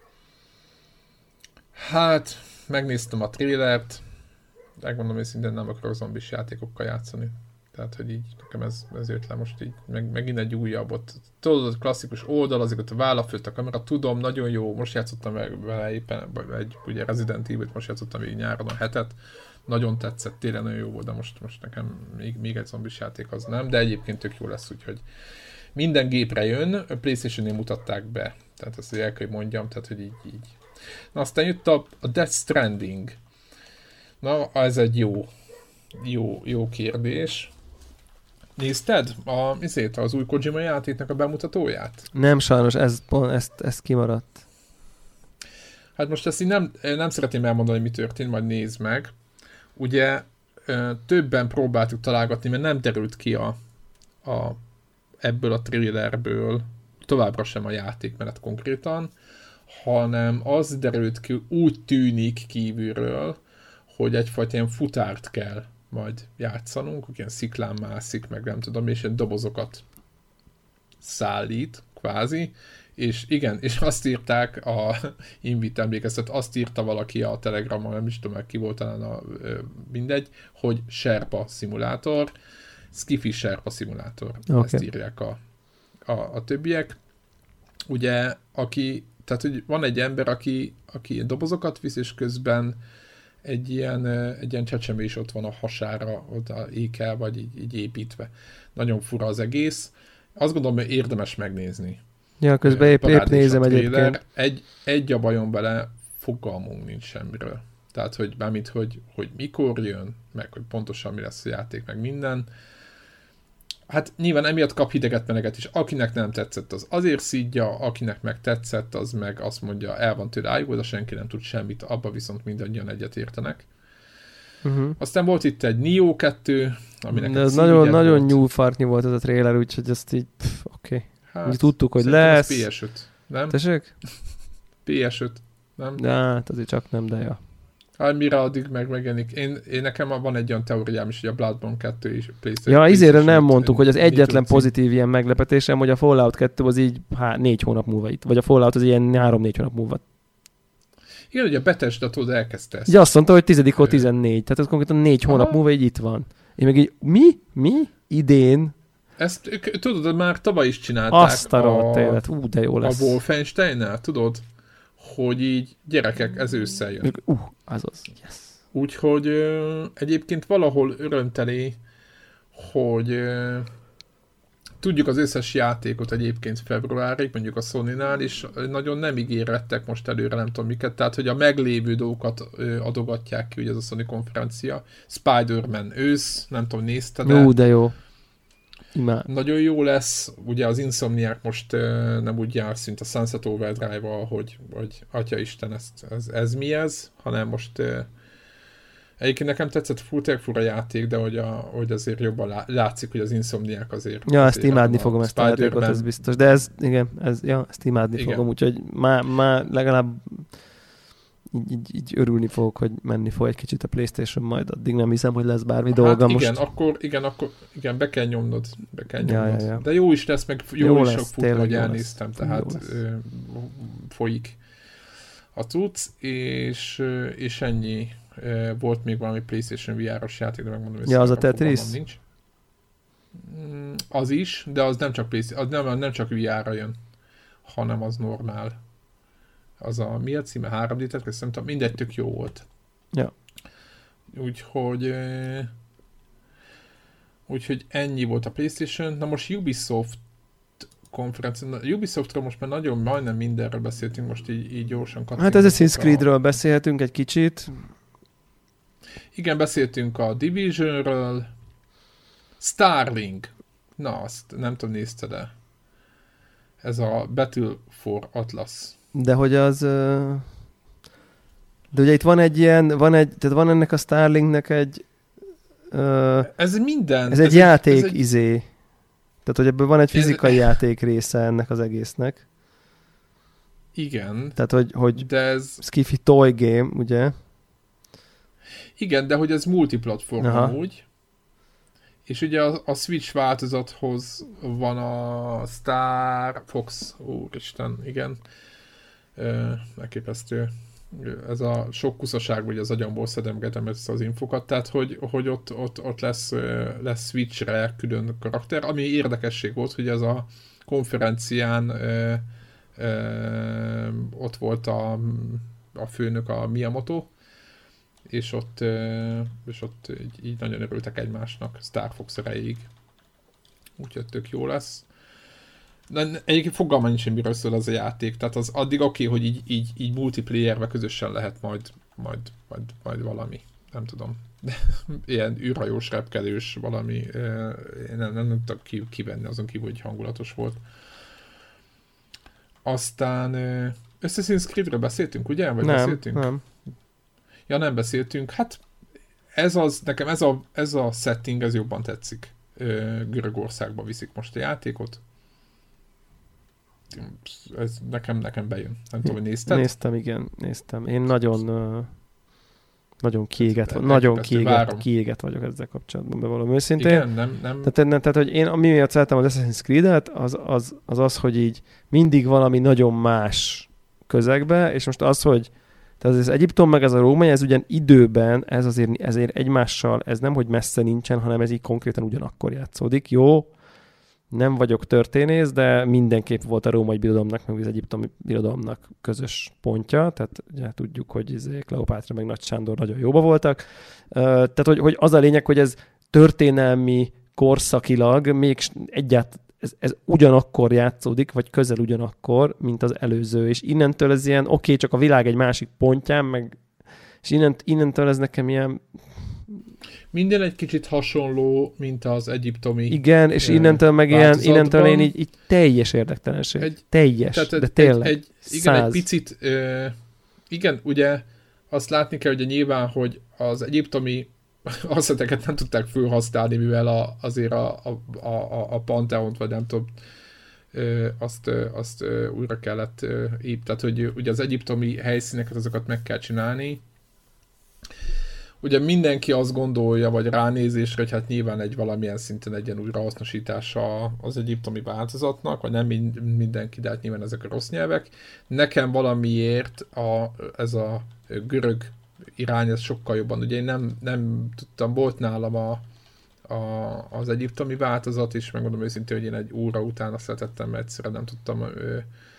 Hát, megnéztem a trailert, megmondom őszintén, nem akarok zombis játékokkal játszani. Tehát, hogy így nekem ez, ez jött le most így, meg, megint egy újabb ott. Tudod, a klasszikus oldal, azért a vállal főtt a kamera, tudom, nagyon jó, most játszottam vele éppen, egy ugye Resident Evil-t most játszottam végig nyáron a hetet, nagyon tetszett, tényleg nagyon jó volt, de most, most nekem még, még egy zombis játék az nem, de egyébként tök jó lesz, úgyhogy minden gépre jön, a PlayStation-nél mutatták be, tehát ezt el kell mondjam, tehát, hogy így, így. Na, aztán jött a, a Death Stranding. Na, ez egy jó, jó, jó kérdés. Nézted a, izét, az új Kojima játéknak a bemutatóját? Nem, sajnos, ez, ezt, ezt kimaradt. Hát most ezt így nem, nem szeretném elmondani, mi történt, majd nézd meg. Ugye többen próbáltuk találgatni, mert nem derült ki a, a, ebből a trailerből továbbra sem a játékmenet konkrétan, hanem az derült ki, úgy tűnik kívülről, hogy egyfajta ilyen futárt kell majd játszanunk, ilyen sziklán mászik, meg nem tudom, és ilyen dobozokat szállít, kvázi, és igen, és azt írták, a Invit emlékeztet, azt írta valaki a Telegramon, nem is tudom, ki volt talán a, mindegy, hogy Sherpa szimulátor, Skiffy Sherpa szimulátor, okay. Ezt írják a, a, a többiek. Ugye, aki, tehát hogy van egy ember, aki, aki dobozokat visz, és közben egy ilyen, egy ilyen csecsemés ott van a hasára, ott ékel, vagy így, így építve. Nagyon fura az egész. Azt gondolom, hogy érdemes megnézni. Ja, közben épp, épp nézem egyébként. Egy, egy a bajom vele, fogalmunk nincs semmiről. Tehát, hogy bármint, hogy, hogy mikor jön, meg hogy pontosan mi lesz a játék, meg minden. Hát nyilván emiatt kap hideget, meneget is. Akinek nem tetszett, az azért szídja, akinek meg tetszett, az meg azt mondja, el van tőle ájúl, de senki nem tud semmit, abba viszont mindannyian egyet értenek. Uh-huh. Aztán volt itt egy Nioh kettő, aminek de ez nagyon, nagyon nyúlfarknyi volt ez a trailer, úgyhogy ezt így, oké. Okay. Hát, tudtuk, hogy lesz. pé es öt, nem? Tessék? pé es öt, nem? De hát azért csak nem, de ja. Hát mire addig meg megjelenik. Én, én nekem van egy olyan teóriám is, hogy a Bloodborne kettő is PlayStation. Ja, izére nem mondtuk, hogy az egyetlen pozitív ilyen meglepetésem, hogy a Fallout kettő az így há, négy hónap múlva itt, vagy a Fallout az ilyen három-négy hónap múlva. Igen, ugye a Bethesda tudod elkezdte ezt. Ja, azt mondta, hogy tizedikó tizennégy, tehát az konkrétan négy hónap múlva így itt van. Én meg így, mi? Mi? Idén? Ezt tudod, már tavaly is csinálták. Azt a rohadt élet, ú, de jó lesz. A Wolfenstein-nel, tudod? Hogy így gyerekek, ez ősszel jön. Uh, azaz, yes. Úgyhogy ö, egyébként valahol örömteli, hogy ö, tudjuk az összes játékot egyébként februárig, mondjuk a Sony-nál, és nagyon nem ígérettek most előre, nem tudom miket, tehát hogy a meglévő dolgokat ö, adogatják ki, ugye ez a Sony konferencia. Spider-Man ősz, nem tudom, nézted de... Jó, de jó. Imád. Nagyon jó lesz, ugye az Insomniac most uh, nem úgy jár szint a Sunset Overdrive-val, hogy, hogy atyaisten, ez, ez, ez mi ez, hanem most uh, egyébként nekem tetszett fura, fura játék, de hogy, a, hogy azért jobban lá, látszik, hogy az Insomniac azért... Ja, azért ezt imádni fogom, ezt a játékot, ez biztos, de ez, igen, ez, ja, ezt imádni igen. fogom, úgyhogy már, már legalább így, így, így örülni fogok, hogy menni fog egy kicsit a PlayStation, majd addig nem hiszem, hogy lesz bármi hát dolga igen, most. Akkor, igen, akkor igen, be kell nyomnod, be kell nyomnod. Ja, ja, ja. De jó is lesz, meg jó, jó is sok futna, hogy elnéztem, lesz. tehát ö, folyik a cucc, és, és ennyi. Volt még valami PlayStation vé er-os játék, de megmondom, hogy ja, az a Tetris? Nincs. Az is, de az nem csak, az nem, nem csak vé er-ra jön, hanem az normál. Az a, mi a címe? három dé Tetris? Nem tudom, mindegy tök jó volt. Ja. Úgyhogy úgyhogy ennyi volt a PlayStation. Na most Ubisoft konferencia. Ubisoftról most már nagyon majdnem mindenről beszéltünk, most így, így gyorsan kattintottuk. Hát Assassin's Creedről beszélhetünk egy kicsit. Igen, beszéltünk a Divisionről. Starlink. Na, azt nem tudom, nézted-e. Ez a Battle for Atlas. De hogy az... De ugye itt van egy ilyen, van egy, tehát van ennek a Starlinknek egy... Uh, ez minden. Ez egy ez játék ez egy... izé. Tehát, hogy ebből van egy fizikai ez... játék része ennek az egésznek. Igen. Tehát, hogy, hogy de ez... Skiffy Toy Game, ugye? Igen, de hogy ez multiplatform úgy. És ugye a, a Switch változathoz van a Star Fox, úristen, igen. Megképesztő. ez a sok kuszaság, vagy az agyamból szedemgetem ezt az infokat, tehát hogy, hogy ott, ott, ott lesz, lesz Switchre külön karakter, ami érdekesség volt, hogy ez a konferencián ö, ö, ott volt a, a főnök, a Miyamoto, és ott, ö, és ott így, így nagyon örültek egymásnak Star Fox erejéig. Úgyhogy tök jó lesz. De egyébként fogalma nincs, miről szól az a játék, tehát az addig oké, okay, hogy így, így, így multiplayerbe közösen lehet majd, majd, majd, majd valami, nem tudom, ilyen űrhajós, repkedős valami, én nem, nem, nem tudok kivenni azon kívül, hogy hangulatos volt. Aztán Assassin's Creed-ről beszéltünk, ugye? Vagy nem, beszéltünk? nem. Ja, nem beszéltünk, hát ez az, nekem ez a, ez a setting, ez jobban tetszik. Görögországba viszik most a játékot. Ez nekem, nekem bejön. Nem tudom, hogy nézted? Néztem, igen, néztem. Én nagyon nagyon kiégett, ez, nagyon kiégett, kiégett vagyok ezzel kapcsolatban, bevallom őszintén. Igen, nem, nem. Tehát, nem, tehát, hogy én ami miatt szeretem az Assassin's Creed-et, az az, az az, hogy így mindig valami nagyon más közegbe, és most az, hogy tehát az Egyiptom meg ez a Róma, ez ugyan időben, ez azért, ezért egymással, ez nem, hogy messze nincsen, hanem ez így konkrétan ugyanakkor játszódik. Jó, nem vagyok történész, de mindenképp volt a római birodalomnak, meg az egyiptomi birodalomnak közös pontja, tehát ugye tudjuk, hogy Kleopátra meg Nagy Sándor nagyon jóba voltak. Tehát, hogy, hogy az a lényeg, hogy ez történelmi korszakilag még egyáltalán ez, ez ugyanakkor játszódik, vagy közel ugyanakkor, mint az előző, és innentől ez ilyen, oké, okay, csak a világ egy másik pontján, meg, és innent, innentől ez nekem ilyen... Minden egy kicsit hasonló, mint az egyiptomi... Igen, és innentől meg ilyen, innentől én így, így teljes érdektelenség. Egy, teljes, tehát de tényleg. Egy, egy, igen, egy picit... Uh, igen, ugye azt látni kell, ugye nyilván, hogy az egyiptomi asszeteket nem tudták felhasználni, mivel a, azért a, a, a, a Pantheont, vagy nem tudom, ö, azt, ö, azt ö, újra kellett építeni. Tehát, hogy ugye az egyiptomi helyszíneket, azokat meg kell csinálni. Ugye mindenki azt gondolja, vagy ránézésre, hogy hát nyilván egy valamilyen szinten egy ilyen újrahasznosítása az egyiptomi változatnak, vagy nem mindenki, de hát nyilván ezek a rossz nyelvek. Nekem valamiért a, ez a görög irány, ez sokkal jobban. Ugye én nem, nem tudtam, volt nálam a, a, az egyiptomi változat is, megmondom őszintén, hogy én egy óra után azt letettem, mert egyszerűen nem tudtam ö,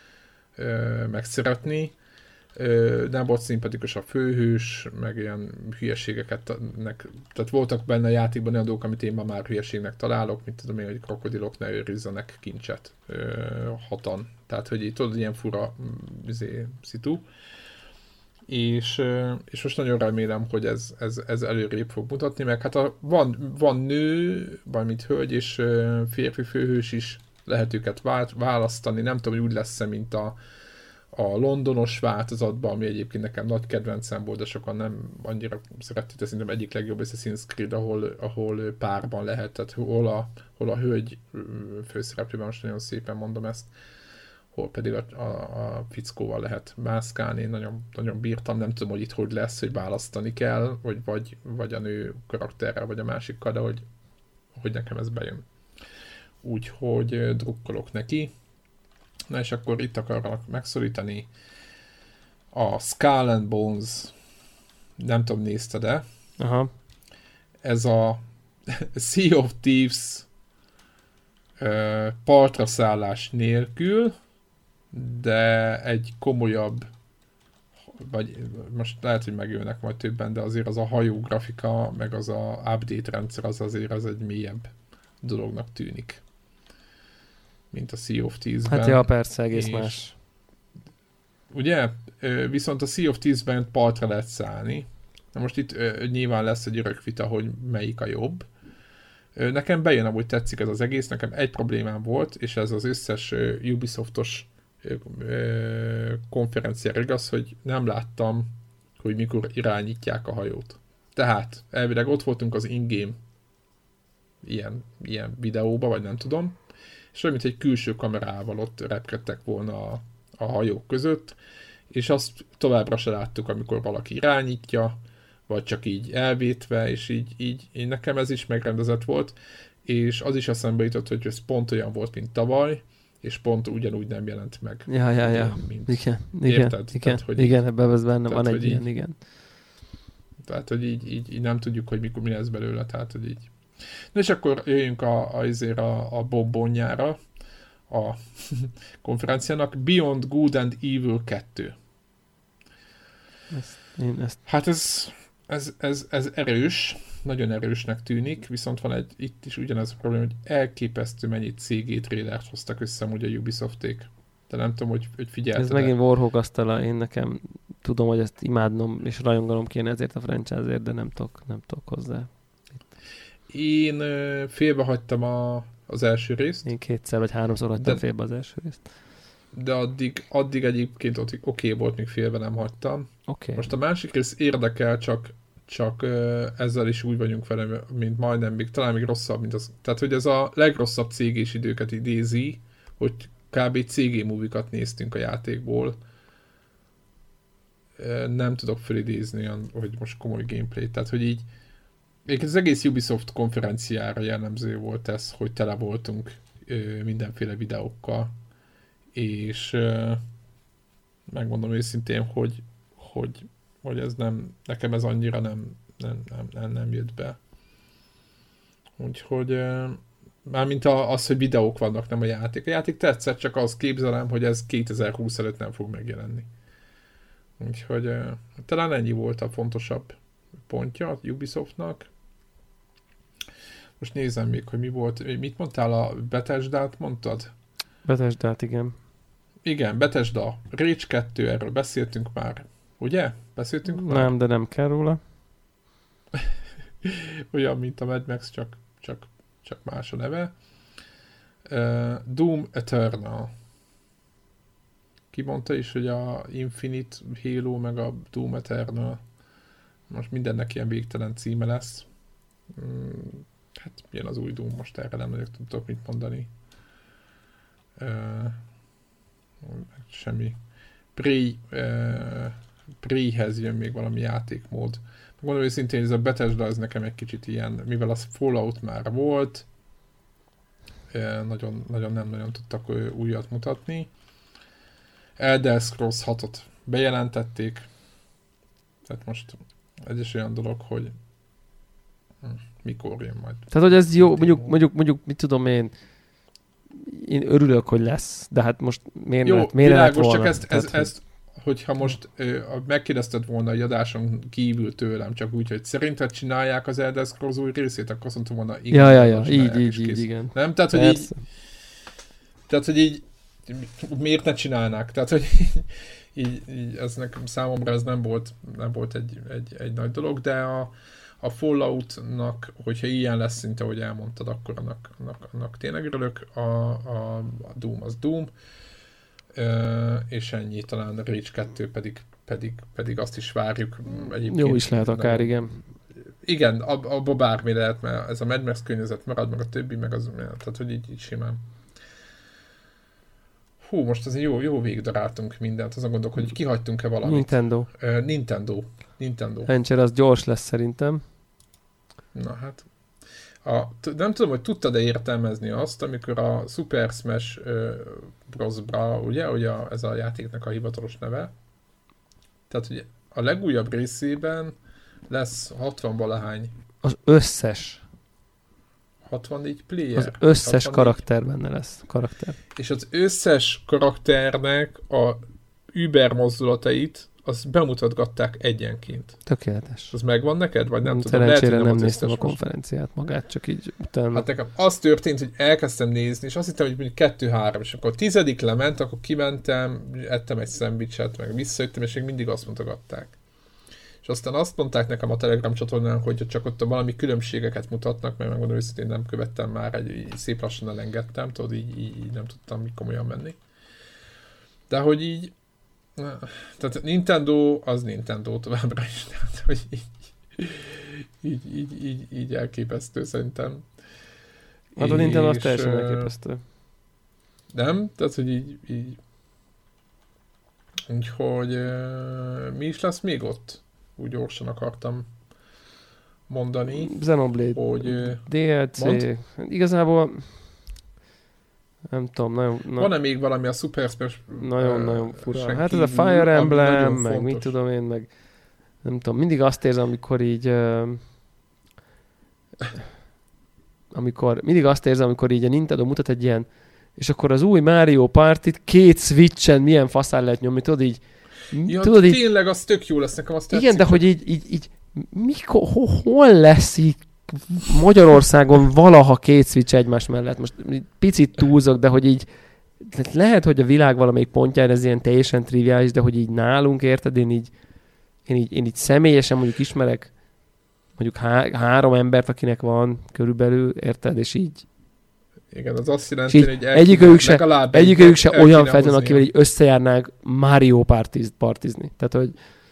ö, megszeretni. Ö, nem volt szimpatikus a főhős, meg ilyen hülyeségeket, nek, tehát voltak benne a játékban olyan dolgok, amit én ma már hülyeségnek találok, mint tudom én, hogy krokodilok ne őrizzenek kincset ö, hatan. Tehát, hogy így tudod, ilyen fura izé, szitu. És, és most nagyon remélem, hogy ez, ez, ez előrébb fog mutatni, meg hát a, van, van nő, valamint hölgy és férfi főhős is, lehet őket választani, nem tudom, hogy úgy lesz-e, mint a, a londonos változatban, ami egyébként nekem nagy kedvencem volt, de sokan nem annyira szerették, de szerintem egyik legjobb Assassin's Creed, ahol, ahol párban lehet, tehát hol a, hol a hölgy főszereplőben, most nagyon szépen mondom ezt, hol pedig a, a, a fickóval lehet mászkálni, én nagyon, nagyon bírtam, nem tudom, hogy itt hogy lesz, hogy választani kell, vagy, vagy, vagy a nő karakterrel, vagy a másikkal, de hogy, hogy nekem ez bejön. Úgyhogy drukkolok neki. Na és akkor itt akarok megszorítani a Skull and Bones, nem tudom, nézted-e? Aha. Ez a Sea of Thieves uh, partra szállás nélkül, de egy komolyabb, vagy most lehet, hogy megjönnek majd többen, de azért az a hajó grafika, meg az a update rendszer, az azért az egy mélyebb dolognak tűnik, mint a Sea of Thieves-ben. Hát ja, persze, egész más. Ugye? Viszont a Sea of Thieves-ben partra lehet szállni. Na most itt nyilván lesz egy örök vita, hogy melyik a jobb. Nekem bejön, amúgy tetszik ez az egész, nekem egy problémám volt, és ez az összes Ubisoftos konferenciára igaz, hogy nem láttam, hogy mikor irányítják a hajót. Tehát elvileg ott voltunk az in-game ilyen, ilyen videóba, vagy nem tudom, és olyan, mint egy külső kamerával ott repkedtek volna a, a hajók között, és azt továbbra se láttuk, amikor valaki irányítja, vagy csak így elvétve, és így, így, így nekem ez is megrendezett volt, és az is eszembe jutott, hogy ez pont olyan volt, mint tavaly, és pont ugyanúgy nem jelent meg. Ja, ja, ja. Mint, igen, igen, érted? igen, tehát, hogy igen, ebben az benne van egy így, ilyen, igen. Tehát, hogy így, így, így nem tudjuk, hogy mikor mi lesz belőle, tehát, hogy így. Na és akkor jöjjünk a, a, a, a bobbonjára, a konferenciának, Beyond Good and Evil kettő. Ezt, én ezt... Hát ez, ez, ez, ez erős, nagyon erősnek tűnik, viszont van egy, itt is ugyanaz a probléma, hogy elképesztő mennyi cé gé trailert hoztak össze amúgy a Ubisofték. De nem tudom, hogy, hogy figyelted. Ez megint Warhawk asztala, én nekem tudom, hogy ezt imádnom, és rajongalom kéne ezért a franchise-ért, de nem tudok, nem tudok hozzá. Én félbehagytam a, az első részt. Én kétszer vagy háromszor hagytam de, félbe az első részt. De addig, addig egyébként oké okay volt, még félbe nem hagytam. Okay. Most a másik rész érdekel, csak, csak uh, ezzel is úgy vagyunk vele, mint majdnem még, talán még rosszabb, mint az. Tehát, hogy ez a legrosszabb cé gés időket idézi, hogy kb. cé gé movikat néztünk a játékból. Uh, nem tudok felidézni olyan, hogy most komoly gameplay. Tehát, hogy így az egész Ubisoft konferenciára jellemző volt ez, hogy tele voltunk uh, mindenféle videókkal. És uh, megmondom őszintén, hogy, hogy, hogy ez nem, nekem ez annyira nem, nem, nem, nem, nem jött be. Úgyhogy uh, mármint a, az, hogy videók vannak, nem a játék. A játék tetszett, csak azt képzelem, hogy ez kétezer-húsz előtt nem fog megjelenni. Úgyhogy uh, talán ennyi volt a fontosabb pontja a Ubisoftnak. Most nézem még, hogy mi volt. Mit mondtál, a Bethesdát mondtad? Bethesdát, igen. Igen, Bethesda. Rage kettő, erről beszéltünk már. Ugye? Beszéltünk nem, már? Nem, de nem kell róla. Olyan, mint a Mad Max, csak, csak, csak más a neve. Uh, Doom Eternal. Ki mondta is, hogy a Infinite Halo meg a Doom Eternal most mindennek ilyen végtelen címe lesz. Mm, hát jön az új Doom, most erre nem nagyon tudtok mit mondani. Uh, semmi. Prey, uh, Preyhez jön még valami játékmód. Mondom őszintén, ez a Bethesda az nekem egy kicsit ilyen, mivel az Fallout már volt, uh, nagyon, nagyon nem nagyon tudtak uh, újat mutatni. Elder Scrolls hatot bejelentették, tehát most ez is olyan dolog, hogy hm, mikor jön majd. Tehát, hogy ez jó, mondjuk, mondjuk, mondjuk, mit tudom én, én örülök, hogy lesz, de hát most miért jó, lehet, miért világos, lehet csak volna? ezt, Tehát, ez, ezt, hogyha most ö, megkérdezted volna a adáson kívül tőlem, csak úgy, hogy szerinted csinálják az Elder Scrolls új részét, akkor azt mondtam volna, igen. Ja, ja, ja, így, így, így, igen. Nem? Tehát, hogy Persze. így, tehát, hogy így miért ne csinálnák? Tehát, hogy így, így ez nekem számomra ez nem volt, nem volt egy, egy, egy nagy dolog, de a, a Falloutnak, hogyha ilyen lesz szinte, ahogy elmondtad, akkor annak, annak, annak tényleg örülök. A, a, a Doom az Doom, Ö, és ennyi, talán a Rage kettő pedig, pedig, pedig azt is várjuk. Egyébként Jó is lehet akár, nem, igen. Igen, ab, abba bármi lehet, mert ez a Mad Max környezet marad, meg a többi, meg az, tehát hogy így, így simán. Hú, most azért jó, jó végigdaráltunk mindent, azon gondolok, hogy kihagytunk-e valamit. Nintendo. Uh, Nintendo. Nintendo. Hencher, az gyors lesz szerintem. Na hát. A, t- nem tudom, hogy tudtad-e értelmezni azt, amikor a Super Smash uh, Bros. Bra, ugye, ugye a, ez a játéknak a hivatalos neve. Tehát ugye a legújabb részében lesz hatvan valahány. Az összes. hatvannégy player. Az összes hatvannégy karakter benne lesz. Karakter. És az összes karakternek a Uber mozdulatait azt bemutatgatták egyenként. Tökéletes. Az megvan neked? Vagy nem tudom? Szerencsére Lehet, nem, nem néztem a most. konferenciát magát, csak így utána. Hát nekem az történt, hogy elkezdtem nézni, és azt hittem, hogy mondjuk kettő-három, és akkor a tizedik lement, akkor kimentem, ettem egy szendvicset, meg visszajöttem, és még mindig azt mutogatták. És aztán azt mondták nekem a Telegram csatornán, hogy csak ott valami különbségeket mutatnak, mert megmondom őszintén nem követtem már, egy szép lassan elengedtem, tudod, így, így, így nem tudtam mi komolyan menni. De hogy így, tehát Nintendo az Nintendo továbbra is, tehát hogy így, így, így, így, így elképesztő szerintem. Hát a Nintendo az teljesen elképesztő. Nem? Tehát, hogy így, így. Úgyhogy mi is lesz még ott? Úgy gyorsan akartam mondani. Xenoblade. Hogy, dé el cé. Mond? Igazából Nem tudom, nagyon... Na... Van-e még valami a Super Smash? Nagyon-nagyon fura. Hát ez a Fire Emblem, meg fontos. Mit tudom én, meg nem tudom, mindig azt érzem, amikor így... Uh, amikor, mindig azt érzem, amikor így a Nintendo mutat egy ilyen, és akkor az új Mario Party-t két Switchen milyen faszán lehet nyomni, tudod így... Ja, tudod, így, tényleg az tök jó lesz, nekem azt tetszik. Igen, de hogy így, így, így mikor, ho, hol lesz így Magyarországon valaha két Switch egymás mellett? Most picit túlzok, de hogy így lehet, hogy a világ valamelyik pontján ez ilyen teljesen triviális, de hogy így nálunk, érted, én így, én így, én így személyesen mondjuk ismerek mondjuk há- három embert, akinek van körülbelül, érted, és így igen, az azt jelenti, hogy egyikőjük se, egyikőjük se olyan feltétlenül, akivel így összejárnánk Mario partiz, partizni. Tehát, hogy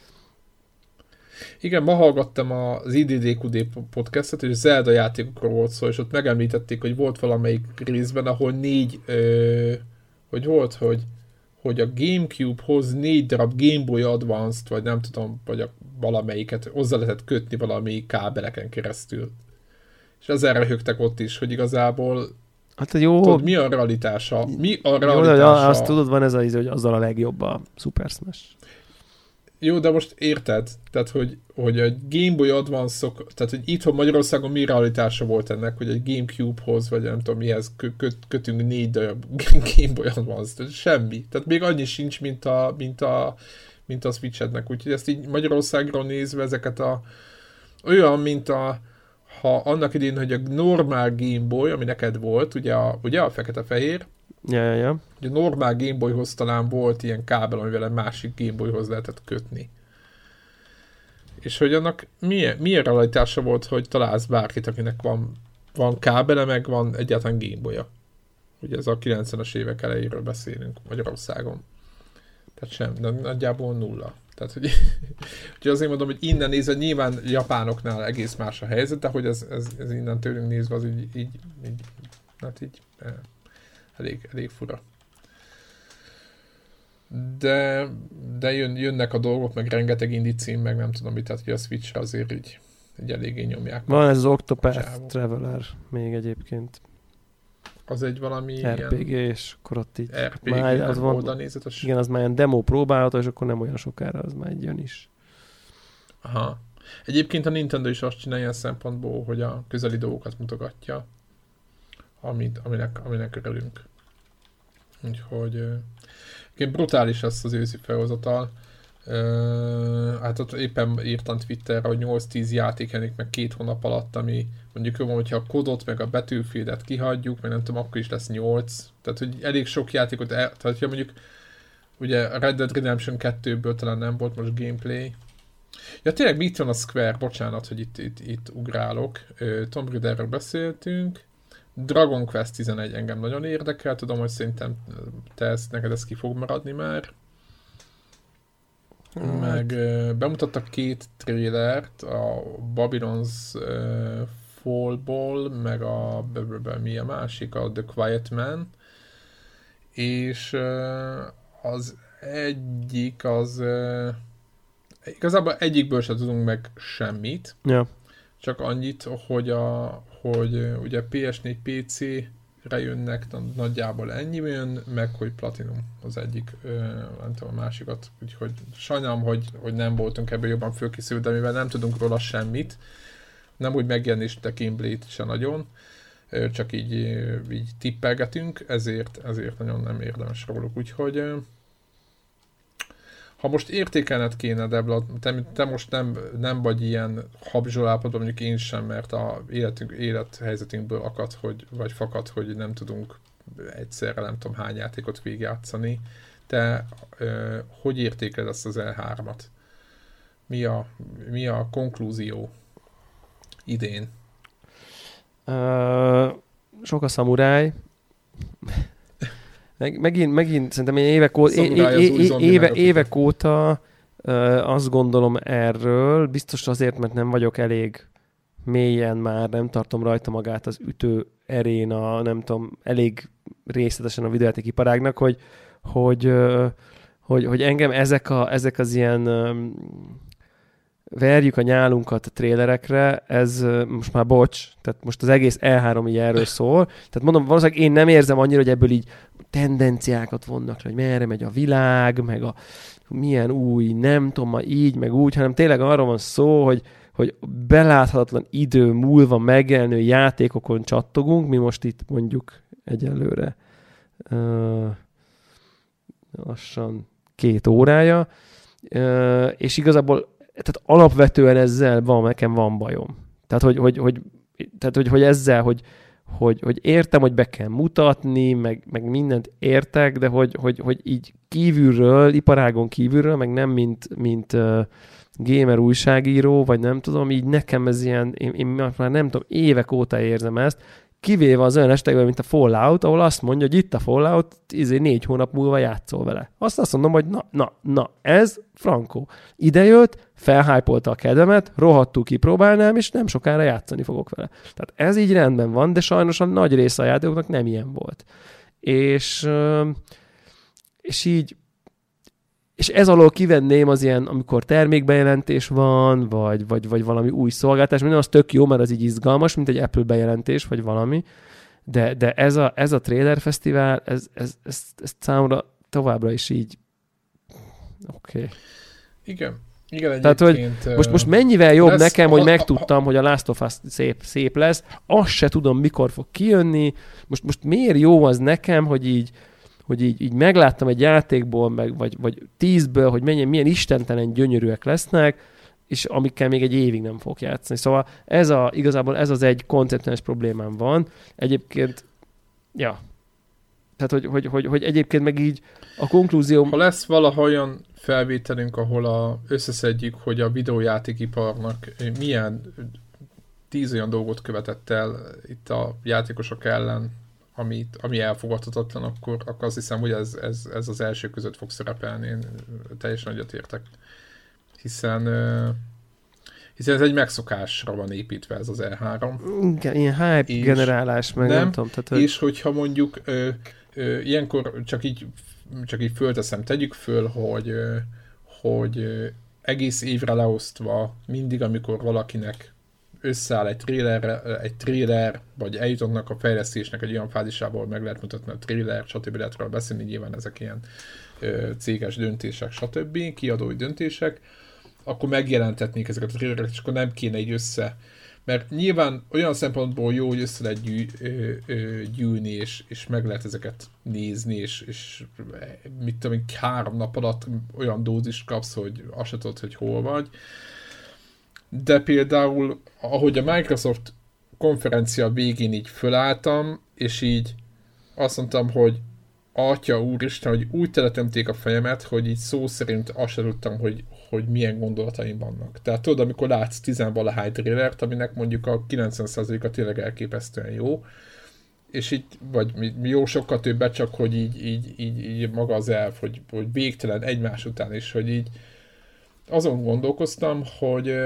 igen, ma hallgattam az I D D Q D podcastet, és Zelda játékokról volt szó, és ott megemlítették, hogy volt valamelyik részben, ahol négy, ö, hogy volt, hogy, hogy a Gamecube-hoz négy darab Game Boy Advance-t, vagy nem tudom, vagy a valamelyiket hozzá lehetett kötni valami kábeleken keresztül. És ezzel röhögtek ott is, hogy igazából hát jó. Tudod, mi a realitása? Mi a realitása? Jó, azt tudod, van ez a íz, hogy azzal a legjobb a Super Smash. Jó, de most érted? Tehát, hogy, hogy a Game Boy Advance-ok, tehát, hogy itthon Magyarországon mi realitása volt ennek, hogy egy Gamecube-hoz, vagy nem tudom mihez köt, kötünk négy darab Game Boy Advance-t. Semmi. Tehát még annyi sincs, mint a, mint a, mint a Switch-ednek. Úgyhogy ezt így Magyarországról nézve ezeket a olyan, mint a ha annak idén, hogy a normál Game Boy, ami neked volt, ugye a, ugye a fekete-fehér, ja, ja, ja. Ugye a normál Game Boyhoz talán volt ilyen kábel, amivel egy másik Game Boyhoz lehetett kötni. És hogy annak milyen, milyen realitása volt, hogy találsz bárkit, akinek van, van kábele, meg van egyáltalán Game Boy-a. Ugye ez a kilencvenes évek elejéről beszélünk Magyarországon. Tehát sem, de nagyjából nulla. Tehát, hogy, hogy azért mondom, hogy innen nézve nyilván japánoknál egész más a helyzet, de hogy ez, ez, ez innen tőlünk nézve az így, így, így hát így eh, elég, elég fura. De, de jön, jönnek a dolgok, meg rengeteg indie cím, meg nem tudom mit, tehát hogy a Switch-re azért így, így eléggé nyomják. Van ez az Octopath Traveler még egyébként. Az egy valami er pé gé, ilyen... és akkor ott így... er pé gé, már, az van, oldalnézetes. Igen, az már ilyen demo próbálható, és akkor nem olyan sokára, az már jön is. Aha. Egyébként a Nintendo is azt csinálja ilyen szempontból, hogy a közeli dolgokat mutogatja, amit, aminek, aminek örülünk. Úgyhogy uh, brutális lesz az őszi felhozatal. Uh, hát ott éppen írtam Twitterre, hogy nyolc-tíz játék jelenik meg két hónap alatt, ami mondjuk jó, hogyha a Codot meg a Battlefieldet kihagyjuk, meg nem tudom, akkor is lesz nyolc. Tehát, hogy elég sok játékot, el, tehát hogyha mondjuk ugye a Red Dead Redemption kettőből talán nem volt most gameplay. Ja, tényleg mit van a Square? Bocsánat, hogy itt, itt, itt ugrálok. Uh, Tomb Raiderről beszéltünk. Dragon Quest tizenegy engem nagyon érdekel, tudom, hogy szerintem te ezt, neked ez ki fog maradni már. Hmm. Meg uh, bemutattak két trailert, a Babylon's uh, Fallból, meg a mi a másik, a The Quiet Man. És uh, az egyik az uh, igazából egyikből sem tudunk meg semmit. Ja. Csak annyit, hogy, a, hogy ugye pé es négy pé cé-re jönnek, nagyjából ennyi jön, meg hogy Platinum az egyik, nem tudom, a másikat. Úgyhogy sajnálom, hogy, hogy nem voltunk ebből jobban fölkészült, de mivel nem tudunk róla semmit, nem úgy megjelenés, de gameplay-t se nagyon, csak így, így tippelgetünk, ezért, ezért nagyon nem érdemes róluk. Úgyhogy ha most értékelned kéne, Debla, te, te most nem, nem vagy ilyen habzsolápodban, mondjuk én sem, mert a életünk, élethelyzetünkből akad, hogy, vagy fakad, hogy nem tudunk egyszerre nem tudom hány játékot végigjátszani. Te ö, hogy értékeled ezt az E hármat? Mi a, mi a konklúzió idén? Uh, sok a szamuráj. Meg, megint, megint szerintem én évek óta, é, é, é, éve, évek óta uh, azt gondolom erről, biztos azért, mert nem vagyok elég mélyen már, nem tartom rajta magát az ütő erén, a, nem tudom, elég részletesen a videójáték iparágnak, hogy, hogy, uh, hogy, hogy engem ezek, a, ezek az ilyen um, verjük a nyálunkat a trélerekre, ez most már bocs, tehát most az egész E három így erről szól. Tehát mondom, valószínűleg én nem érzem annyira, hogy ebből így tendenciákat vonnak, hogy merre megy a világ, meg a milyen új, nem tudom, ma így, meg úgy, hanem tényleg arról van szó, hogy, hogy beláthatatlan idő múlva megjelenő játékokon csattogunk, mi most itt mondjuk egyelőre uh, lassan két órája, uh, és igazából tehát alapvetően ezzel van, nekem van bajom. Tehát, hogy, hogy, hogy, tehát, hogy, hogy ezzel, hogy, hogy, hogy értem, hogy be kell mutatni, meg, meg mindent értek, de hogy, hogy, hogy így kívülről, iparágon kívülről, meg nem mint, mint uh, gamer újságíró, vagy nem tudom, így nekem ez ilyen, én, én már nem tudom, évek óta érzem ezt, kivéve az olyan estekben, mint a Fallout, ahol azt mondja, hogy itt a Fallout, izé négy hónap múlva játszol vele. Azt azt mondom, hogy na, na, na, ez frankó. Ide jött, felhájpolta a kedvemet, rohadtul kipróbálnám, és nem sokára játszani fogok vele. Tehát ez így rendben van, de sajnos a nagy része a játékoknak nem ilyen volt. És, és így és ez alól kivenném az ilyen, amikor termékbejelentés van, vagy, vagy, vagy valami új szolgáltatás, minden az tök jó, mert az így izgalmas, mint egy Apple bejelentés, vagy valami, de, de ez a, ez a Trailer Fesztivál, ez, ez, ez, ez számomra továbbra is így oké. Okay. Igen. Igen, tehát, hogy most, most mennyivel jobb lesz, nekem, hogy megtudtam, hogy a Last of Us szép, szép lesz, azt se tudom, mikor fog kijönni, most, most miért jó az nekem, hogy így hogy így, így megláttam egy játékból, meg, vagy, vagy tízből, hogy menjen, milyen istentelen gyönyörűek lesznek, és amikkel még egy évig nem fogok játszani. Szóval ez a, igazából ez az egy konceptuális problémám van. Egyébként, ja. Tehát, hogy, hogy, hogy, hogy egyébként meg így a konklúzióm... Ha lesz valaha olyan felvételünk, ahol a, összeszedjük, hogy a videójátékiparnak milyen tíz olyan dolgot követett el itt a játékosok ellen, Amit, ami elfogadhatatlan, akkor, akkor azt hiszem, hogy ez, ez, ez az első között fog szerepelni. Én teljesen egyetértek. Hiszen, hiszen ez egy megszokásra van építve ez az E három. Igen, ilyen hype és generálás, meg nem, nem tudom. Tehát, hogy... És hogyha mondjuk ö, ö, ilyenkor csak így, csak így fölteszem, tegyük föl, hogy, ö, hogy ö, egész évre leosztva mindig, amikor valakinek összeáll egy trailer, egy trailer, vagy eljutnak a fejlesztésnek egy olyan fázisával, meg lehet mutatni a trailer, stb. Lehet róla beszélni, nyilván ezek ilyen ö, céges döntések, stb. Kiadói döntések, akkor megjelentetnék ezeket a trailereket, és akkor nem kéne így össze. Mert nyilván olyan szempontból jó, hogy össze lehet gyű, ö, ö, gyűlni, és, és meg lehet ezeket nézni, és, és mit tudom én, három nap alatt olyan dózist kapsz, hogy azt se tudod, hogy hol vagy. De például, ahogy a Microsoft konferencia végén így fölálltam, és így azt mondtam, hogy Atya úristen, hogy úgy teletemték a fejemet, hogy így szó szerint azt sem tudtam, hogy, hogy milyen gondolataim vannak. Tehát tudod, amikor látsz tizenvalahány trailert, aminek mondjuk a kilencven százaléka tényleg elképesztően jó, és így, vagy jó sokkal többet, csak hogy így, így, így, így maga az elf, hogy, hogy végtelen egymás után is, hogy így azon gondolkoztam, hogy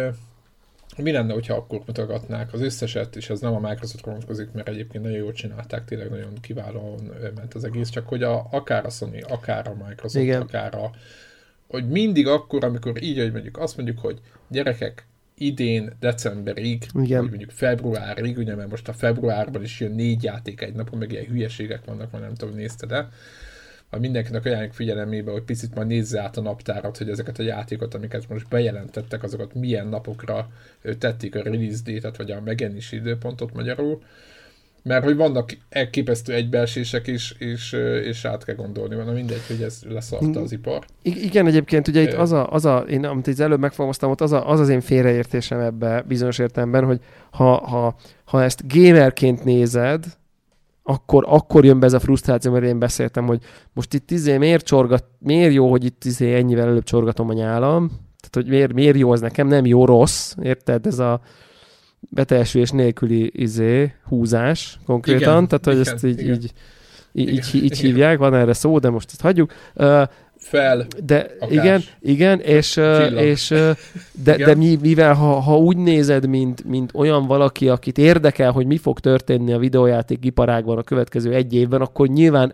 mi lenne, hogyha akkor mutogatnák az összeset, és ez nem a Microsoftra vonatkozik, mert egyébként nagyon jól csinálták, tényleg nagyon kiválóan ment az egész, csak hogy a, akár a Sony, akár a Microsoft, igen. Akár a... hogy mindig akkor, amikor így, hogy mondjuk azt mondjuk, hogy gyerekek, idén decemberig, igen. Vagy mondjuk februárig, ugye, mert most a februárban is jön négy játék egy napon, meg ilyen hülyeségek vannak, már nem tudom, nézted de ha mindenkinek ajánljuk figyelemébe, hogy picit majd nézze át a naptárat, hogy ezeket a játékot, amiket most bejelentettek, azokat milyen napokra tették a release date-et, vagy a megjelenési időpontot magyarul. Mert hogy vannak elképesztő egybeesések is, és, és át kell gondolni. Na mindegy, hogy ez leszarta az ipar. I- igen, egyébként ugye itt az a, az a én, amit az előbb megfogalmaztam, ott az, a, az az én félreértésem ebbe bizonyos értelemben, hogy ha, ha, ha ezt gamerként nézed, Akkor, akkor jön be ez a frusztráció, mert én beszéltem, hogy most itt izé miért csorgat, miért jó, hogy itt izé ennyivel előbb csorgatom a nyálam, tehát hogy miért, miért jó az nekem, nem jó, rossz, érted? Ez a beteljesülés nélküli izé, húzás konkrétan, igen, tehát hogy igen, ezt így, így, így, így, így hívják, van erre szó, de most ezt hagyjuk. Uh, Fel. De igen, igen, és, és de, igen. de mivel ha, ha úgy nézed, mint, mint olyan valaki, akit érdekel, hogy mi fog történni a videójáték iparágban a következő egy évben, akkor nyilván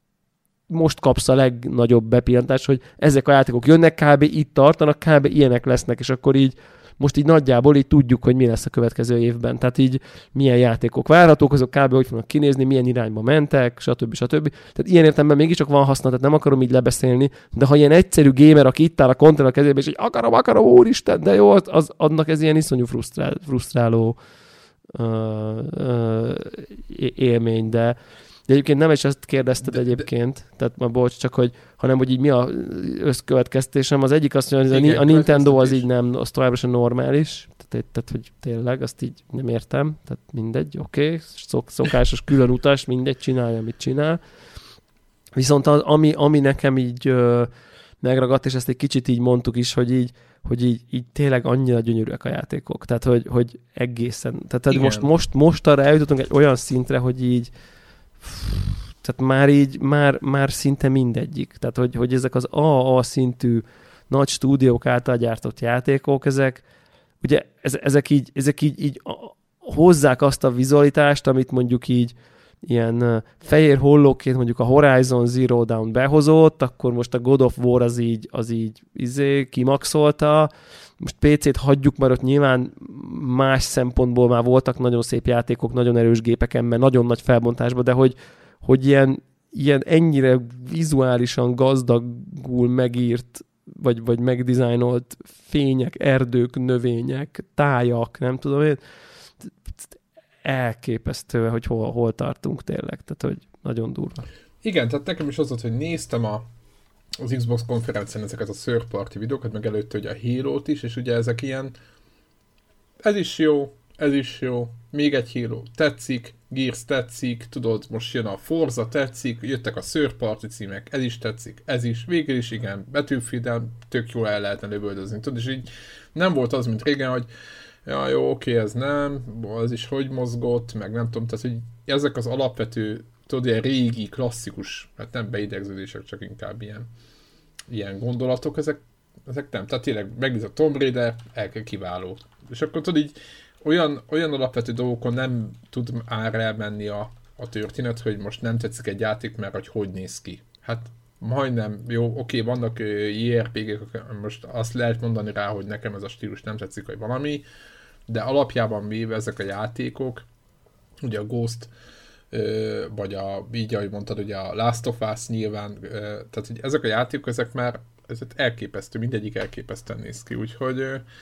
most kapsz a legnagyobb bepillantást, hogy ezek a játékok jönnek, kb. Itt tartanak, kb. Ilyenek lesznek, és akkor így most így nagyjából így tudjuk, hogy mi lesz a következő évben. Tehát így milyen játékok várhatók, azok kb. Hogy fognak kinézni, milyen irányba mentek, stb. stb. Tehát ilyen értelemben mégiscsak van haszna, tehát nem akarom így lebeszélni, de ha ilyen egyszerű gamer, aki itt áll a kontroll a kezébe, és így akarom, akarom, úristen, de jó, az, annak ez ilyen iszonyú frusztrál, frusztráló uh, uh, élmény, de De egyébként nem is ezt kérdezted de, egyébként, de, tehát ma bocs, csak hogy, hanem hogy így mi a összkövetkeztésem. Az egyik azt mondja, hogy igen, a Nintendo az így nem, az továbbra sem normális, tehát, tehát hogy tényleg, azt így nem értem, tehát mindegy, oké, okay, szok, szokásos külön utas, mindegy, csinálja, amit csinál. Viszont az, ami, ami nekem így ö, megragadt, és ezt egy kicsit így mondtuk is, hogy így, hogy így, így tényleg annyira gyönyörűek a játékok, tehát hogy, hogy egészen, tehát most, most, most arra eljutottunk egy olyan szintre, hogy így tehát már így, már, már szinte mindegyik. Tehát, hogy, hogy ezek az á á szintű nagy stúdiók által gyártott játékok, ezek, ugye, ezek így, ezek így, így hozzák azt a vizualitást, amit mondjuk így ilyen fehér hollóként mondjuk a Horizon Zero Dawn behozott, akkor most a God of War az így, az így izé, kimaxolta. Most pé cét hagyjuk, mert ott nyilván más szempontból már voltak nagyon szép játékok, nagyon erős gépeken, mert nagyon nagy felbontásban, de hogy, hogy ilyen, ilyen ennyire vizuálisan gazdagul megírt, vagy, vagy megdizájnolt fények, erdők, növények, tájak, nem tudom én, elképesztő, hogy hol, hol tartunk tényleg, tehát hogy nagyon durva. Igen, tehát nekem is az volt, hogy néztem a, az Xbox konferencián ezeket a third party videókat, meg előtte ugye a Halo-t is, és ugye ezek ilyen, ez is jó, ez is jó, még egy Halo tetszik, Gears tetszik, tudod, most jön a Forza tetszik, jöttek a third party címek, ez is tetszik, ez is, végül is igen, Battlefield-en tök jól el lehetne lövöldözni, tudod, és így nem volt az, mint régen, hogy ja, jó, oké, ez nem, az is hogy mozgott, meg nem tudom, tehát, hogy ezek az alapvető, tudod, ilyen régi, klasszikus, hát nem beidegződések, csak inkább ilyen, ilyen gondolatok, ezek, ezek nem, tehát tényleg megnéz a Tomb Raider, el kell kiváló. És akkor tudod így, olyan, olyan alapvető dolgokon nem tud már elmenni a, a történet, hogy most nem tetszik egy játék, mert hogy hogy néz ki. Hát majdnem, jó, oké, vannak jé er pé gek, most azt lehet mondani rá, hogy nekem ez a stílus nem tetszik, vagy valami, de alapjában véve ezek a játékok, ugye a Ghost, vagy a, így ahogy mondtad, ugye a Last of Us nyilván, tehát hogy ezek a játékok, ezek már ezek elképesztő, mindegyik elképesztően néz ki, úgyhogy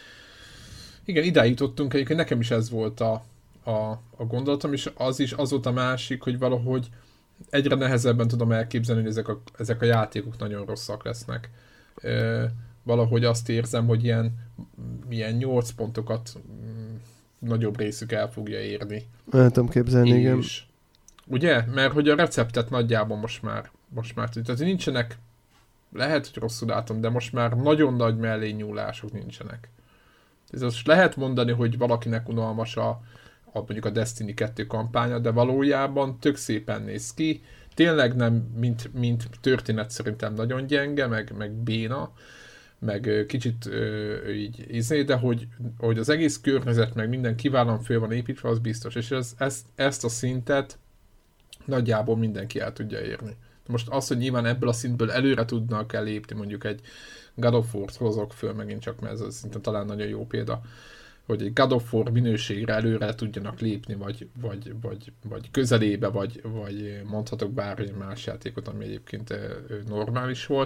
igen, idáig jutottunk, egyébként nekem is ez volt a, a, a gondolatom, és az is az volt a másik, hogy valahogy egyre nehezebben tudom elképzelni, hogy ezek a, ezek a játékok nagyon rosszak lesznek. E, valahogy azt érzem, hogy ilyen, ilyen nyolc pontokat m, nagyobb részük el fogja érni. El tudom képzelni, és, igen. Ugye? Mert hogy a receptet nagyjából most már, most már tehát nincsenek, lehet, hogy rosszul látom, de most már nagyon nagy mellényúlások nincsenek. Ez azt lehet mondani, hogy valakinek unalmas a, a mondjuk a Destiny kettő kampánya, de valójában tök szépen néz ki. Tényleg nem, mint, mint történet szerintem nagyon gyenge, meg, meg béna, meg kicsit ö, így izé, de hogy, hogy az egész környezet, meg minden kiválóan föl van építve, az biztos. És ez, ezt, ezt a szintet nagyjából mindenki el tudja érni. Most az, hogy nyilván ebből a szintből előre tudnak elépni, mondjuk egy God of War-t hozok föl megint csak, mert ez szinte talán nagyon jó példa, hogy egy God of War minőségre előre tudjanak lépni, vagy, vagy, vagy, vagy közelébe, vagy, vagy mondhatok bármilyen más játékot, ami egyébként normális volt,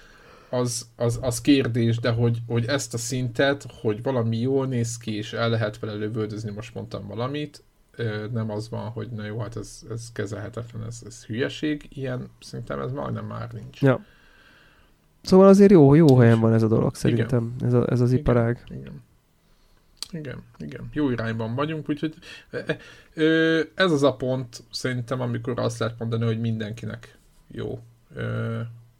az, az, az kérdés, de hogy, hogy ezt a szintet, hogy valami jól néz ki, és el lehet vele lövöldözni, most mondtam valamit, nem az van, hogy na jó, hát ez, ez kezelhetetlen, ez, ez hülyeség, ilyen szerintem ez majdnem már nincs. Ja. Szóval azért jó, jó helyen van ez a dolog, szerintem, ez, a, ez az iparág. Igen, igen. Igen, igen, jó irányban vagyunk, úgyhogy ez az a pont szerintem, amikor azt lehet mondani, hogy mindenkinek jó ö,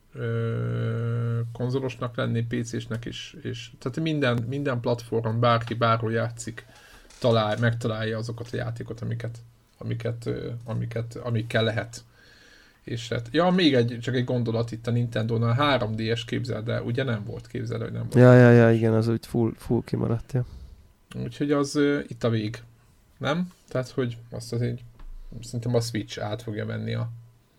ö, konzolosnak lenni, pé césnek is, és tehát minden, minden platformon bárki bárhol játszik, talál, megtalálja azokat a játékot, amiket, amiket, amiket, amikkel lehet. És hát, ja, még egy, csak egy gondolat itt a Nintendo-nál, három dé es képzeld, de ugye nem volt, képzeld, hogy nem volt. Ja, ja, ja, igen, az úgy full, full kimaradt, ja. Úgyhogy az uh, itt a vég, nem? Tehát, hogy azt azért, szerintem a Switch át fogja venni a,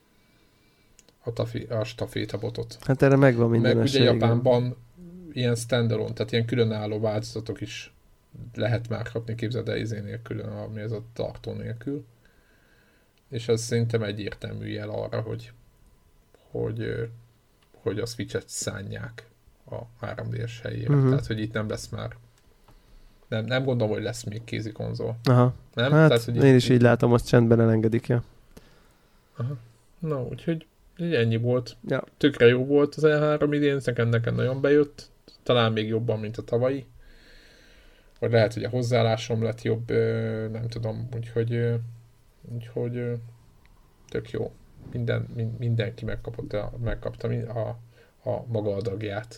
a, tafi, a stafétabotot. Hát erre megvan minden meg esély. Meg ugye Japánban ilyen standalone, tehát ilyen különálló változatok is lehet már kapni, képzeld el izé nélkül, ami ez a tartó nélkül. És az szerintem egyértelmű jel arra, hogy, hogy, hogy a Switch-et szánják a három dé es helyére. Uh-huh. Tehát, hogy itt nem lesz már nem, nem gondolom, hogy lesz még kézi konzol. Aha. Nem? Hát Tehát, hogy én itt, is így látom, azt csendben elengedik, ja. Aha. Na, úgyhogy ennyi volt. Ja. Tökre jó volt az E három idén, nekem, nekem nagyon bejött. Talán még jobban, mint a tavalyi. Vagy lehet, hogy a hozzáállásom lett jobb, nem tudom, úgyhogy, úgyhogy tök jó. Minden, mindenki megkapott a, megkapta a, a maga adagját.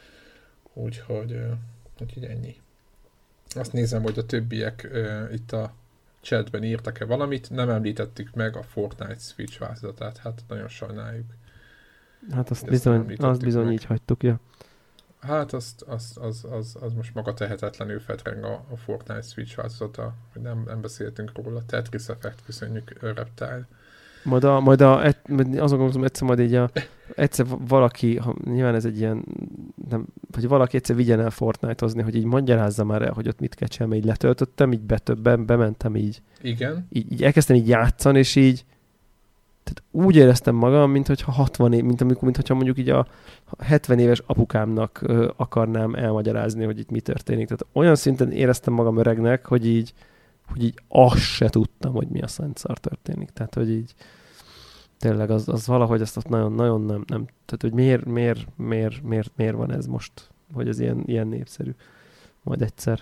Úgyhogy, úgyhogy ennyi. Azt nézem, hogy a többiek itt a chatben írtak-e valamit, nem említettük meg a Fortnite Switch változatát, hát nagyon sajnáljuk. Hát azt bizony, azt bizony így hagytuk, ja. Hát azt, azt, az, az, az most maga tehetetlenül fetreng a, a Fortnite Switch változata, hogy nem, nem beszéltünk róla. Tetris Effect, köszönjük, Reptile. Majd, a, majd a, azon gondolom, egyszer majd így a, egyszer valaki, ha, nyilván ez egy ilyen, nem, vagy valaki egyszer vigyen el Fortnite-ozni, hogy így magyarázza már el, hogy ott mit kell csinálni, így letöltöttem, így betöbben, bementem így. Igen. Így, így elkezdtem így játszani, és így tehát úgy éreztem magam, mintha hatvan év, mint amikor, mintha mondjuk így a hetven éves apukámnak ö, akarnám elmagyarázni, hogy itt mi történik. Tehát olyan szinten éreztem magam öregnek, hogy így, hogy így azt se tudtam, hogy mi a szent szar történik. Tehát, hogy így tényleg az, az valahogy azt nagyon-nagyon nem, nem, tehát, hogy miért, miért, miért, miért, miért van ez most, hogy ez ilyen, ilyen népszerű. Majd egyszer.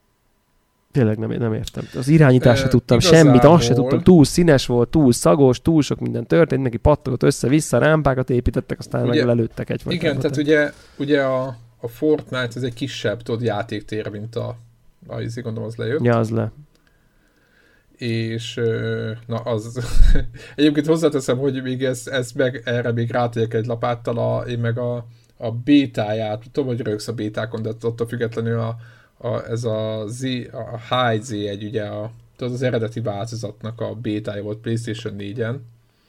Tényleg nem, nem értem. Az irányítást se tudtam, igazából semmit, azt se tudtam. Túl színes volt, túl szagos, túl sok minden történt, neki pattogott össze-vissza, rámpákat építettek, aztán ugye, meg lelőttek egy. Igen, tehát ugye, ugye a, a Fortnite ez egy kisebb, tudod, játéktér, mint a, a izé, gondolom, az lejött. Ja, az le. És na az egyébként hozzáteszem, hogy még ez, ez meg, erre még rátegyek egy lapáttal, a, én meg a, a bétáját, tudom, hogy rögsz a bétákon, de attól függetlenül a A, ez a, Z, a High zé egy, ugye a, az eredeti változatnak a bétája volt PlayStation négyen,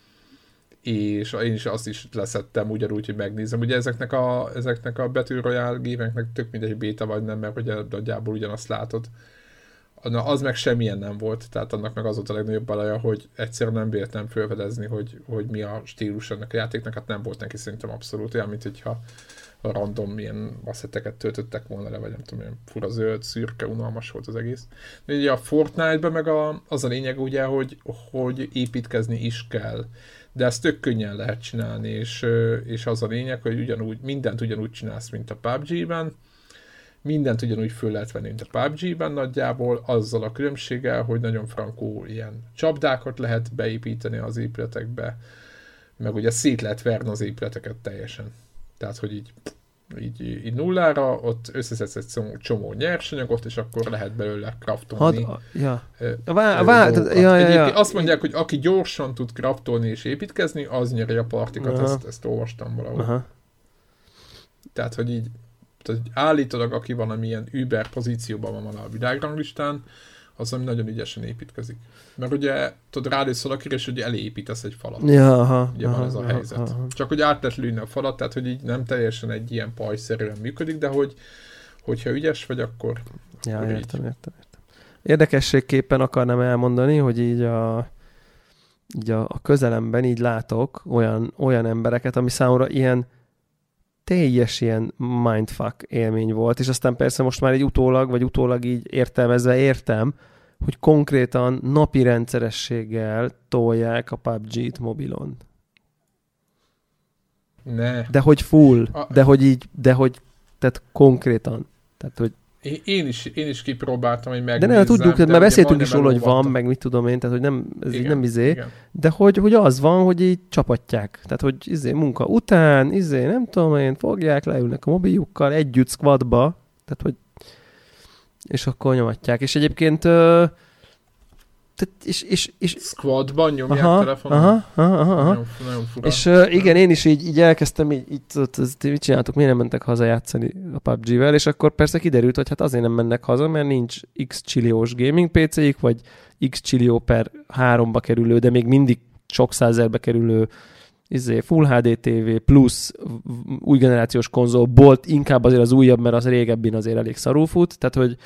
és én is azt is leszettem ugyanúgy, hogy megnézem. Ugye ezeknek a, ezeknek a Battle Royale gémeknek tök mindegy béta vagy nem, mert ugye nagyjából ugyanazt látod. Na, az meg semmilyen nem volt, tehát annak meg az volt a legnagyobb balaja, hogy egyszerűen nem véltem felfedezni, hogy, hogy mi a stílus ennek a játéknak, hát nem volt neki szerintem abszolút olyan, mint hogyha a random ilyen asszetteket töltöttek volna le, vagy nem tudom, ilyen fura zöld, szürke, unalmas volt az egész. De ugye a Fortnite-ben meg a, az a lényeg ugye, hogy, hogy építkezni is kell. De ezt tök könnyen lehet csinálni, és, és az a lényeg, hogy ugyanúgy, mindent ugyanúgy csinálsz, mint a pé u bé gé-ben, mindent ugyanúgy föl lehet venni, mint a pé u bé gé-ben nagyjából, azzal a különbséggel, hogy nagyon frankó ilyen csapdákat lehet beépíteni az épületekbe, meg ugye szét lehet verni az épületeket teljesen. Tehát, hogy így, így, így nullára, ott összeszedsz egy csomó, csomó nyersanyagot, és akkor lehet belőle craftolni. Had, ja. Vá, vá, ja, ja, ja. Azt mondják, hogy aki gyorsan tud craftolni és építkezni, az nyeri a partikat, ezt, ezt olvastam valahol. Aha. Tehát, hogy így tehát, állítólag, aki valamilyen Uber pozícióban van a világranglistán, az, ami nagyon ügyesen építkezik. Mert ugye, tudod, rálősz valakire, és ugye elépítesz egy falat. Ja, aha, ugye aha, van ez a aha, helyzet. aha. Csak hogy át lehet lőni a falat, tehát hogy így nem teljesen egy ilyen pajszerűen működik, de hogy hogyha ügyes vagy, akkor... Ja, akkor értem, értem, értem. Érdekességképpen akarnám elmondani, hogy így a, így a, a közelemben így látok olyan, olyan embereket, ami számomra ilyen teljes ilyen mindfuck élmény volt, és aztán persze most már egy utólag, vagy utólag így értelmezve értem, hogy konkrétan napi rendszerességgel tolják a pé u bé gét mobilon. Ne. De hogy full, a... de hogy így, de hogy, tehát konkrétan. Tehát, hogy Én is, én is kipróbáltam, hogy megnézzem. De nem, tudjuk, de mert beszéltünk is róla, hogy van, elolvattam. meg mit tudom én, tehát hogy nem, ez igen, így nem izé, igen. de hogy, hogy az van, hogy így csapatják. Tehát, hogy izé munka után, izé nem tudom én, fogják, leülnek a mobiljukkal együtt squadba, tehát hogy és akkor nyomatják. És egyébként ö, tehát, és, és, és squadban nyomják aha, telefonon? Aha, aha, aha. Nagyon, nagyon fura. És uh, igen, én is így, így elkezdtem, így, így tudod, mit csináltuk, miért nem mentek haza játszani a pé u bé gé-vel, és akkor persze kiderült, hogy hát azért nem mennek haza, mert nincs x csilliós gaming pé céjük, vagy x csillió per háromba kerülő, de még mindig sok százerbe kerülő izé, Full há dé té vé plusz új generációs konzol, bolt inkább azért az újabb, mert az régebbin azért elég szarul fut, tehát hogy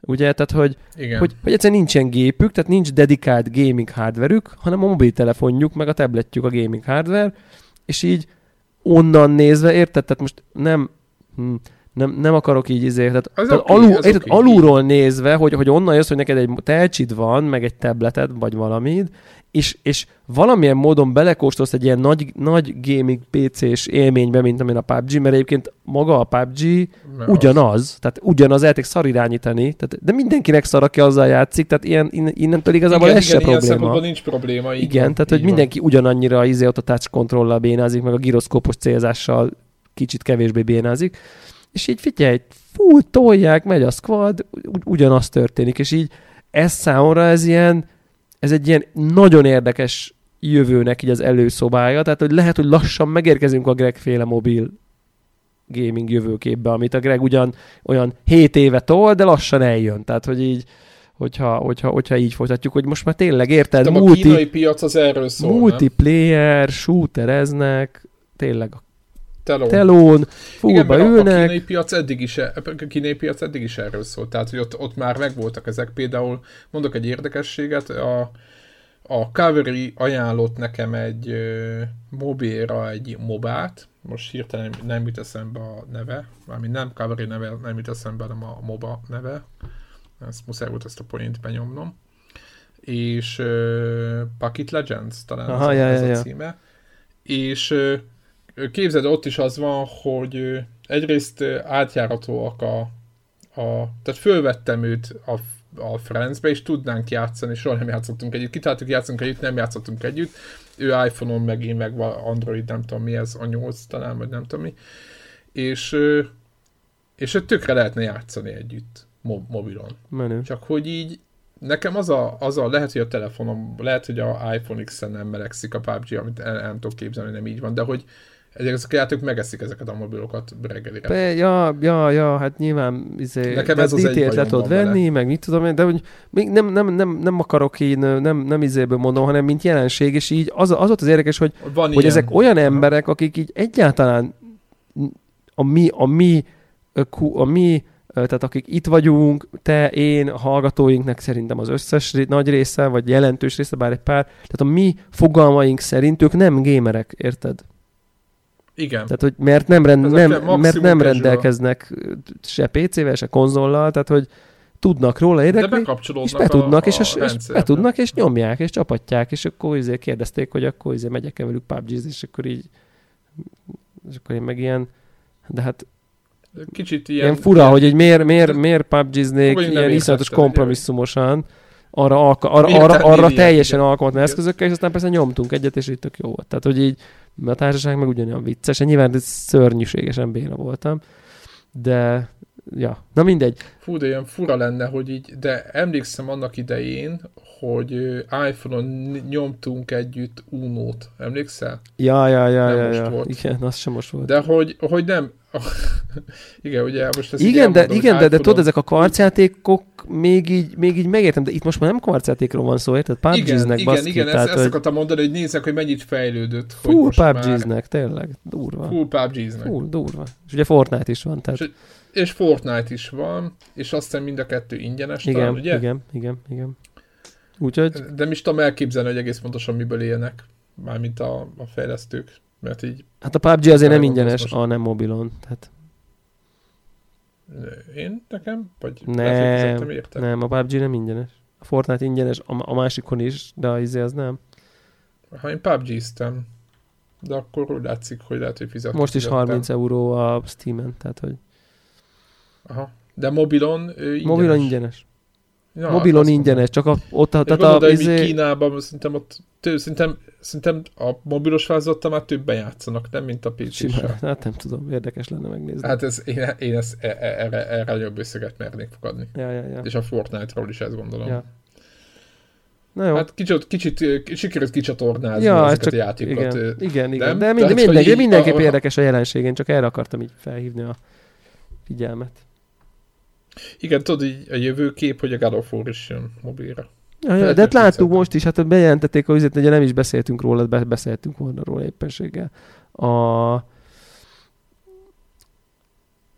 Ugye, tehát hogy, hogy, hogy egyszerűen nincsen gépük, tehát nincs dedikált gaming hardverük, hanem a mobiltelefonjuk, meg a tabletjük a gaming hardware, és így onnan nézve, érted? Tehát most nem... Hm, Nem, nem akarok így izé, tehát, tehát okay, alul, érted, okay, alulról így. Nézve, hogy, hogy onnan jössz, hogy neked egy telcsid van, meg egy tableted, vagy valamit, és, és valamilyen módon belekóstolsz egy ilyen nagy, nagy gaming pé cés élménybe, mint amilyen a pé u bé gé, mert egyébként maga a pé u bé gé mert ugyanaz, az. Tehát ugyanaz, elték szar irányítani, tehát, de mindenkinek szar, aki azzal játszik, tehát ilyen, innentől igazából igen, ez igen, se probléma. nincs probléma. Igen, van, tehát hogy van. Mindenki ugyanannyira izé ott a touch controllal bénázik, meg a giroszkópos célzással kicsit kevésbé bénázik. És így figyelj, fú, tolják, megy a squad, ugyanaz történik, és így ez számomra ez ilyen, ez egy ilyen nagyon érdekes jövőnek így az előszobája, tehát hogy lehet, hogy lassan megérkezünk a Greg-féle mobil gaming jövőképbe, amit a Greg ugyan olyan hét éve tol, de lassan eljön, tehát hogy így, hogyha, hogyha, hogyha így folytatjuk, hogy most már tényleg érted, multi, a kínai piac az erről szól, multiplayer, shootereznek, tényleg a Telón. Telón, fullba ülnek. A kínai piac eddig is, a kínai piac eddig is erről szólt, tehát hogy ott, ott már megvoltak ezek. Például mondok egy érdekességet, a, a Kavery ajánlott nekem egy ö, mobilra egy mobát, most hirtelen nem jut eszembe a neve, mármint nem Kavery neve, nem jut eszembe, hanem a moba neve. Ezt muszáj volt ezt a point benyomnom. És ö, Pocket Legends talán Aha, az, ja, az ja, a ja. címe. És ö, képzeld, ott is az van, hogy egyrészt átjáratóak a, a tehát fölvettem őt a, a Friendsbe, és tudnánk játszani, soha nem játszottunk együtt. Kitáltuk, játszunk együtt, nem játszottunk együtt. Ő iPhone-on, meg én, meg Android, nem tudom mi ez, a nyolc talán, vagy nem tudom mi. És, és tökre lehetne játszani együtt, mo- mobilon. Menő. Csak hogy így, nekem az a, az a, lehet, hogy a telefonom, lehet, hogy a iPhone X-en nem melegszik a pé u bé gé, amit el, nem tudok képzelni, hogy nem így van, de hogy ezek a játékok megeszik ezeket a mobilokat reggelire. Be, ja, ja, ja, hát nyilván izé, nekem ez az egy bajom le tudod venni, vele. Meg mit tudom én, de hogy még nem, nem, nem, nem akarok én, nem, nem izéből mondom, hanem mint jelenség, és így az, az ott az érdekes, hogy, hogy ezek olyan emberek, akik így egyáltalán a mi, a mi, a mi tehát akik itt vagyunk, te, én, a hallgatóinknak szerintem az összes nagy része, vagy jelentős része, bár egy pár, tehát a mi fogalmaink szerint ők nem gémerek, érted? Igen. Tehát, hogy mert nem, rend, nem, mert nem rendelkeznek se pé cével, se konzollal, tehát, hogy tudnak róla érdekli, és betudnak, a, és, a, és betudnak, és nyomják, és csapatják, és akkor izé kérdezték, hogy akkor izé megyek-e velük pé u bé gé-zni, és akkor így, és akkor én meg ilyen, de hát kicsit ilyen... ilyen fura, ilyen, hogy egy miért, miért, miért pé u bé gé-znék ilyen iszonyatos kompromisszumosan, arra, alka, arra, arra, arra teljesen alkalmatlan eszközökkel, és aztán persze nyomtunk egyet, és így tök jó volt. Tehát, hogy így a társaság meg ugyanolyan vicces, nyilván szörnyűségesen béna voltam, de ja, na mindegy. Fú, de ilyen fura lenne, hogy így, de emlékszem annak idején, hogy iPhone-on nyomtunk együtt Unót. Emlékszel? Ja, ja, ja, ja, ja. Igen, az sem most volt. De hogy, hogy nem... igen, ugye most ezt igen, de, mondom, igen, de, de tudod, ezek a kvarcjátékok még így, még így megértem, de itt most már nem kvarcjátékról van szó, érted? pé u bé gé-znek igen, baszki. Igen, igen, ezt, ezt akartam mondani, hogy nézzek, hogy mennyit fejlődött. Full pé u bé gé-znek, tényleg, durva. Full pé u bé gé-znek. Full, durva. És ugye Fortnite is van, tehát... És, és Fortnite is van, és azt hiszem mind a kettő ingyenes igen, talán, ugye? Igen, igen, igen. Úgyhogy... De is tudom elképzelni, hogy egész pontosan miből élnek, mármint a, a fejlesztők, mert így... Hát a pé u bé gé azért nem ingyenes, a nem mobilon, tehát... Én nekem? Vagy nem, nem, a pé u bé gé nem ingyenes. A Fortnite ingyenes, a, a másikon is, de a izé az nem. Ha én pé u bé gé-ztem, de akkor úgy látszik, hogy lehet, hogy fizettem. Most is harminc euró a Steam-en, tehát hogy... Aha, de mobilon ingyenes. Mobilon ingyenes. Ja, mobilon ingyenes, csak a, ott... Tehát gondolod, a, izé... Kínában szerintem ott tő, szerintem, szerintem a mobilos változattal már többen játszanak, nem mint a pé cé-sel. Hát nem tudom, érdekes lenne megnézni. Hát ez, én, én ezt, erre, erre jobb összeget mernék fogadni. Ja, ja, ja. És a Fortnite-ról is ezt gondolom. Ja. Na jó. Hát kicsit, kicsit sikerült kicsatornázni ja, ezeket csak, a játékokat. Igen, igen, igen. Nem? De minden, minden, így, mindenképp a, a, érdekes a jelenség, én csak erre akartam így felhívni a figyelmet. Igen, tudod, így a jövőkép, hogy a God of War is jön mobilra. Ja, ja, de hát láttuk most is, hát bejelentették, hogy ugye nem is beszéltünk róla, beszéltünk volna róla éppenséggel. A...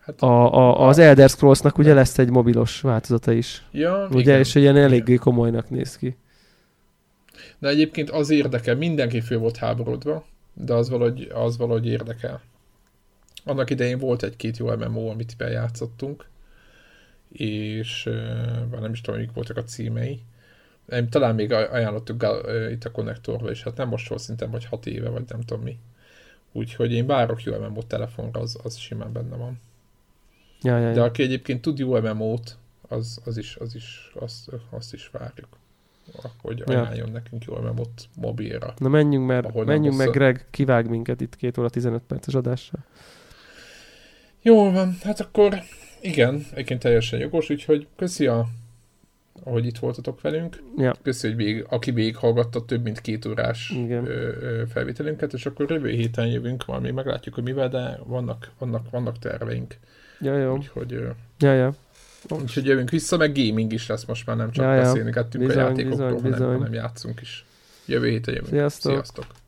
Hát, a, a, az Elder Scrollsnak ugye lesz egy mobilos változata is. Ja, ugye, igen, és ilyen eléggé igen. komolynak néz ki. De egyébként az érdekel, mindenki fő volt háborodva, de az valahogy, az valahogy érdekel. Annak idején volt egy-két jó em em o, amit bejátszottunk, és uh, nem is tudom, mik voltak a címei. Talán még ajánlottuk uh, itt a konnektorba, és hát nem most volt szinten, vagy hat éve, vagy nem tudom mi. Úgyhogy én várok jó em em o telefonra, az, az simán benne van. Ja, ja, ja. De aki egyébként tud jó em em o-t, az, az is, az is, azt, azt is várjuk. Hogy ajánljon ja. nekünk jó em em o-t mobilra. Na menjünk, mert menjünk meg, Greg kivág minket itt két óra tizenöt perces adással. Jó van, hát akkor igen, egyébként teljesen jogos, úgyhogy köszi, a, ahogy itt voltatok velünk. Ja. Köszi, hogy végig, aki végighallgatta több mint két órás ö, ö, felvételünket, és akkor jövő héten jövünk, majd még meglátjuk, hogy mivel, de vannak, vannak, vannak terveink. Ja, jó. Úgyhogy, ö, ja, ja. úgyhogy jövünk vissza, meg gaming is lesz most már, nem csak ja, beszélni kettünk a játékokról, bizony, hanem, bizony. hanem játszunk is. Jövő héten jövünk. Sziasztok! Sziasztok.